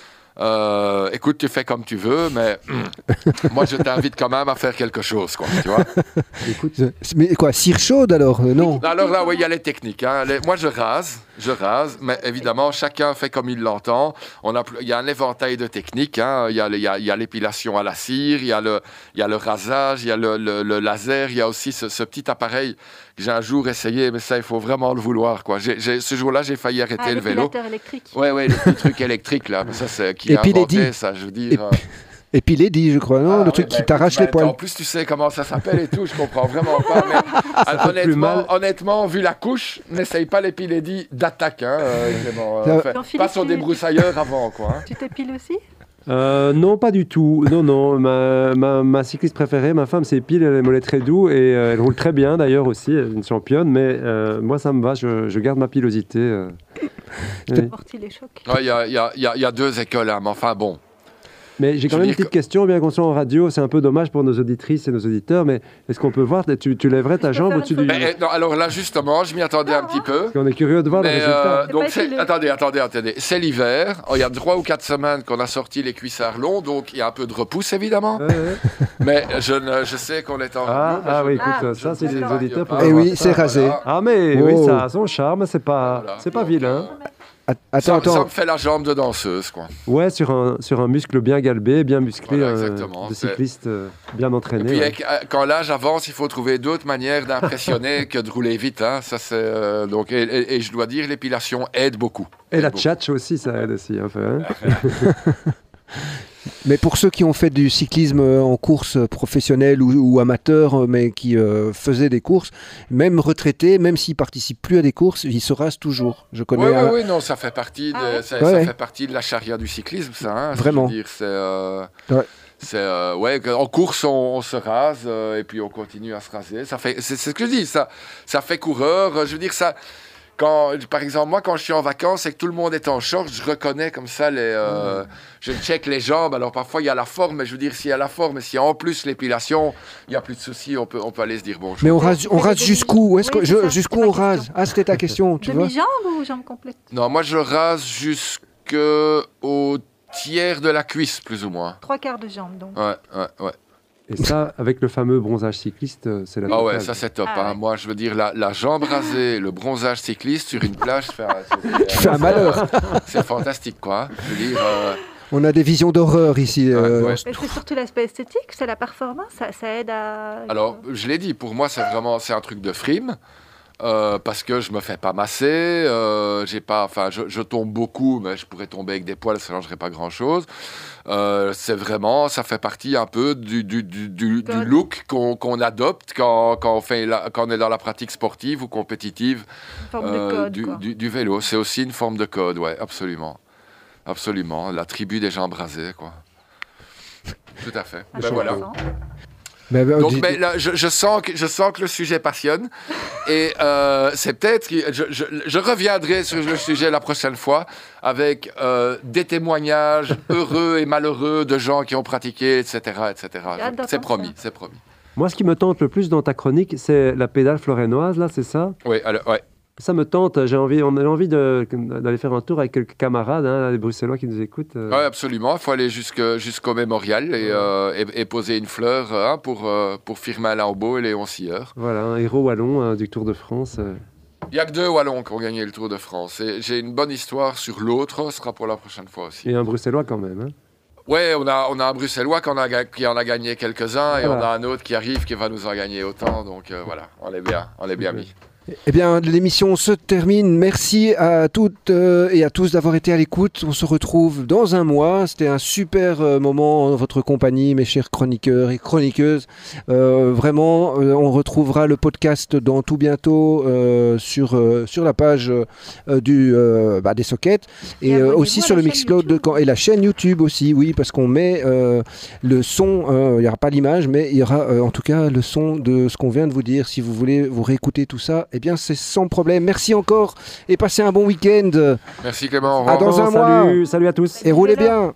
Speaker 10: euh, écoute, tu fais comme tu veux, mais moi, je t'invite quand même à faire quelque chose, quoi, tu vois.
Speaker 2: Écoute, mais quoi, cire chaude alors euh, Non.
Speaker 10: Alors là, oui, il y a les techniques. Hein. Les, moi, je rase, je rase, mais évidemment, chacun fait comme il l'entend. On a, il y a un éventail de techniques. Hein. Il y a, il y a, il y a l'épilation à la cire, il y a le, il y a le rasage, il y a le, le, le laser, il y a aussi ce, ce petit appareil que j'ai un jour essayé, mais ça, il faut vraiment le vouloir, quoi. J'ai, j'ai, ce jour-là, j'ai failli arrêter
Speaker 3: ah,
Speaker 10: le vélo.
Speaker 3: L'épilateur électrique.
Speaker 10: Ouais, ouais, le petit truc électrique, là. Mais ça, c'est qui a inventé ça, je veux dire.
Speaker 2: Et... Et puis Lady, je crois, non,
Speaker 10: ah,
Speaker 2: le truc
Speaker 10: oui,
Speaker 2: qui
Speaker 10: bah,
Speaker 2: t'arrache
Speaker 10: bah,
Speaker 2: les poils.
Speaker 10: En plus, tu sais comment ça s'appelle et tout, je comprends vraiment pas. Mais honnêtement, honnêtement, vu la couche, n'essaye pas l'épilédie d'attaque, hein, euh, Clément. Euh, fait, pas son débroussailleur avant, quoi. Hein.
Speaker 3: Tu t'épiles aussi
Speaker 7: Euh, non, pas du tout. Non, non. Ma, ma, ma cycliste préférée, ma femme, s'épile, elle a les mollets très doux et euh, elle roule très bien d'ailleurs aussi, elle est une championne. Mais euh, moi, ça me va, je, je garde ma pilosité. Euh.
Speaker 3: Je t'ai porté les chocs.
Speaker 10: Il ouais, y, a, y, a, y, a, y a deux écoles, hein, mais enfin bon.
Speaker 7: Mais j'ai quand
Speaker 10: je
Speaker 7: même une petite que... question, bien qu'on soit en radio, c'est un peu dommage pour nos auditrices et nos auditeurs, mais est-ce qu'on peut voir, tu, tu lèverais ta jambe au-dessus du...
Speaker 10: Mais, non, alors là, justement, je m'y attendais un petit peu.
Speaker 7: Parce qu'on est curieux de voir
Speaker 10: mais,
Speaker 7: le résultat.
Speaker 10: Euh, donc c'est... Attendez, attendez, attendez. C'est l'hiver, il y a trois ou quatre semaines qu'on a sorti les cuissards longs, donc il y a un peu de repousse, évidemment.
Speaker 7: Ouais, ouais.
Speaker 10: Mais je, ne, je sais qu'on est en radio.
Speaker 7: Ah, ah oui, écoute,
Speaker 3: ah,
Speaker 7: ça, c'est les auditeurs.
Speaker 2: Et eh oui, c'est rasé.
Speaker 10: Voilà.
Speaker 7: Ah, mais
Speaker 2: wow.
Speaker 7: oui, ça a son charme, c'est pas,
Speaker 10: voilà.
Speaker 7: c'est pas vilain.
Speaker 2: Attends,
Speaker 10: ça,
Speaker 2: attends.
Speaker 10: ça me fait la jambe de danseuse, quoi.
Speaker 7: Ouais, sur un, sur un muscle bien galbé, bien musclé,
Speaker 10: voilà,
Speaker 7: euh, de cycliste euh, bien entraîné.
Speaker 10: Et puis,
Speaker 7: ouais.
Speaker 10: quand l'âge avance, il faut trouver d'autres manières d'impressionner que de rouler vite. Hein. Ça, c'est, euh, donc, et, et, et je dois dire, l'épilation aide beaucoup.
Speaker 7: Et
Speaker 10: aide
Speaker 7: la
Speaker 10: beaucoup.
Speaker 7: tchatch aussi, ça aide aussi. Un peu, hein.
Speaker 2: Mais pour ceux qui ont fait du cyclisme en course professionnelle ou, ou amateur, mais qui euh, faisaient des courses, même retraités, même s'ils participent plus à des courses, ils se rasent toujours. Je connais.
Speaker 10: Oui,
Speaker 2: un...
Speaker 10: oui, oui, non, ça fait partie de,
Speaker 3: ah,
Speaker 10: ça,
Speaker 2: ouais,
Speaker 10: ça
Speaker 2: ouais.
Speaker 10: fait partie de la charia du cyclisme, ça. Hein,
Speaker 2: Vraiment.
Speaker 10: Je veux dire, c'est, euh,
Speaker 2: ouais.
Speaker 10: c'est euh, ouais, en course, on, on se rase euh, et puis on continue à se raser. Ça fait, c'est, c'est ce que je dis, ça, ça fait coureur. Je veux dire ça. Quand, par exemple, moi, quand je suis en vacances et que tout le monde est en short, je reconnais comme ça les... Euh, mmh. Je check les jambes. Alors, parfois, il y a la forme. Mais je veux dire, s'il y a la forme et s'il y a en plus l'épilation, il n'y a plus de souci. On peut, on peut aller se dire bonjour.
Speaker 2: Mais on rase, on rase jusqu'où Où est-ce
Speaker 3: oui,
Speaker 2: que, je, Jusqu'où on rase Ah, c'était ta question, tu vois.
Speaker 3: Demi-jambe ou jambe complète?
Speaker 10: Non, moi, je rase jusqu'au tiers de la cuisse, plus ou moins.
Speaker 3: Trois quarts de jambe, donc.
Speaker 10: Ouais, ouais, ouais.
Speaker 7: Et ça, avec le fameux bronzage cycliste, c'est la
Speaker 10: Ah ouais,
Speaker 7: totale.
Speaker 10: ça c'est top.
Speaker 3: Ah
Speaker 10: hein.
Speaker 3: ouais.
Speaker 10: Moi, je veux dire, la, la jambe rasée, le bronzage cycliste sur une plage, c'est,
Speaker 2: Tu fais un malheur.
Speaker 10: C'est fantastique, quoi. Je veux dire... Euh...
Speaker 2: On a des visions d'horreur ici. Euh...
Speaker 10: Ouais, ouais.
Speaker 3: Mais c'est surtout l'aspect esthétique, c'est la performance, ça, ça aide à...
Speaker 10: Alors, je l'ai dit, pour moi, c'est vraiment c'est un truc de frime. Euh, parce que je me fais pas masser, euh, j'ai pas, enfin, je, je tombe beaucoup, mais je pourrais tomber avec des poils, ça changerait pas grand chose. Euh, c'est vraiment, ça fait partie un peu du, du, du, du, du look qu'on, qu'on adopte quand, quand, on fait la, quand on est dans la pratique sportive ou compétitive
Speaker 3: Une forme
Speaker 10: euh,
Speaker 3: de code,
Speaker 10: du,
Speaker 3: quoi.
Speaker 10: du, du vélo. C'est aussi une forme de code, ouais, absolument, absolument. La tribu des jambes rasées, quoi. Tout à fait.
Speaker 3: Ah,
Speaker 10: Ben voilà.
Speaker 2: Mais, bah,
Speaker 10: Donc,
Speaker 2: dis...
Speaker 10: mais là, je, je, sens que, je sens que le sujet passionne. Et euh, c'est peut-être... Je, je, je reviendrai sur le sujet la prochaine fois avec euh, des témoignages heureux et malheureux de gens qui ont pratiqué, et cetera, et cetera. Je, c'est promis, c'est promis.
Speaker 7: Moi, ce qui me tente le plus dans ta chronique, c'est la pédale florennoise, là, c'est ça?
Speaker 10: Oui, alors, ouais.
Speaker 7: Ça me tente, j'ai envie, on a envie de, d'aller faire un tour avec quelques camarades, hein, les Bruxellois qui nous écoutent. Euh.
Speaker 10: Oui, absolument. Il faut aller jusque, jusqu'au mémorial et, euh, et, et poser une fleur hein, pour, euh, pour Firmin Lambeau et Léon Sieur.
Speaker 7: Voilà, un héros wallon hein, du Tour de France. Euh.
Speaker 10: Il n'y a que deux Wallons qui ont gagné le Tour de France. Et j'ai une bonne histoire sur l'autre, ce sera pour la prochaine fois aussi.
Speaker 7: Et un Bruxellois quand même. Hein.
Speaker 10: Oui, on a, on a un Bruxellois qui en a, qui en a gagné quelques-uns et voilà. On a un autre qui arrive qui va nous en gagner autant. Donc euh, voilà, on est bien, on est bien mis.
Speaker 2: Eh bien, l'émission se termine. Merci à toutes euh, et à tous d'avoir été à l'écoute. On se retrouve dans un mois. C'était un super euh, moment en votre compagnie, mes chers chroniqueurs et chroniqueuses. Euh, vraiment, euh, on retrouvera le podcast dans tout bientôt euh, sur, euh, sur la page euh, du, euh, bah, des sockets et, et euh, aussi sur le Mixcloud de Caen et la chaîne YouTube aussi, oui, parce qu'on met euh, le son, euh, il n'y aura pas l'image, mais il y aura euh, en tout cas le son de ce qu'on vient de vous dire. Si vous voulez vous réécouter tout ça, eh bien c'est sans problème. Merci encore et passez un bon week-end.
Speaker 10: Merci Clément. Au
Speaker 2: À
Speaker 10: revoir.
Speaker 2: dans un
Speaker 7: salut,
Speaker 2: mois.
Speaker 7: salut à tous.
Speaker 2: Et roulez bien.